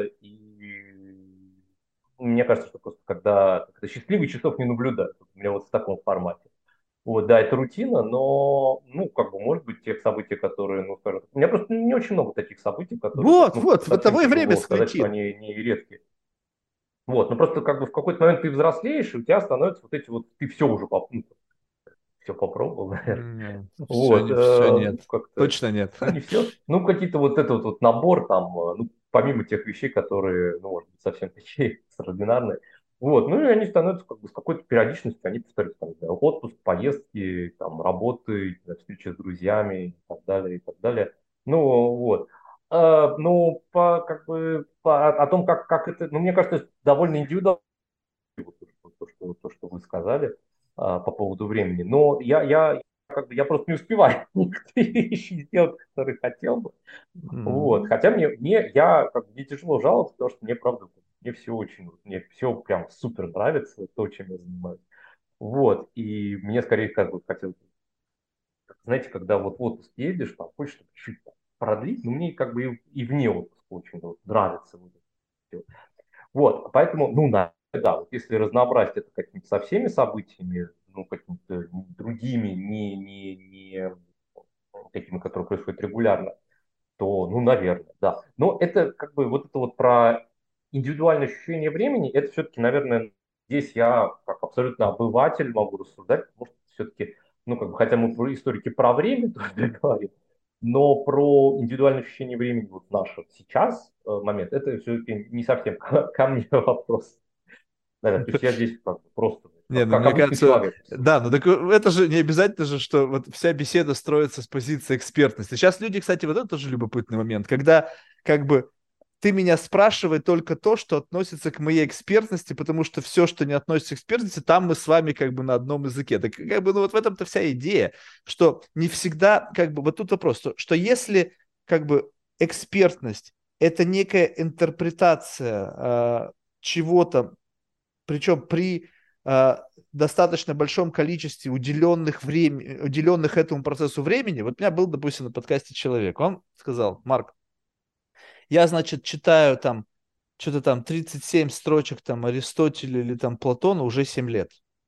и мне кажется, что просто когда счастливых часов не наблюдают, у меня вот в таком формате. Вот, да, это рутина, но, ну, как бы, может быть, тех событий, которые, ну, скажем, у меня просто не очень много таких событий, которые, вот, Вот, ну, вот, в совсем того и время тяжело сказать, что схватил. они не редкие. Вот, ну, просто, как бы, в какой-то момент ты взрослеешь, и у тебя становятся вот эти вот, ты все уже все попробовал, наверное. Вот, Все нет. ну, как-то, Точно нет. ну, не все. Ну, какие-то вот этот вот набор там, ну, помимо тех вещей, которые, ну, может быть, совсем такие экстраординарные. Вот, ну, и они становятся как бы с какой-то периодичностью, они повторяются, там, не знаю, отпуск, поездки, там, работы, встречи с друзьями и так далее, и так далее. Ну, вот. Ну, о том, как это, ну, мне кажется, это довольно индивидуально, то, что вы сказали по поводу времени. Но как бы, я просто не успеваю некоторые вещи сделать, которые хотел бы. Вот. М. Хотя я как бы не тяжело жаловаться, потому что мне, правда, мне все прям супер нравится, то, чем я занимаюсь. Вот. И мне скорее как бы хотелось, знаете, когда вот в отпуск едешь, там, хочешь чуть продлить, но мне как бы и вне отпуска очень вот, нравится вот это всё. Вот, поэтому, ну, да, вот если разнообразить это какими-то со всеми событиями, ну, какими-то другими, не такими, которые происходят регулярно, то, ну, наверное, да. Но это как бы вот это вот про индивидуальное ощущение времени, это все-таки, наверное, здесь я как абсолютно обыватель могу рассуждать, потому что все-таки, ну, как бы, хотя мы про историки про время тоже говорим, но про индивидуальное ощущение времени вот наш вот сейчас момент, это все-таки не совсем ко мне вопрос. Да, то есть я здесь как бы просто Не, ну как мне обычный кажется, человек. да, ну так это же не обязательно же, что вот вся беседа строится с позиции экспертности. Сейчас люди, кстати, вот это тоже любопытный момент, когда как бы ты меня спрашивай только то, что относится к моей экспертности, потому что все, что не относится к экспертности, там мы с вами как бы на одном языке. Так как бы, ну вот в этом-то вся идея, что не всегда, как бы, вот тут вопрос, что если как бы экспертность– это некая интерпретация чего-то, причем при достаточно большом количестве уделенных этому процессу времени, вот у меня был, допустим, на подкасте человек, он сказал: Марк, я, значит, читаю там что-то там 37 строчек там Аристотеля или там Платона уже 7 лет.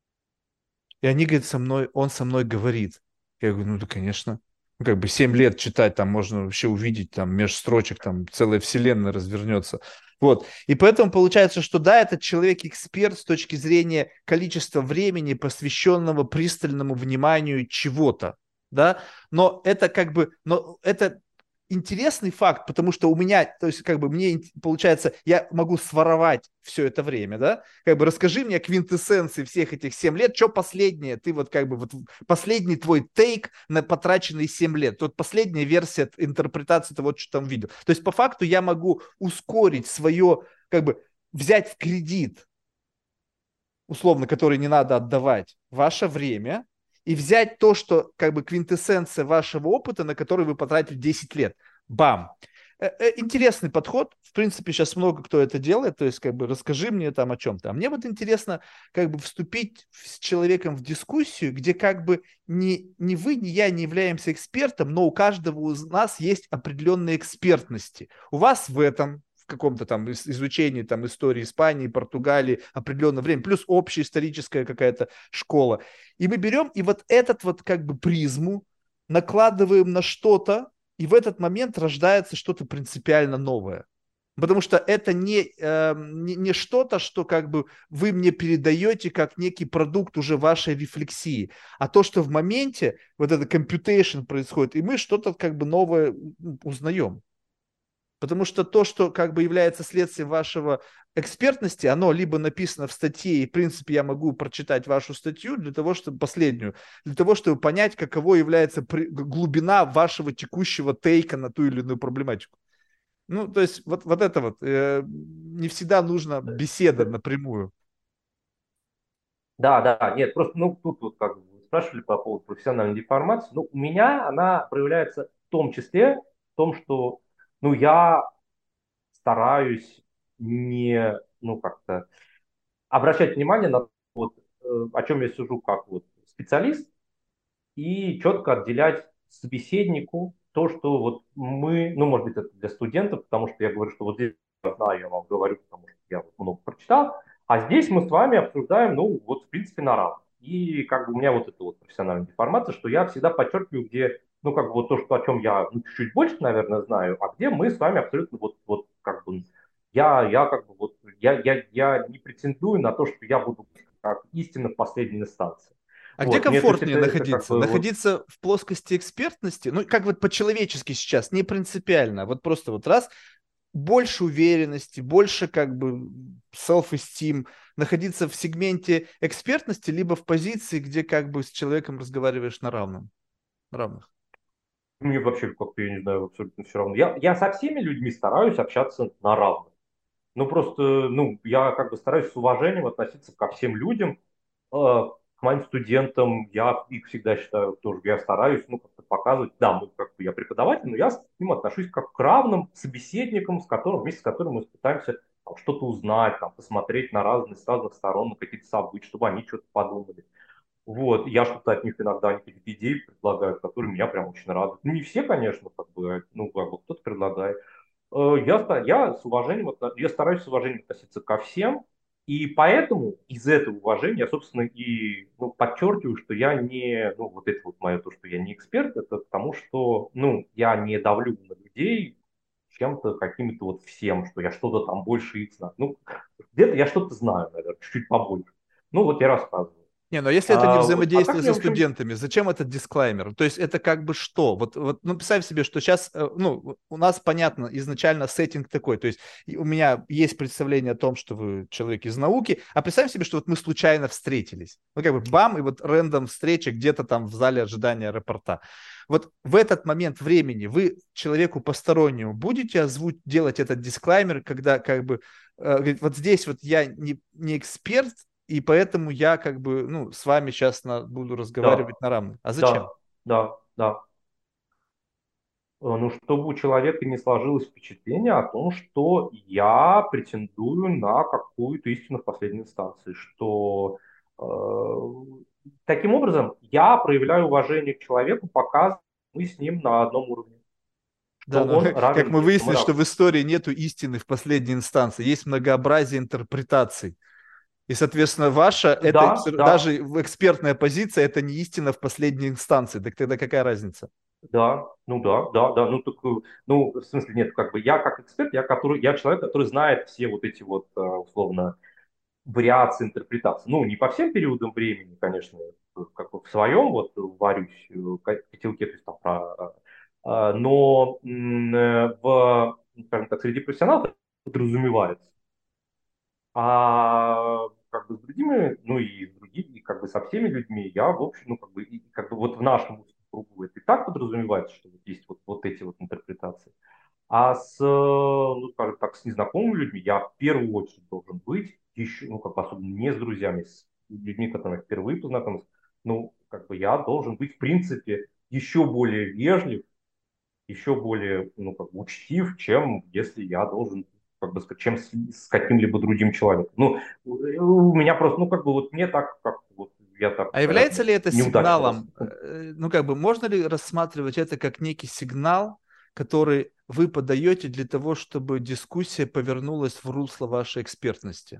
И они, говорят, он со мной говорит. Я говорю, ну да, конечно. Ну, как бы 7 лет читать, там можно вообще увидеть, там, меж строчек, там, целая вселенная развернется. Вот. И поэтому получается, что да, этот человек эксперт с точки зрения количества времени, посвященного пристальному вниманию чего-то, да, но это как бы, но это интересный факт, потому что у меня, то есть как бы мне получается, я могу своровать все это время, да, как бы расскажи мне о квинтэссенции всех этих 7 лет, что последнее, ты вот как бы вот последний твой тейк на потраченные 7 лет, вот последняя версия интерпретации того, что там видел. То есть по факту я могу ускорить свое, как бы взять в кредит, условно, который не надо отдавать, ваше время, и взять то, что как бы квинтэссенция вашего опыта, на который вы потратили 10 лет. Бам! Интересный подход. В принципе, сейчас много кто это делает. То есть, как бы, расскажи мне там о чем-то. А мне вот интересно, как бы, вступить с человеком в дискуссию, где как бы ни вы, ни я не являемся экспертом, но у каждого из нас есть определенные экспертности. У вас в этом, в каком-то там изучении там истории Испании, Португалии определенное время, плюс общая историческая какая-то школа. И мы берем и вот этот вот как бы призму накладываем на что-то, и в этот момент рождается что-то принципиально новое. Потому что это не что-то, что как бы вы мне передаете как некий продукт уже вашей рефлексии, а то, что в моменте вот это computation происходит, и мы что-то как бы новое узнаем. Потому что то, что как бы является следствием вашего экспертности, оно либо написано в статье, и в принципе я могу прочитать вашу статью для того, чтобы последнюю, для того, чтобы понять, каково является глубина вашего текущего тейка на ту или иную проблематику. Ну, то есть вот это вот. Не всегда нужна беседа напрямую. Да, да, нет, просто, ну, тут вот как бы вы спрашивали по поводу профессиональной деформации. Ну, у меня она проявляется в том числе в том, что, ну, я стараюсь не, ну, как-то обращать внимание на вот, о чем я сужу как вот специалист, и четко отделять собеседнику то, что вот мы, ну, может быть, это для студентов, потому что я говорю, что вот здесь я знаю, я вам говорю, потому что я вот много прочитал, а здесь мы с вами обсуждаем, ну, вот, в принципе, на равных. И как бы у меня вот эта вот профессиональная деформация, что я всегда подчеркиваю, где, ну, как бы вот то, что, о чем я ну, чуть-чуть больше, наверное, знаю, а где мы с вами абсолютно вот как бы, я как бы вот, я не претендую на то, что я буду как истина в последней инстанции. А где Вот, мне, то есть комфортнее это как находиться? бы вот. Находиться в плоскости экспертности? Ну, как вот по-человечески сейчас, не принципиально. Вот просто вот раз, больше уверенности, больше как бы self-esteem, находиться в сегменте экспертности, либо в позиции, где как бы с человеком разговариваешь равных. Мне вообще как-то, я не знаю, абсолютно все равно. Я со всеми людьми стараюсь общаться на равных. Ну, просто, ну, я как бы стараюсь с уважением относиться ко всем людям, к моим студентам. Я их всегда считаю тоже, я стараюсь, ну, как-то показывать, да, мы, как бы, я преподаватель, но я к ним отношусь как к равным собеседникам, с которым, вместе с которым мы пытаемся там, что-то узнать, там, посмотреть на разные, с разных сторон, на какие-то события, чтобы они что-то подумали. Вот, я что-то от них иногда они какие-то идеи предлагают, которые меня прям очень радуют. Ну, не все, конечно, как бы, ну, как бы кто-то предлагает. Я с уважением, я стараюсь с уважением относиться ко всем, и поэтому из этого уважения я, собственно, и ну, подчеркиваю, что я не, ну, вот это вот мое то, что я не эксперт, это потому что, ну, я не давлю на людей чем-то, каким-то вот всем, что я что-то там больше их знаю. Ну, где-то я что-то знаю, наверное, чуть-чуть побольше. Ну, вот я рассказываю. Не, но если это не А так взаимодействие мне со вообще. студентами, зачем этот дисклаймер? То есть это как бы что? Вот ну, представь себе, что сейчас, ну, у нас, понятно, изначально сеттинг такой, то есть у меня есть представление о том, что вы человек из науки, а представь себе, что вот мы случайно встретились. Ну, как бы бам, и вот рандом встреча где-то там в зале ожидания аэропорта. Вот в этот момент времени вы человеку постороннему будете делать этот дисклаймер, когда как бы говорит, вот здесь вот я не эксперт, и поэтому я как бы, ну, с вами сейчас буду Да, разговаривать на равных. А зачем? да, да, да. Ну, чтобы у человека не сложилось впечатление о том, что я претендую на какую-то истину в последней инстанции, что Таким образом, я проявляю уважение к человеку, пока мы с ним на одном уровне, Да, что но он как равен мы мне, что мы выяснили, что равны. в истории нету истины в последней инстанции, есть многообразие интерпретаций. И, соответственно, ваша, это Да, да, даже экспертная позиция, это не истина в последней инстанции. Так тогда какая разница? да, ну да, да, да, ну так, ну в смысле нет, как бы я как эксперт, я человек, который знает все вот эти вот условно вариации интерпретации. Ну не по всем периодам времени, конечно, как бы в своем вот варюсь котелке, то есть там но скажем так, среди профессионалов это подразумевается. А как бы с другими, ну и с другими, и как бы со всеми людьми я, в общем, ну как бы, и, как бы вот в нашем узком кругу это и так подразумевается, что вот есть вот эти вот интерпретации. А с, ну скажем так, с незнакомыми людьми я в первую очередь должен быть, еще, ну как бы особенно не с друзьями, с людьми, которыми я впервые познакомился, ну как бы я должен быть в принципе еще более вежлив, еще более, ну, как бы учтив, чем если я должен, как бы сказать, чем с каким-либо другим человеком. Ну, у меня просто, ну, как бы вот мне так, как вот я так, А является наверное, ли это неудачно сигналом, ну как бы можно ли рассматривать это как некий сигнал, который вы подаете для того, чтобы дискуссия повернулась в русло вашей экспертности?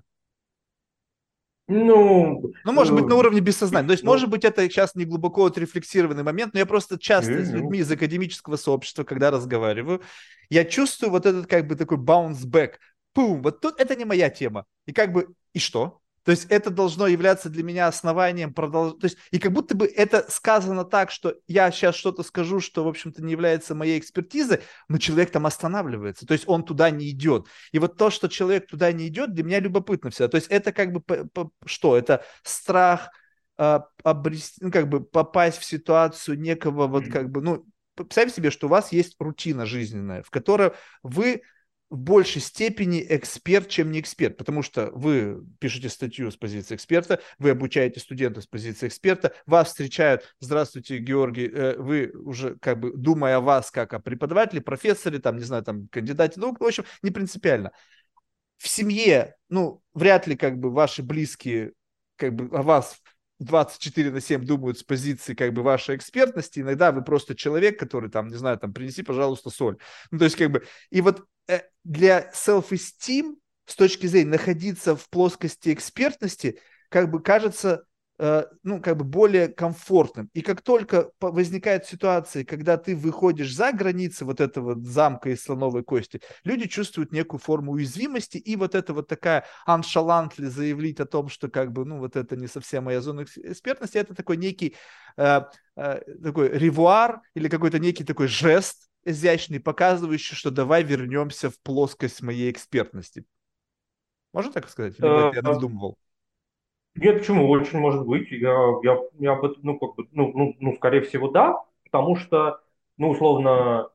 ну, Ну, может быть, на уровне э, бессознательного. То есть, может ну, быть, это сейчас не глубоко отрефлексированный момент, но я просто часто с ну, людьми из академического сообщества, когда разговариваю, я чувствую вот этот как бы такой bounce back. Пум, вот тут это не моя тема. И как бы, и что? То есть это должно являться для меня основанием продолжения. То есть, и как будто бы это сказано так, что я сейчас что-то скажу, что, в общем-то, не является моей экспертизой, но человек там останавливается. То есть он туда не идет. И вот то, что человек туда не идет, для меня любопытно всегда. То есть это как бы что? Это страх обрести, ну, как бы попасть в ситуацию некого вот как бы, ну, представьте себе, что у вас есть рутина жизненная, в которой вы в большей степени эксперт, чем не эксперт, потому что вы пишете статью с позиции эксперта, вы обучаете студентов с позиции эксперта, вас встречают, здравствуйте, Георгий, вы уже как бы думая о вас как о преподавателе, профессоре, там, не знаю, там, кандидате наук, в общем, не принципиально. В семье, ну, вряд ли как бы ваши близкие как бы о вас 24/7 думают с позиции как бы вашей экспертности. Иногда вы просто человек, который там, не знаю, там, принеси, пожалуйста, соль. Ну, то есть как бы, и вот для self-esteem с точки зрения находиться в плоскости экспертности, как бы кажется, ну, как бы более комфортным. И как только возникают ситуации, когда ты выходишь за границы вот этого замка из слоновой кости, люди чувствуют некую форму уязвимости, и вот это вот такая аншалантли заявить о том, что как бы, ну, вот это не совсем моя зона экспертности, это такой некий такой ревуар или какой-то некий такой жест изящный, показывающий, что давай вернемся в плоскость моей экспертности. Можно так сказать? Либо это я надумывал? нет, почему? Очень может быть. Я об этом, ну, как бы, скорее всего, да, потому что, ну, условно,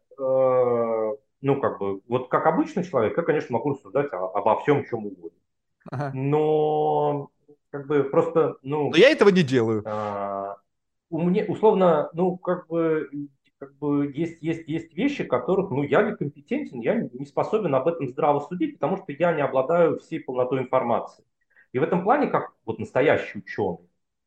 ну, как бы, вот как обычный человек, я, конечно, могу рассуждать обо всем, чем угодно. Ага. Но, как бы, просто, Но ну, я этого не делаю. а, у меня, условно, ну, как бы есть вещи, которых, ну, я не компетентен, я не способен об этом здраво судить, потому что я не обладаю всей полнотой информации. И в этом плане, как вот настоящий ученый,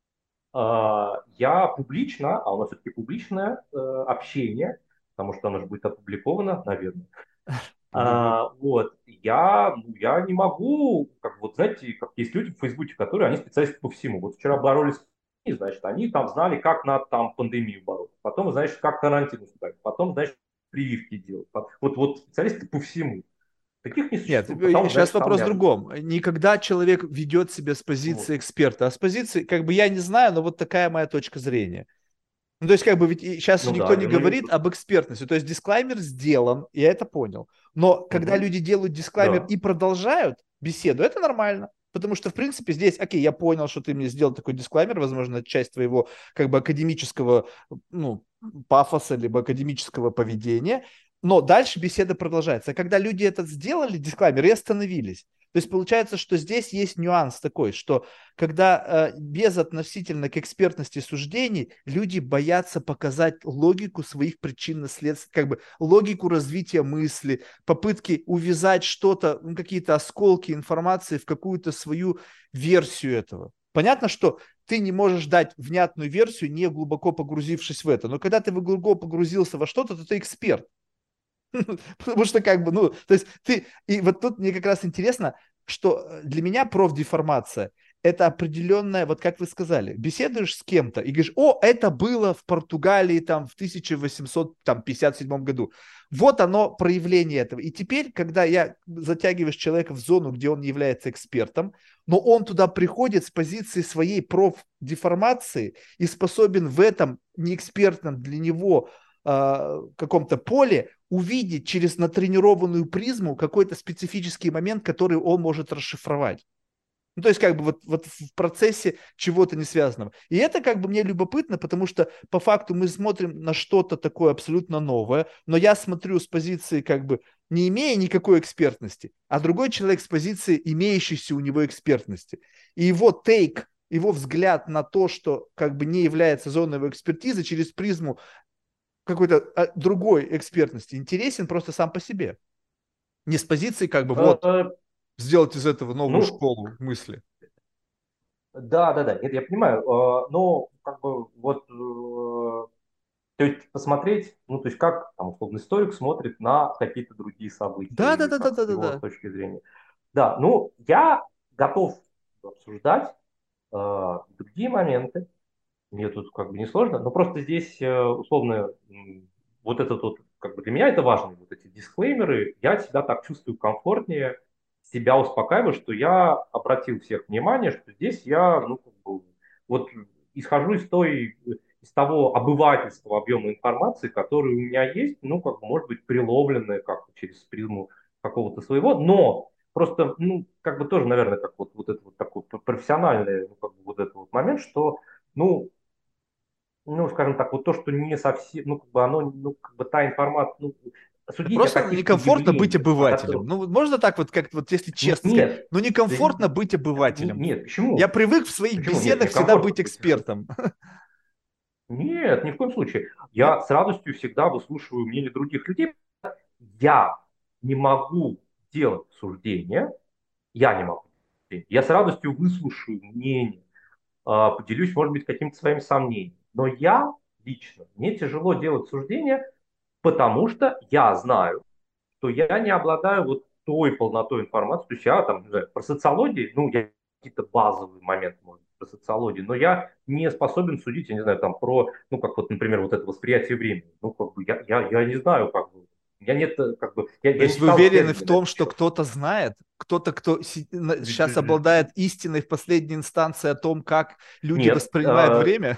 я публично, а у нас все-таки публичное общение, потому что оно же будет опубликовано, наверное. Будет. Вот, я не могу, как вот знаете, как есть люди в Фейсбуке, которые, они специалисты по всему. Вот вчера боролись с пандемией, значит, они там знали, как надо там пандемию бороться. Потом, значит, как карантин устроить. Потом, значит, прививки делать. Вот специалисты по всему. Таких не Нет, существует. Потом, сейчас значит, там вопрос в рядом. другом. Никогда человек ведет себя с позиции Вот. эксперта, а с позиции, как бы я не знаю, но вот такая моя точка зрения. Ну, то есть, как бы, ведь сейчас Ну никто да, не ну, говорит об экспертности. То есть, дисклаймер сделан, я это понял. Но когда мгм, люди делают дисклаймер да. и продолжают беседу, это нормально. Потому что, в принципе, здесь, окей, я понял, что ты мне сделал такой дисклаймер, возможно, это часть твоего, как бы, академического, ну, пафоса, либо академического поведения, но дальше беседа продолжается. А когда люди это сделали, дисклаймер, и остановились, то есть получается, что здесь есть нюанс такой, что когда безотносительно к экспертности суждений люди боятся показать логику своих причинно-следственных, как бы логику развития мысли, попытки увязать что-то, ну, какие-то осколки информации в какую-то свою версию этого. Понятно, что ты не можешь дать внятную версию, не глубоко погрузившись в это. Но когда ты глубоко погрузился во что-то, то ты эксперт. Потому что как бы, ну, то есть ты, и вот тут мне как раз интересно, что для меня профдеформация это определенная, вот как вы сказали, беседуешь с кем-то и говоришь, о, это было в Португалии там в 1857 году. Вот оно проявление этого. И теперь, когда я затягиваешь человека в зону, где он не является экспертом, но он туда приходит с позиции своей профдеформации и способен в этом неэкспертном для него каком-то поле увидеть через натренированную призму какой-то специфический момент, который он может расшифровать. Ну, то есть как бы вот в процессе чего-то не связанного. И это как бы мне любопытно, потому что по факту мы смотрим на что-то такое абсолютно новое, но я смотрю с позиции как бы не имея никакой экспертности, а другой человек с позиции имеющейся у него экспертности. И его тейк, его взгляд на то, что как бы не является зоной его экспертизы через призму какой-то другой экспертности интересен просто сам по себе. Не с позиции как бы вот Э, сделать из этого новую Ну, школу мысли. да, да, да, нет, я понимаю, но как бы вот, то есть посмотреть, ну, то есть как там условный историк смотрит на какие-то другие события Да, да, или да, да, как да, с да, его да. точки зрения. Да, ну, я готов обсуждать другие моменты, мне тут как бы не сложно, но просто здесь условно вот этот вот, как бы для меня это важно, вот эти дисклеймеры, я себя так чувствую комфортнее, себя успокаиваю, что я обратил всех внимание, что здесь я, ну, как бы, вот исхожу из того обывательского объема информации, который у меня есть, ну, как бы, может быть, приловленная как-то через призму какого-то своего, но просто, ну, как бы тоже, наверное, как вот это вот такой профессиональный, ну, как бы вот этот вот момент, что ну, ну, скажем так, вот то, что не совсем, ну, как бы оно, ну, как бы та информация, ну, Да судить о просто каких-то некомфортно быть явлениях, о обывателем. которых... Ну, вот можно так вот, как вот если честно сказать, Нет, ну, да некомфортно быть обывателем. нет, Я почему? привык в своих Почему? Нет, беседах мне всегда комфортно быть быть. экспертом. Нет, ни в коем случае. Нет? Я с радостью всегда выслушиваю мнение других людей. Я не могу делать суждения, я не могу. Я с радостью выслушаю мнение, поделюсь, может быть, каким-то своим сомнением. Но я лично, мне тяжело делать суждения, потому что я знаю, что я не обладаю вот той полнотой информации. То есть я там, не знаю, про социологию, ну, я какие-то базовые моменты, может быть, про социологию, но я не способен судить, я не знаю, там про, ну, как вот, например, вот это восприятие времени. Ну, как бы я не знаю, как бы, у меня нет, как бы, То я есть не вы читал уверены в исследования на том, этот что счет. кто-то знает, кто-то, кто сейчас обладает истиной в последней инстанции о том, как люди Нет, воспринимают время?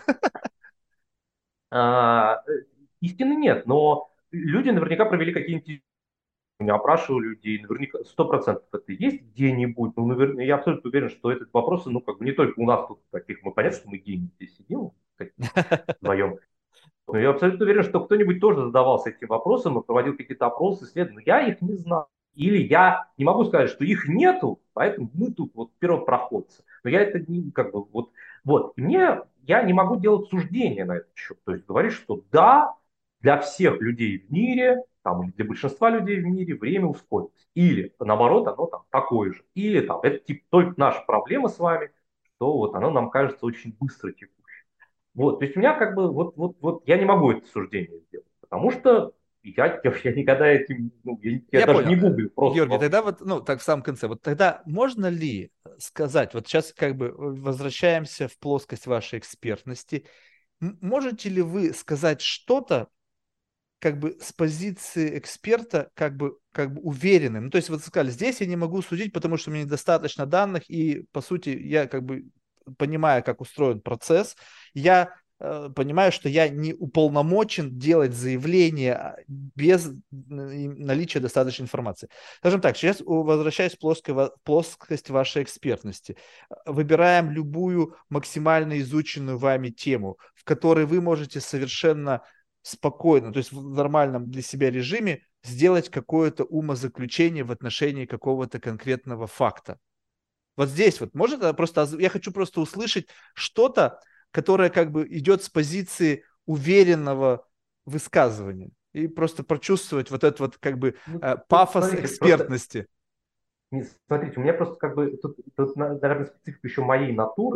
а, э, истины нет, но люди наверняка провели какие-нибудь я опрашиваю людей, наверняка 100% это есть где-нибудь, ну, наверное, я абсолютно уверен, что этот вопрос, ну, как бы не только у нас тут таких, мы понятно, что мы гении здесь сидим, такие вдвоем, но я абсолютно уверен, что кто-нибудь тоже задавался этим вопросом и проводил какие-то опросы, исследования, но я их не знаю. Или я не могу сказать, что их нету, поэтому мы тут вот первопроходцы. Но я это не, как бы, вот. И я не могу делать суждения на этот счет. То есть говорить, что да, для всех людей в мире, там, или для большинства людей в мире время ускорилось. Или, наоборот, оно там такое же. Или там, это типа только наша проблема с вами, что вот оно нам кажется очень быстро текущим. Вот, то есть у меня как бы вот я не могу это суждение сделать, потому что я никогда этим, ну, я Я даже понял. не гуглю, просто Георгий, тогда вообще. вот, ну, так в самом конце, вот тогда можно ли сказать, вот сейчас как бы возвращаемся в плоскость вашей экспертности, можете ли вы сказать что-то, как бы с позиции эксперта как бы уверенным. Ну, то есть вот вы сказали, здесь я не могу судить, потому что у меня недостаточно данных, и по сути я как бы понимаю, как устроен процесс, я понимаю, что я не уполномочен делать заявление без наличия достаточной информации. Скажем так, сейчас возвращаясь в плоскость вашей экспертности, выбираем любую максимально изученную вами тему, в которой вы можете совершенно спокойно, то есть в нормальном для себя режиме сделать какое-то умозаключение в отношении какого-то конкретного факта. Вот здесь вот может просто, я хочу просто услышать что-то, которое как бы идет с позиции уверенного высказывания и просто прочувствовать вот этот вот как бы Ну, пафос смотрите, просто, экспертности. смотрите, у меня просто как бы, тут, наверное, специфика еще моей натуры.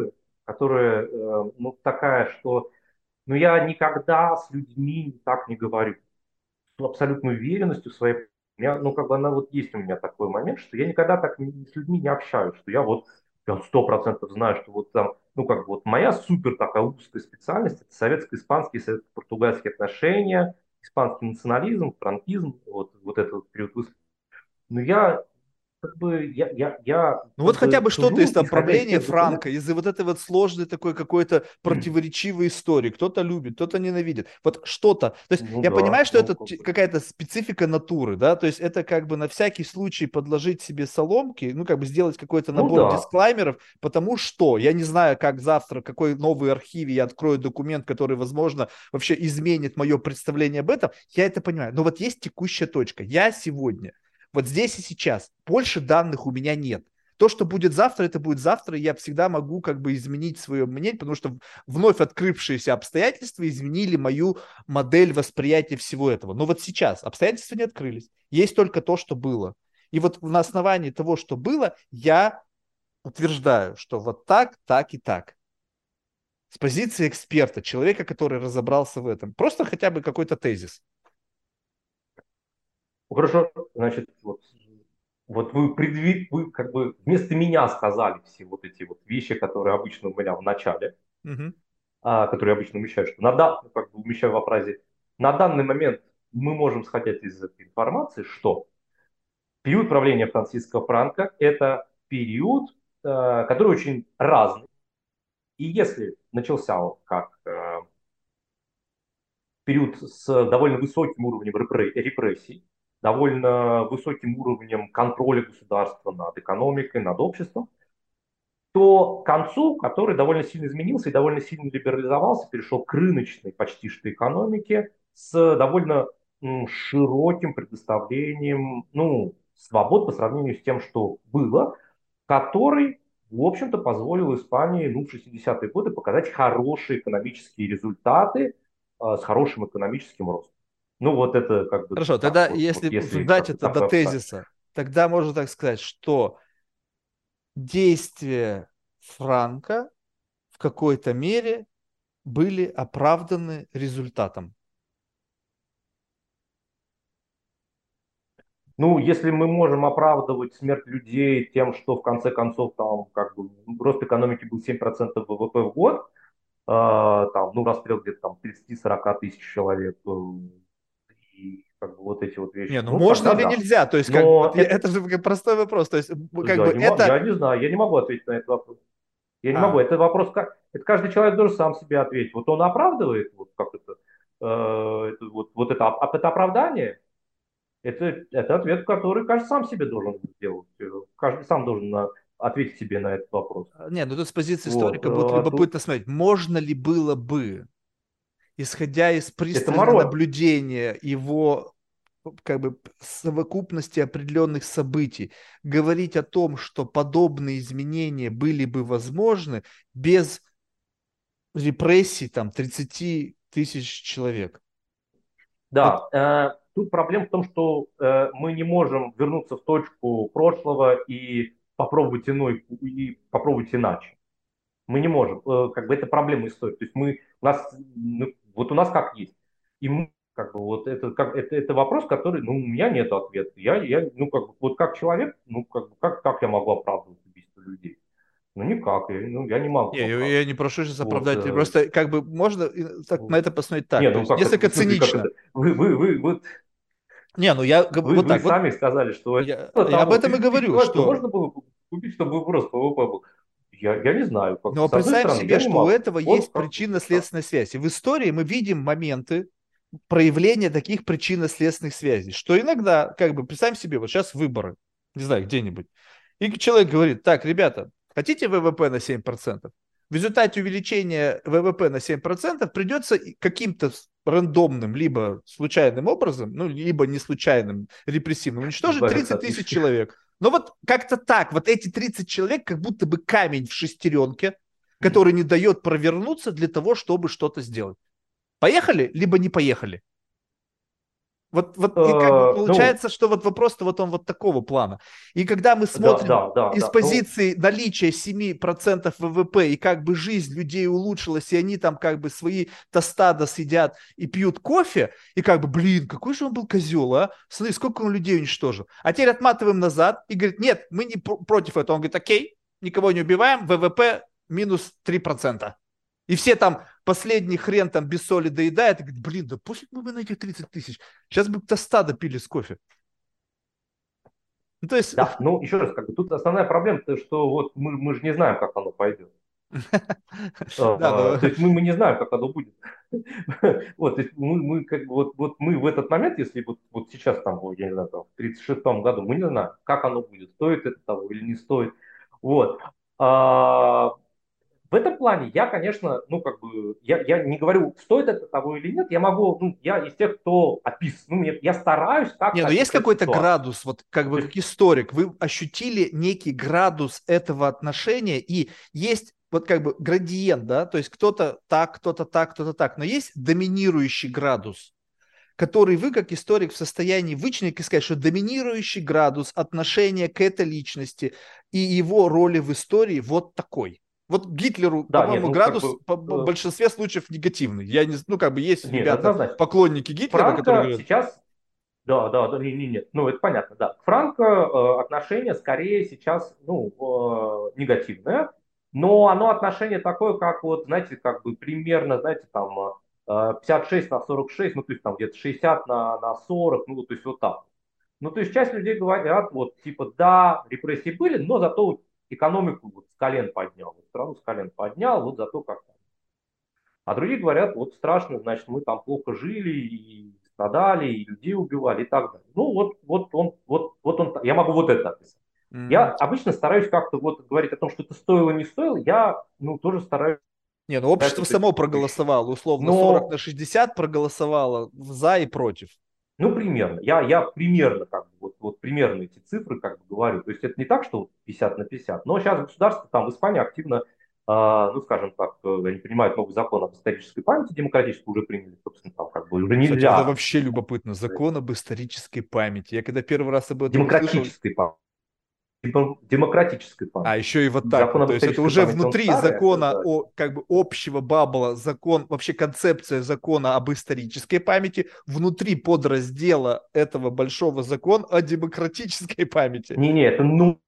которая, ну, такая, что, ну, я никогда с людьми так не говорю. С абсолютной уверенностью своей. Ну, как бы она вот есть у меня такой момент, что я никогда так с людьми не общаюсь, что я 100% знаю, что вот там, ну, как бы вот моя супер такая узкая специальность — это советско-испанские, советско-португальские отношения, испанский национализм, франкизм, вот этот вот период. Но я как бы, я Ну вот как хотя бы бы что-то из сужу, там исходя из правления тех Франка, документов. из-за вот этой вот сложной такой какой-то противоречивой истории. Кто-то любит, кто-то ненавидит. Вот что-то. То есть Ну я да, понимаю, что ну это как бы. какая-то специфика натуры, да, то есть это как бы на всякий случай подложить себе соломки, ну как бы сделать какой-то Ну набор да. дисклаймеров, потому что я не знаю, как завтра, какой новый архиве я открою документ, который, возможно, вообще изменит мое представление об этом. Я это понимаю. Но вот есть текущая точка. Я сегодня, вот здесь и сейчас, больше данных у меня нет. То, что будет завтра, это будет завтра, и я всегда могу как бы изменить свое мнение, потому что вновь открывшиеся обстоятельства изменили мою модель восприятия всего этого. Но вот сейчас обстоятельства не открылись. Есть только то, что было. И вот на основании того, что было, я утверждаю, что вот так, так и так. С позиции эксперта, человека, который разобрался в этом. Просто хотя бы какой-то тезис. Ну, хорошо, значит, вот вы как бы вместо меня сказали все вот эти вот вещи, которые обычно у меня в начале, Мгм. которые я обычно умещаю, что ну, как бы умещаю во фразе, на данный момент мы можем сходить из этой информации, что период правления Франциска Франко — это период, который очень разный. И если начался он как период с довольно высоким уровнем репрессий, довольно высоким уровнем контроля государства над экономикой, над обществом, то к концу, который довольно сильно изменился и довольно сильно либерализовался, перешел к рыночной почти что экономике с довольно широким предоставлением, ну, свобод по сравнению с тем, что было, который, в общем-то, позволил Испании, ну, в 60-е годы показать хорошие экономические результаты с хорошим экономическим ростом. Ну, вот это как бы Хорошо, так тогда вот если если сужать как бы это до такое описание. тезиса, тогда можно так сказать, что действия Франка в какой-то мере были оправданы результатом. Ну, если мы можем оправдывать смерть людей тем, что в конце концов там как бы рост экономики был 7% ВВП в год, там, ну, расстрел где-то там 30-40 тысяч человек, и как бы вот эти вот Не, вещи, ну ну, можно тогда или да. нельзя? То есть, как бы, Но вот это же как простой вопрос. То есть, как бы я это... не знаю, я не могу ответить на этот вопрос. Я не могу. А, Это вопрос, это каждый человек должен сам себе ответить. Вот он оправдывает, вот как это оправдание. Это ответ, который каждый сам себе должен сделать. Каждый сам должен ответить себе на этот вопрос. не, ну тут с позиции Вот. историка будет Тут любопытно смотреть, можно ли было бы, исходя из это пристального мораль. наблюдения его как бы совокупности определенных событий, говорить о том, что подобные изменения были бы возможны без репрессий там 30 тысяч человек. Это, Да. Тут проблема в том, что мы не можем вернуться в точку прошлого и попробовать иначе. Мы не можем. Как бы это проблема истории. То есть вот у нас как есть. И мы, как бы, вот это вопрос, который, ну, у меня нет ответа. Ну, как бы, вот как человек, ну, как бы, как я могу оправдывать убийство людей? Ну, никак. Я не не, могу я оправдывать. не прошу сейчас Вот. оправдать, просто как бы можно так, на это посмотреть Не, так, то ну есть как это, в несколько смысле, как цинично. это? Не, ну я вот Вы так вот, сами сказали, что я об того этом и 30 тысяч говорю, человек, то что можно было купить, чтобы рост ВВП был. Я не знаю, как бы, но с одной представим стороны, себе, я не что у могу. этого Вот есть как бы вот так. причинно-следственная связь. И в истории мы видим моменты проявления таких причинно-следственных связей, что иногда, как бы, представим себе, вот сейчас выборы, не знаю, где-нибудь, и человек говорит, так, ребята, хотите ВВП на 7%? В результате увеличения ВВП на 7% придется каким-то рандомным, либо случайным образом, ну, либо не случайным, репрессивным, уничтожить Избавиться 30 от тысяч лишних. человек. Но вот как-то так, вот эти 30 человек, как будто бы камень в шестеренке, который не дает провернуться для того, чтобы что-то сделать. Поехали, либо не поехали. Вот и как бы Ну, получается, что вот вопрос-то вот он вот такого плана. И когда мы да, смотрим да, да, из да. Ну, позиции наличия 7% ВВП, и как бы жизнь людей улучшилась, и они там как бы свои тостада сидят и пьют кофе, и как бы, блин, какой же он был козел, а? Смотри, сколько он людей уничтожил. А теперь отматываем назад и говорит, нет, мы не против этого. Он говорит, окей, никого не убиваем, ВВП минус 3%. И все там последний хрен там без соли доедает и говорит, блин, да пофиг мы бы на этих 30 тысяч. Сейчас бы тоста пили с кофе. Ну, то есть, да, ну, еще раз, как бы тут основная проблема, то, что вот мы же не знаем, как оно пойдет. да, но То есть мы не знаем, как оно будет. Вот, то есть мы как бы вот мы в этот момент, если вот сейчас там, я не знаю, там, в 36-м году, мы не знаем, как оно будет, стоит это того или не стоит. Вот. А, в этом плане я, конечно, ну, как бы, я не говорю, стоит это того или нет, я могу, ну, я из тех, кто описывает, ну, я стараюсь не, как-то ну есть описать какой-то ситуацию. градус, вот как бы То как есть, историк, вы ощутили некий градус этого отношения, и есть вот как бы градиент, да, то есть кто-то так, кто-то так, кто-то так, но есть доминирующий градус, который вы, как историк, в состоянии вычленить и сказать, что доминирующий градус отношения к этой личности и его роли в истории вот такой. Вот Гитлеру, да, нет, по-моему, ну, как градус бы, в большинстве случаев негативный. Я не, ну, как бы есть нет, ребята, однозначно. поклонники Гитлера, которые Франко говорят, сейчас, да, да, да, не, не, нет, ну, это понятно, да. К Франко отношение скорее сейчас, ну, негативное, но оно отношение такое, как вот, знаете, как бы примерно, знаете, там, 56/46, ну, то есть там где-то 60/40, ну, то есть вот так. Ну, то есть часть людей говорят, вот, типа, да, репрессии были, но зато экономику вот с колен поднял, вот страну с колен поднял, вот зато как-то. А другие говорят, вот страшно, значит, мы там плохо жили и страдали, и людей убивали и так далее. Ну, вот он, я могу вот это описать. Я «М, обычно стараюсь как-то вот говорить о том, что это стоило, не стоило, я, ну, тоже стараюсь не, ну общество вот эти само вот вещи. проголосовало, условно 40 на Но 60 проголосовало за и против. ну, примерно. Я примерно, как бы, вот примерно эти цифры как бы говорю. То есть это не так, что вот 50/50. Но сейчас государство там в Испании активно, ну, скажем так, они принимают новый закон об исторической памяти, демократически уже приняли, собственно, там как бы уже Кстати, это нельзя. вообще любопытно. Закон об исторической памяти. Я когда первый раз об этом услышал, Демократической памяти. Демократической а памяти. еще и вот так Закон вот. об То есть это исторической уже памяти, он внутри старый, а сейчас, закона да. о как бы общего бабла, закон, вообще концепция закона об исторической памяти, внутри подраздела этого большого закона о демократической памяти. Не-не, это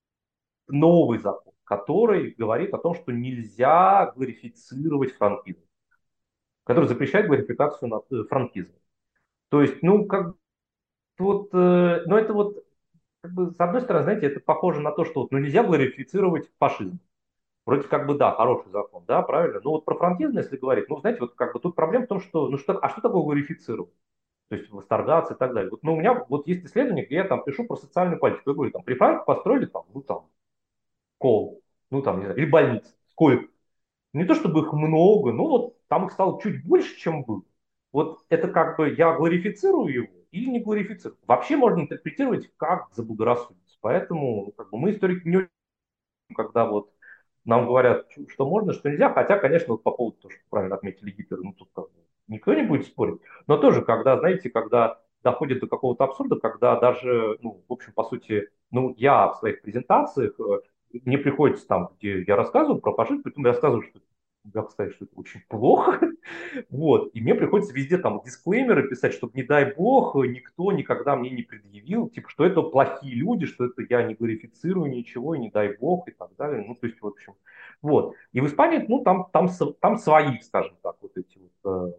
новый закон, который говорит о том, что нельзя глорифицировать франкизм, который запрещает глорификацию франкизма. То есть, ну, как вот, ну это вот, как бы, с одной стороны, знаете, это похоже на то, что вот, ну, нельзя глорифицировать фашизм. Вроде как бы да, хороший закон, да, правильно. Но вот про франкизм, если говорить, ну, знаете, вот как бы тут проблема в том, что, ну, что, а что такое глорифицировать? То есть восторгаться и так далее. Вот, ну, у меня вот есть исследование, где я там пишу про социальную политику. Я говорю, там, при Франке построили там, ну, там, школу, ну, там, не знаю, или больницы. Сколько? Не то чтобы их много, но вот там их стало чуть больше, чем было. Вот это как бы я глорифицирую его или не глорифицирую. Вообще можно интерпретировать как заблагорассудится. Поэтому ну, как бы мы историки не очень, когда вот нам говорят, что можно, что нельзя. Хотя, конечно, вот по поводу того, что правильно отметили Гитлер, ну тут как бы никто не будет спорить. Но тоже, когда, знаете, когда доходит до какого-то абсурда, когда даже, ну, в общем, по сути, ну, я в своих презентациях, мне приходится там, где я рассказываю про фашизм, потом я рассказываю, что как сказать, что это очень плохо. Вот. И мне приходится везде там дисклеймеры писать, чтобы, не дай бог, никто никогда мне не предъявил, типа, что это плохие люди, что это я не глорифицирую ничего, и не дай бог, и так далее. Ну, то есть, в общем, вот. И в Испании, ну, там свои, скажем так, вот эти вот,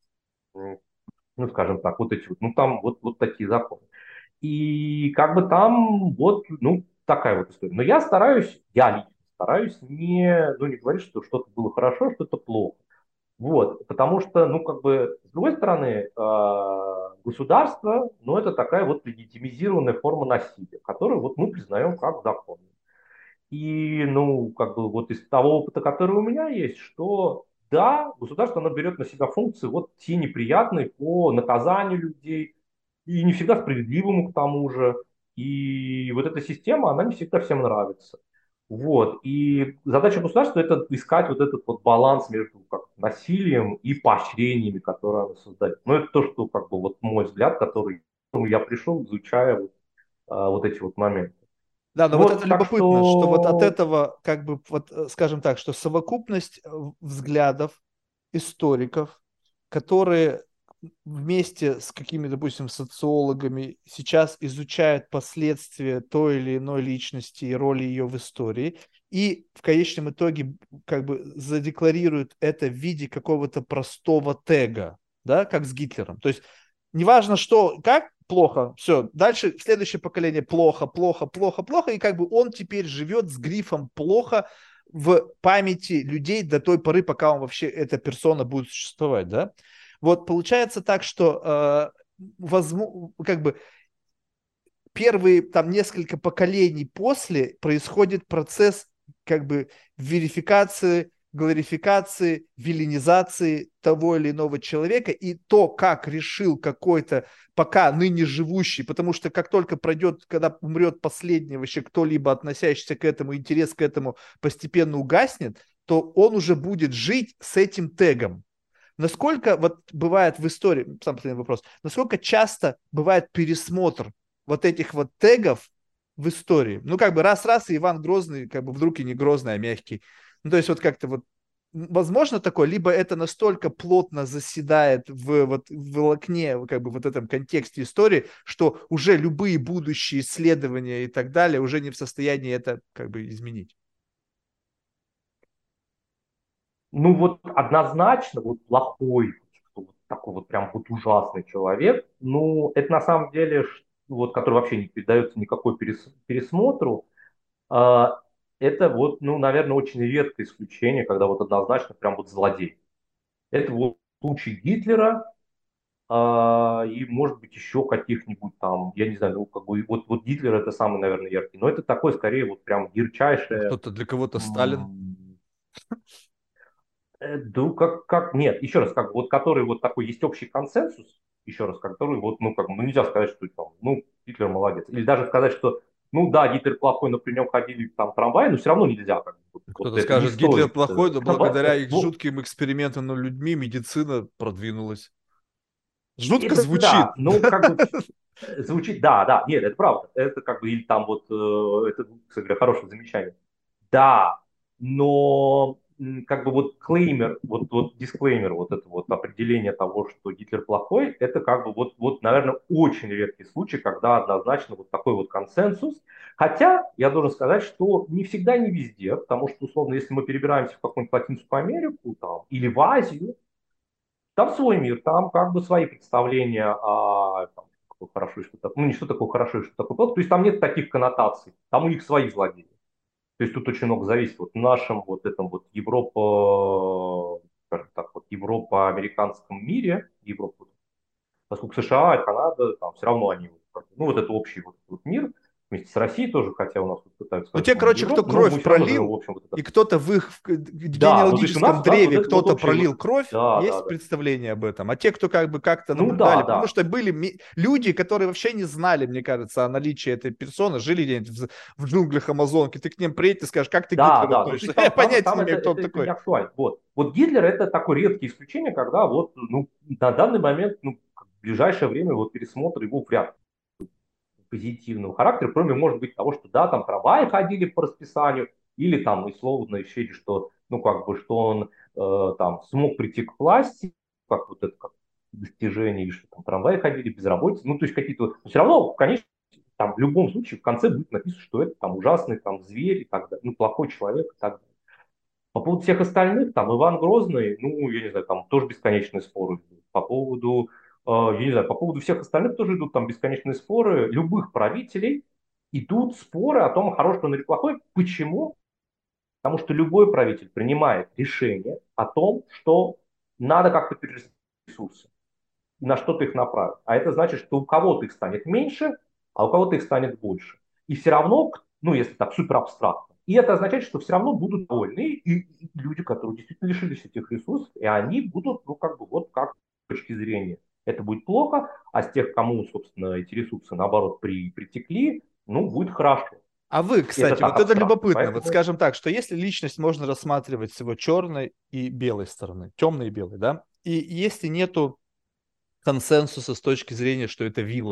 ну, скажем так, вот эти вот, ну, там вот такие законы. И как бы там вот, ну, такая вот история. Но я лично стараюсь ну, не говорить, что что-то было хорошо, что-то плохо. Вот, потому что, ну, как бы, с другой стороны, государство, ну, это такая вот легитимизированная форма насилия, которую вот мы признаем как закон. И, ну, как бы вот из того опыта, который у меня есть, что да, государство, оно берет на себя функции вот те неприятные по наказанию людей, и не всегда справедливому к тому же. И вот эта система, она не всегда всем нравится. Вот. И задача государства это искать вот этот вот баланс между как, насилием и поощрениями, которые оно создает. Ну, это то, что как бы вот мой взгляд, который я пришел, изучая вот эти вот моменты. Да, но вот это Вот, так любопытно, что вот от что, этого, как бы, вот, скажем так, что совокупность взглядов историков, которые вместе с какими, допустим, социологами сейчас изучают последствия той или иной личности и роли ее в истории, и в конечном итоге как бы задекларируют это в виде какого-то простого тега, да, как с Гитлером. То есть неважно что, как, плохо, все, дальше следующее поколение плохо, плохо, плохо, плохо, и как бы он теперь живет с грифом плохо в памяти людей до той поры, пока он вообще, эта персона будет существовать, да. Вот получается так, что как бы первые там несколько поколений после происходит процесс как бы верификации, глорификации, вилинизации того или иного человека, и то, как решил какой-то пока ныне живущий, потому что как только пройдет, когда умрет последний вообще кто-либо относящийся к этому, интерес к этому постепенно угаснет, то он уже будет жить с этим тегом. Насколько вот бывает в истории, сам последний вопрос, насколько часто бывает пересмотр вот этих вот тегов в истории? Ну, как бы раз-раз, и Иван Грозный, как бы вдруг и не Грозный, а мягкий. Ну, то есть вот как-то вот возможно такое, либо это настолько плотно заседает в волокне, как бы вот этом контексте истории, что уже любые будущие исследования и так далее уже не в состоянии это как бы изменить. ну вот однозначно вот плохой, что вот такой вот прям вот ужасный человек, ну это на самом деле, вот который вообще не поддается никакой пересмотру, а, это вот, ну, наверное, очень редкое исключение, когда вот однозначно прям вот злодей. Это вот случай Гитлера, и, может быть, еще каких-нибудь там, я не знаю, ну, как бы, вот Гитлер это самый, наверное, яркий, но это такой, скорее, вот прям ярчайшее, Кто-то для кого-то Сталин. да, нет, еще раз, как бы, вот который вот такой, есть общий консенсус, еще раз, который вот, ну, как бы, ну, нельзя сказать, что там, ну, Гитлер молодец, или даже сказать, что, ну, да, Гитлер плохой, но при нем ходили там трамваи, но все равно нельзя, как бы, вот Кто-то это не скажет, Гитлер стоит. плохой, но благодаря их жутким экспериментам над людьми медицина продвинулась. Жутко Это звучит. да, ну, как бы, звучит, да, да, нет, это правда, это как бы, или там вот, это, кстати говоря, хорошее замечание. Да, но как бы вот клеймер, вот дисклеймер, вот это вот определение того, что Гитлер плохой, это как бы вот, наверное, очень редкий случай, когда однозначно вот такой вот консенсус. Хотя я должен сказать, что не всегда, не везде, потому что, условно, если мы перебираемся в какую-нибудь Латинскую Америку там, или в Азию, там свой мир, там как бы свои представления о там, что такое хорошо и что такое, ну не что такое хорошо и что такое плохо, то есть там нет таких коннотаций, там у них свои злодеи. То есть тут очень много зависит. Вот в нашем вот этом вот Европа, скажем так, вот Европа-американском мире, Европа, поскольку США и Канада, там все равно они, ну вот это общий вот мир, вместе с Россией тоже, хотя у нас тут пытаются Ну, сказать, те, что мы не короче, кто Европа, но мы кровь все равно живем в пролил, общем вот это. и кто-то в их Да, ну то есть генеалогическом у нас вот древе, это вот кто-то общее вот, пролил кровь, да, да, есть да. представление об этом. А те, кто как бы как-то Ну наблюдали, да, потому да. что были люди, которые вообще не знали, мне кажется, о наличии этой персоны, жили где-нибудь в джунглях Амазонки, ты к ним приедешь, ты скажешь, как ты к Да, Гитлеру да, ну то относишься? есть Я там понятия не имею, кто он это не такой. актуально. Вот Гитлер это такое редкое исключение, когда вот, ну, на данный момент, ну, в ближайшее время вот пересмотр его вряд ли позитивного характера, кроме, может быть, того, что да, там трамваи ходили по расписанию, или там условно еще, что, ну, как бы, что он там смог прийти к власти, как вот это как достижение, или что там трамваи ходили, безработица, ну, то есть какие-то, все равно, конечно, там в любом случае в конце будет написано, что это там ужасный там зверь и так далее, ну, плохой человек и так далее. По поводу всех остальных, там, Иван Грозный, ну, я не знаю, там тоже бесконечные споры идут. По поводу, я не знаю, по поводу всех остальных тоже идут там бесконечные споры. Любых правителей идут споры о том, хороший он или плохой. Почему? Потому что любой правитель принимает решение о том, что надо как-то перерасти ресурсы, и на что-то их направить. А это значит, что у кого-то их станет меньше, а у кого-то их станет больше. И все равно, ну, если так супер абстрактно, и это означает, что все равно будут довольны и люди, которые действительно лишились этих ресурсов, и они будут, ну, как бы, вот как с точки зрения это будет плохо, а с тех, кому, собственно, эти ресурсы, наоборот, притекли, ну, будет хорошо. А вы, Это кстати, так вот это абстрактно. любопытно. Вот Поэтому, скажем так, что если личность можно рассматривать с его черной и белой стороны, темной и белой, да, и если нету консенсуса с точки зрения, что это вилан,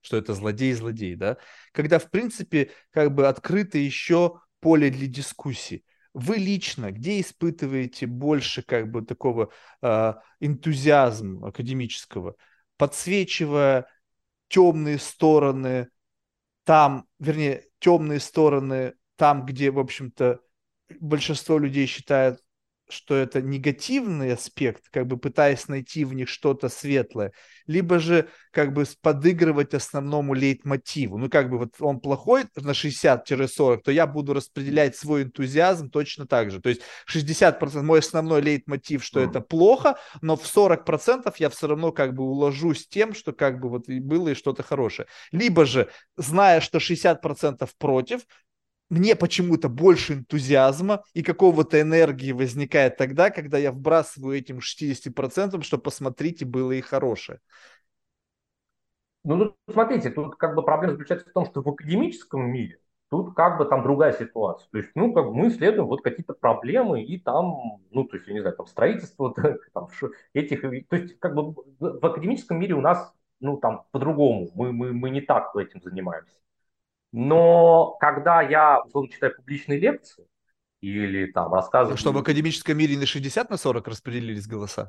что это злодей-злодей, да, когда, в принципе, как бы открыто еще поле для дискуссий. Вы лично где испытываете больше как бы такого энтузиазма академического, подсвечивая темные стороны там, вернее, темные стороны там, где, в общем-то, большинство людей считает, что это негативный аспект, как бы пытаясь найти в них что-то светлое, либо же как бы подыгрывать основному лейтмотиву. Ну, как бы вот он плохой на 60-40, то я буду распределять свой энтузиазм точно так же. То есть 60% мой основной лейтмотив, что это М. плохо, но в 40% я все равно как бы уложусь тем, что как бы вот и было и что-то хорошее. Либо же, зная, что 60% против, мне почему-то больше энтузиазма и какого-то энергии возникает тогда, когда я вбрасываю этим 60%, что посмотрите, было и хорошее. Ну, тут, смотрите, тут как бы проблема заключается в том, что в академическом мире тут как бы там другая ситуация. То есть, ну, как бы мы исследуем вот какие-то проблемы и там, ну, то есть, я не знаю, там строительство там, этих, то есть, как бы в академическом мире у нас, ну, там по-другому, мы не так этим занимаемся. Но когда я, условно, читаю публичные лекции или там Ну что, в рассказываю. академическом мире на 60-40 распределились голоса?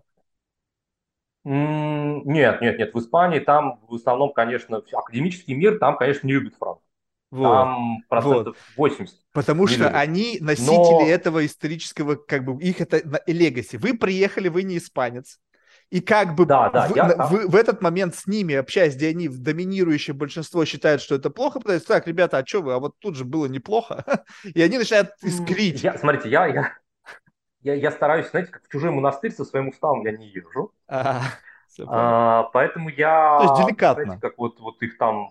Нет, нет, нет. В Испании там в основном, конечно, академический мир, там, конечно, не любит Францию. Вот, Там вот. процентов 80 Потому не что любят. они носители Но этого исторического, как бы, их это легаси. Вы приехали, вы не испанец. И как бы да, да, я там. в этот момент с ними, общаясь, где они в доминирующее большинство считают, что это плохо, пытаются, так, ребята, а что вы, а вот тут же было неплохо. И они начинают искрить. Смотрите, я стараюсь, знаете, как в чужой монастырь со своим уставом я не езжу. Все понял. Поэтому То есть я, знаете, деликатно. как вот их там.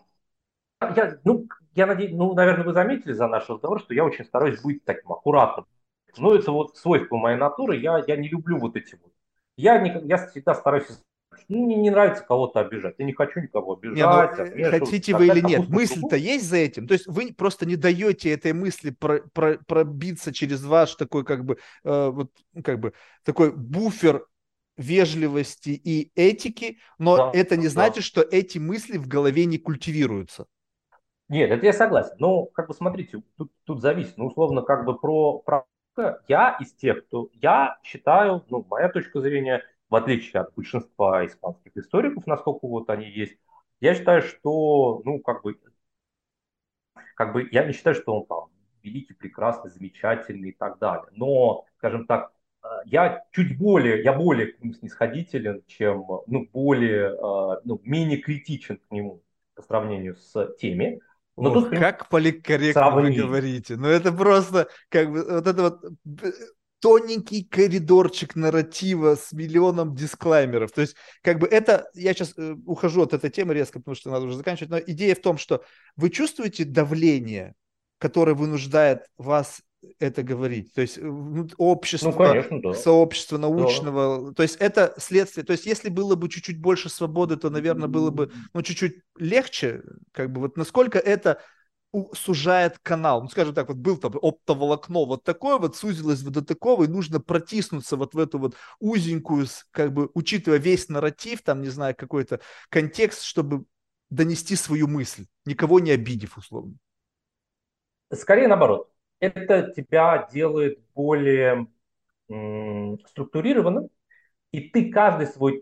Я надеюсь, ну, наверное, вы заметили за наш разговор, что я очень стараюсь быть таким аккуратным. Ну, это вот свойство моей натуры. Я не люблю вот эти вот. Я всегда стараюсь. Ну, мне не нравится кого-то обижать. Я не хочу никого Не, ну обижать, отмешиваться и хотите так вы или далее. Там нет, пусть будет мысль-то другой. есть за этим. То есть вы просто не даете этой мысли пробиться через ваш такой как бы вот ну, как бы такой буфер вежливости и этики, но Да, это не да. значит, что эти мысли в голове не культивируются. Нет, это я согласен. Но, как бы, смотрите, тут зависит. Ну, условно, как бы про я из тех, кто я считаю, ну, моя точка зрения, в отличие от большинства испанских историков, насколько вот они есть, я считаю, что, ну, как бы я не считаю, что он там великий, прекрасный, замечательный и так далее. Но, скажем так, я более к нему снисходителен, чем, ну, ну, менее критичен к нему по сравнению с теми. Но Ох, тут, как политкорректно вы сравнение. говорите. Ну, это просто как бы вот это вот тоненький коридорчик нарратива с миллионом дисклаймеров. То есть, как бы это, я сейчас ухожу от этой темы резко, потому что надо уже заканчивать, но идея в том, что вы чувствуете давление, которое вынуждает вас это говорить. То есть Ну, общество, конечно, да. сообщество Да. научного, то есть это следствие. То есть если было бы чуть-чуть больше свободы, то, наверное, было бы ну, чуть-чуть легче, как бы вот насколько это сужает канал. Ну, скажем так, вот был там оптоволокно вот такое, вот сузилось вот до такого, и нужно протиснуться вот в эту вот узенькую, как бы, учитывая весь нарратив, там, не знаю, какой-то контекст, чтобы донести свою мысль, никого не обидев, условно. Скорее наоборот. Это тебя делает более структурированным, и ты каждый свой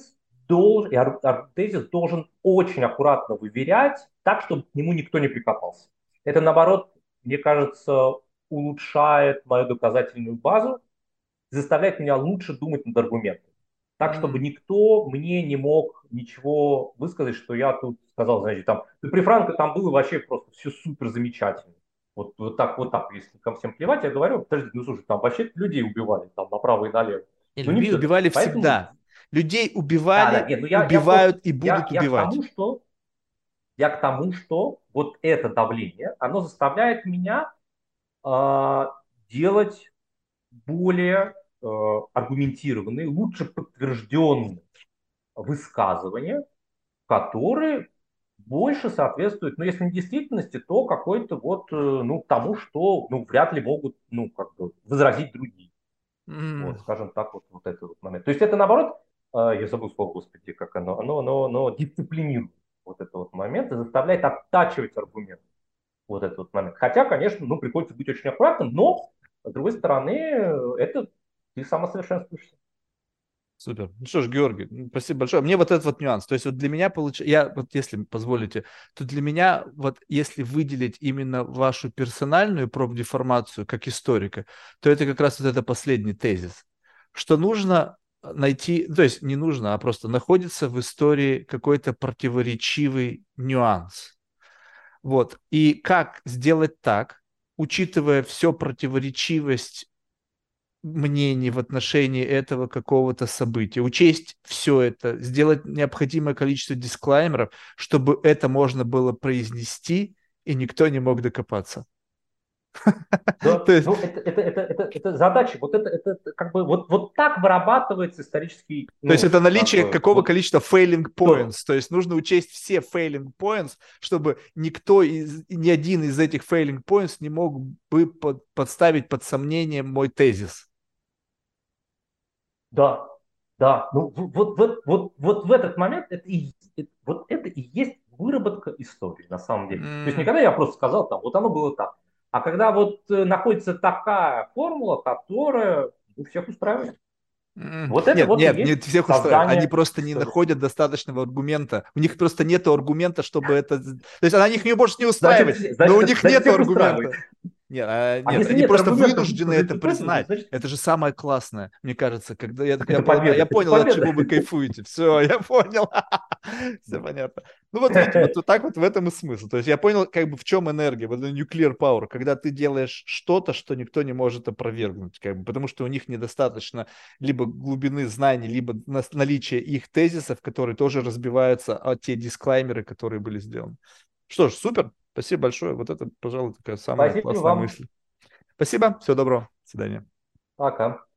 тезис должен очень аккуратно выверять, так, чтобы к нему никто не прикопался. Это, наоборот, мне кажется, улучшает мою доказательную базу, заставляет меня лучше думать над аргументами. Так, чтобы М. никто мне не мог ничего высказать, что я тут сказал, значит, там, да при Франко там было вообще просто все супер замечательно. Вот так, если ко всем плевать, я говорю, подожди, ну слушай, там вообще людей убивали, там направо и налево. И Ну не людей все. убивали Поэтому, всегда. Людей да, убивали, нет, ну я просто, убивают и будут я к убивать. тому, что вот это давление, оно заставляет меня э, делать более аргументированные, лучше подтвержденные высказывания, которые больше соответствуют, ну, если не действительности, то какой-то вот, ну, тому, что, ну, вряд ли могут, ну, как бы возразить другие. М. Вот, скажем так, вот этот вот момент. То есть это наоборот, я забыл слово, господи, как оно дисциплинирует. вот этот вот момент и заставляет оттачивать аргумент. Вот этот вот момент. Хотя, конечно, ну, приходится быть очень аккуратным, но, с другой стороны, это ты самосовершенствуешься. Супер. Ну что ж, Георгий, спасибо большое. Мне вот этот вот нюанс. То есть вот для меня получается, я вот если позволите, то для меня вот если выделить именно вашу персональную профдеформацию как историка, то это как раз вот это последний тезис, что нужно найти, то есть не нужно, а просто находится в истории какой-то противоречивый нюанс. Вот. И как сделать так, учитывая все противоречивость мнений в отношении этого какого-то события, учесть все это, сделать необходимое количество дисклаймеров, чтобы это можно было произнести, и никто не мог докопаться. То Да, есть, ну это задача, вот это как бы вот так вырабатывается исторический, ну, это как наличие бы, какого вот, количества failing да, points. То есть нужно учесть все failing points, чтобы никто ни один из этих failing points не мог бы подставить под сомнение мой тезис. да, да, ну вот в этот момент вот это и есть выработка истории на самом деле. То есть М, никогда я просто сказал там, вот оно было так. А когда вот находится такая формула, которая у всех устраивает, вот это Нет, вот и нет, не есть всех устраивает. Они создание просто не истории. находят достаточного аргумента. У них просто нет аргумента, чтобы это... То есть она их не может не Значит, устраивать, но у них значит нет всех устраивает. аргумента. Нет, А нет, если они нет просто аргументов вынуждены это противоположных, признать. значит, Это же самое классное, мне кажется, когда так это победа, я это понял, от победа. чего вы кайфуете. Все, я понял. Все понятно. Ну вот видите, вот так вот в этом и смысл. То есть я понял, как бы в чем энергия, вот это nuclear power, когда ты делаешь что-то, что никто не может опровергнуть, как бы, потому что у них недостаточно либо глубины знаний, либо наличия их тезисов, которые тоже разбиваются о те дисклаймеры, которые были сделаны. Что ж, супер, спасибо большое. Вот это, пожалуй, такая самая Спасибо классная вам. мысль. Спасибо, всего доброго, до свидания. Пока.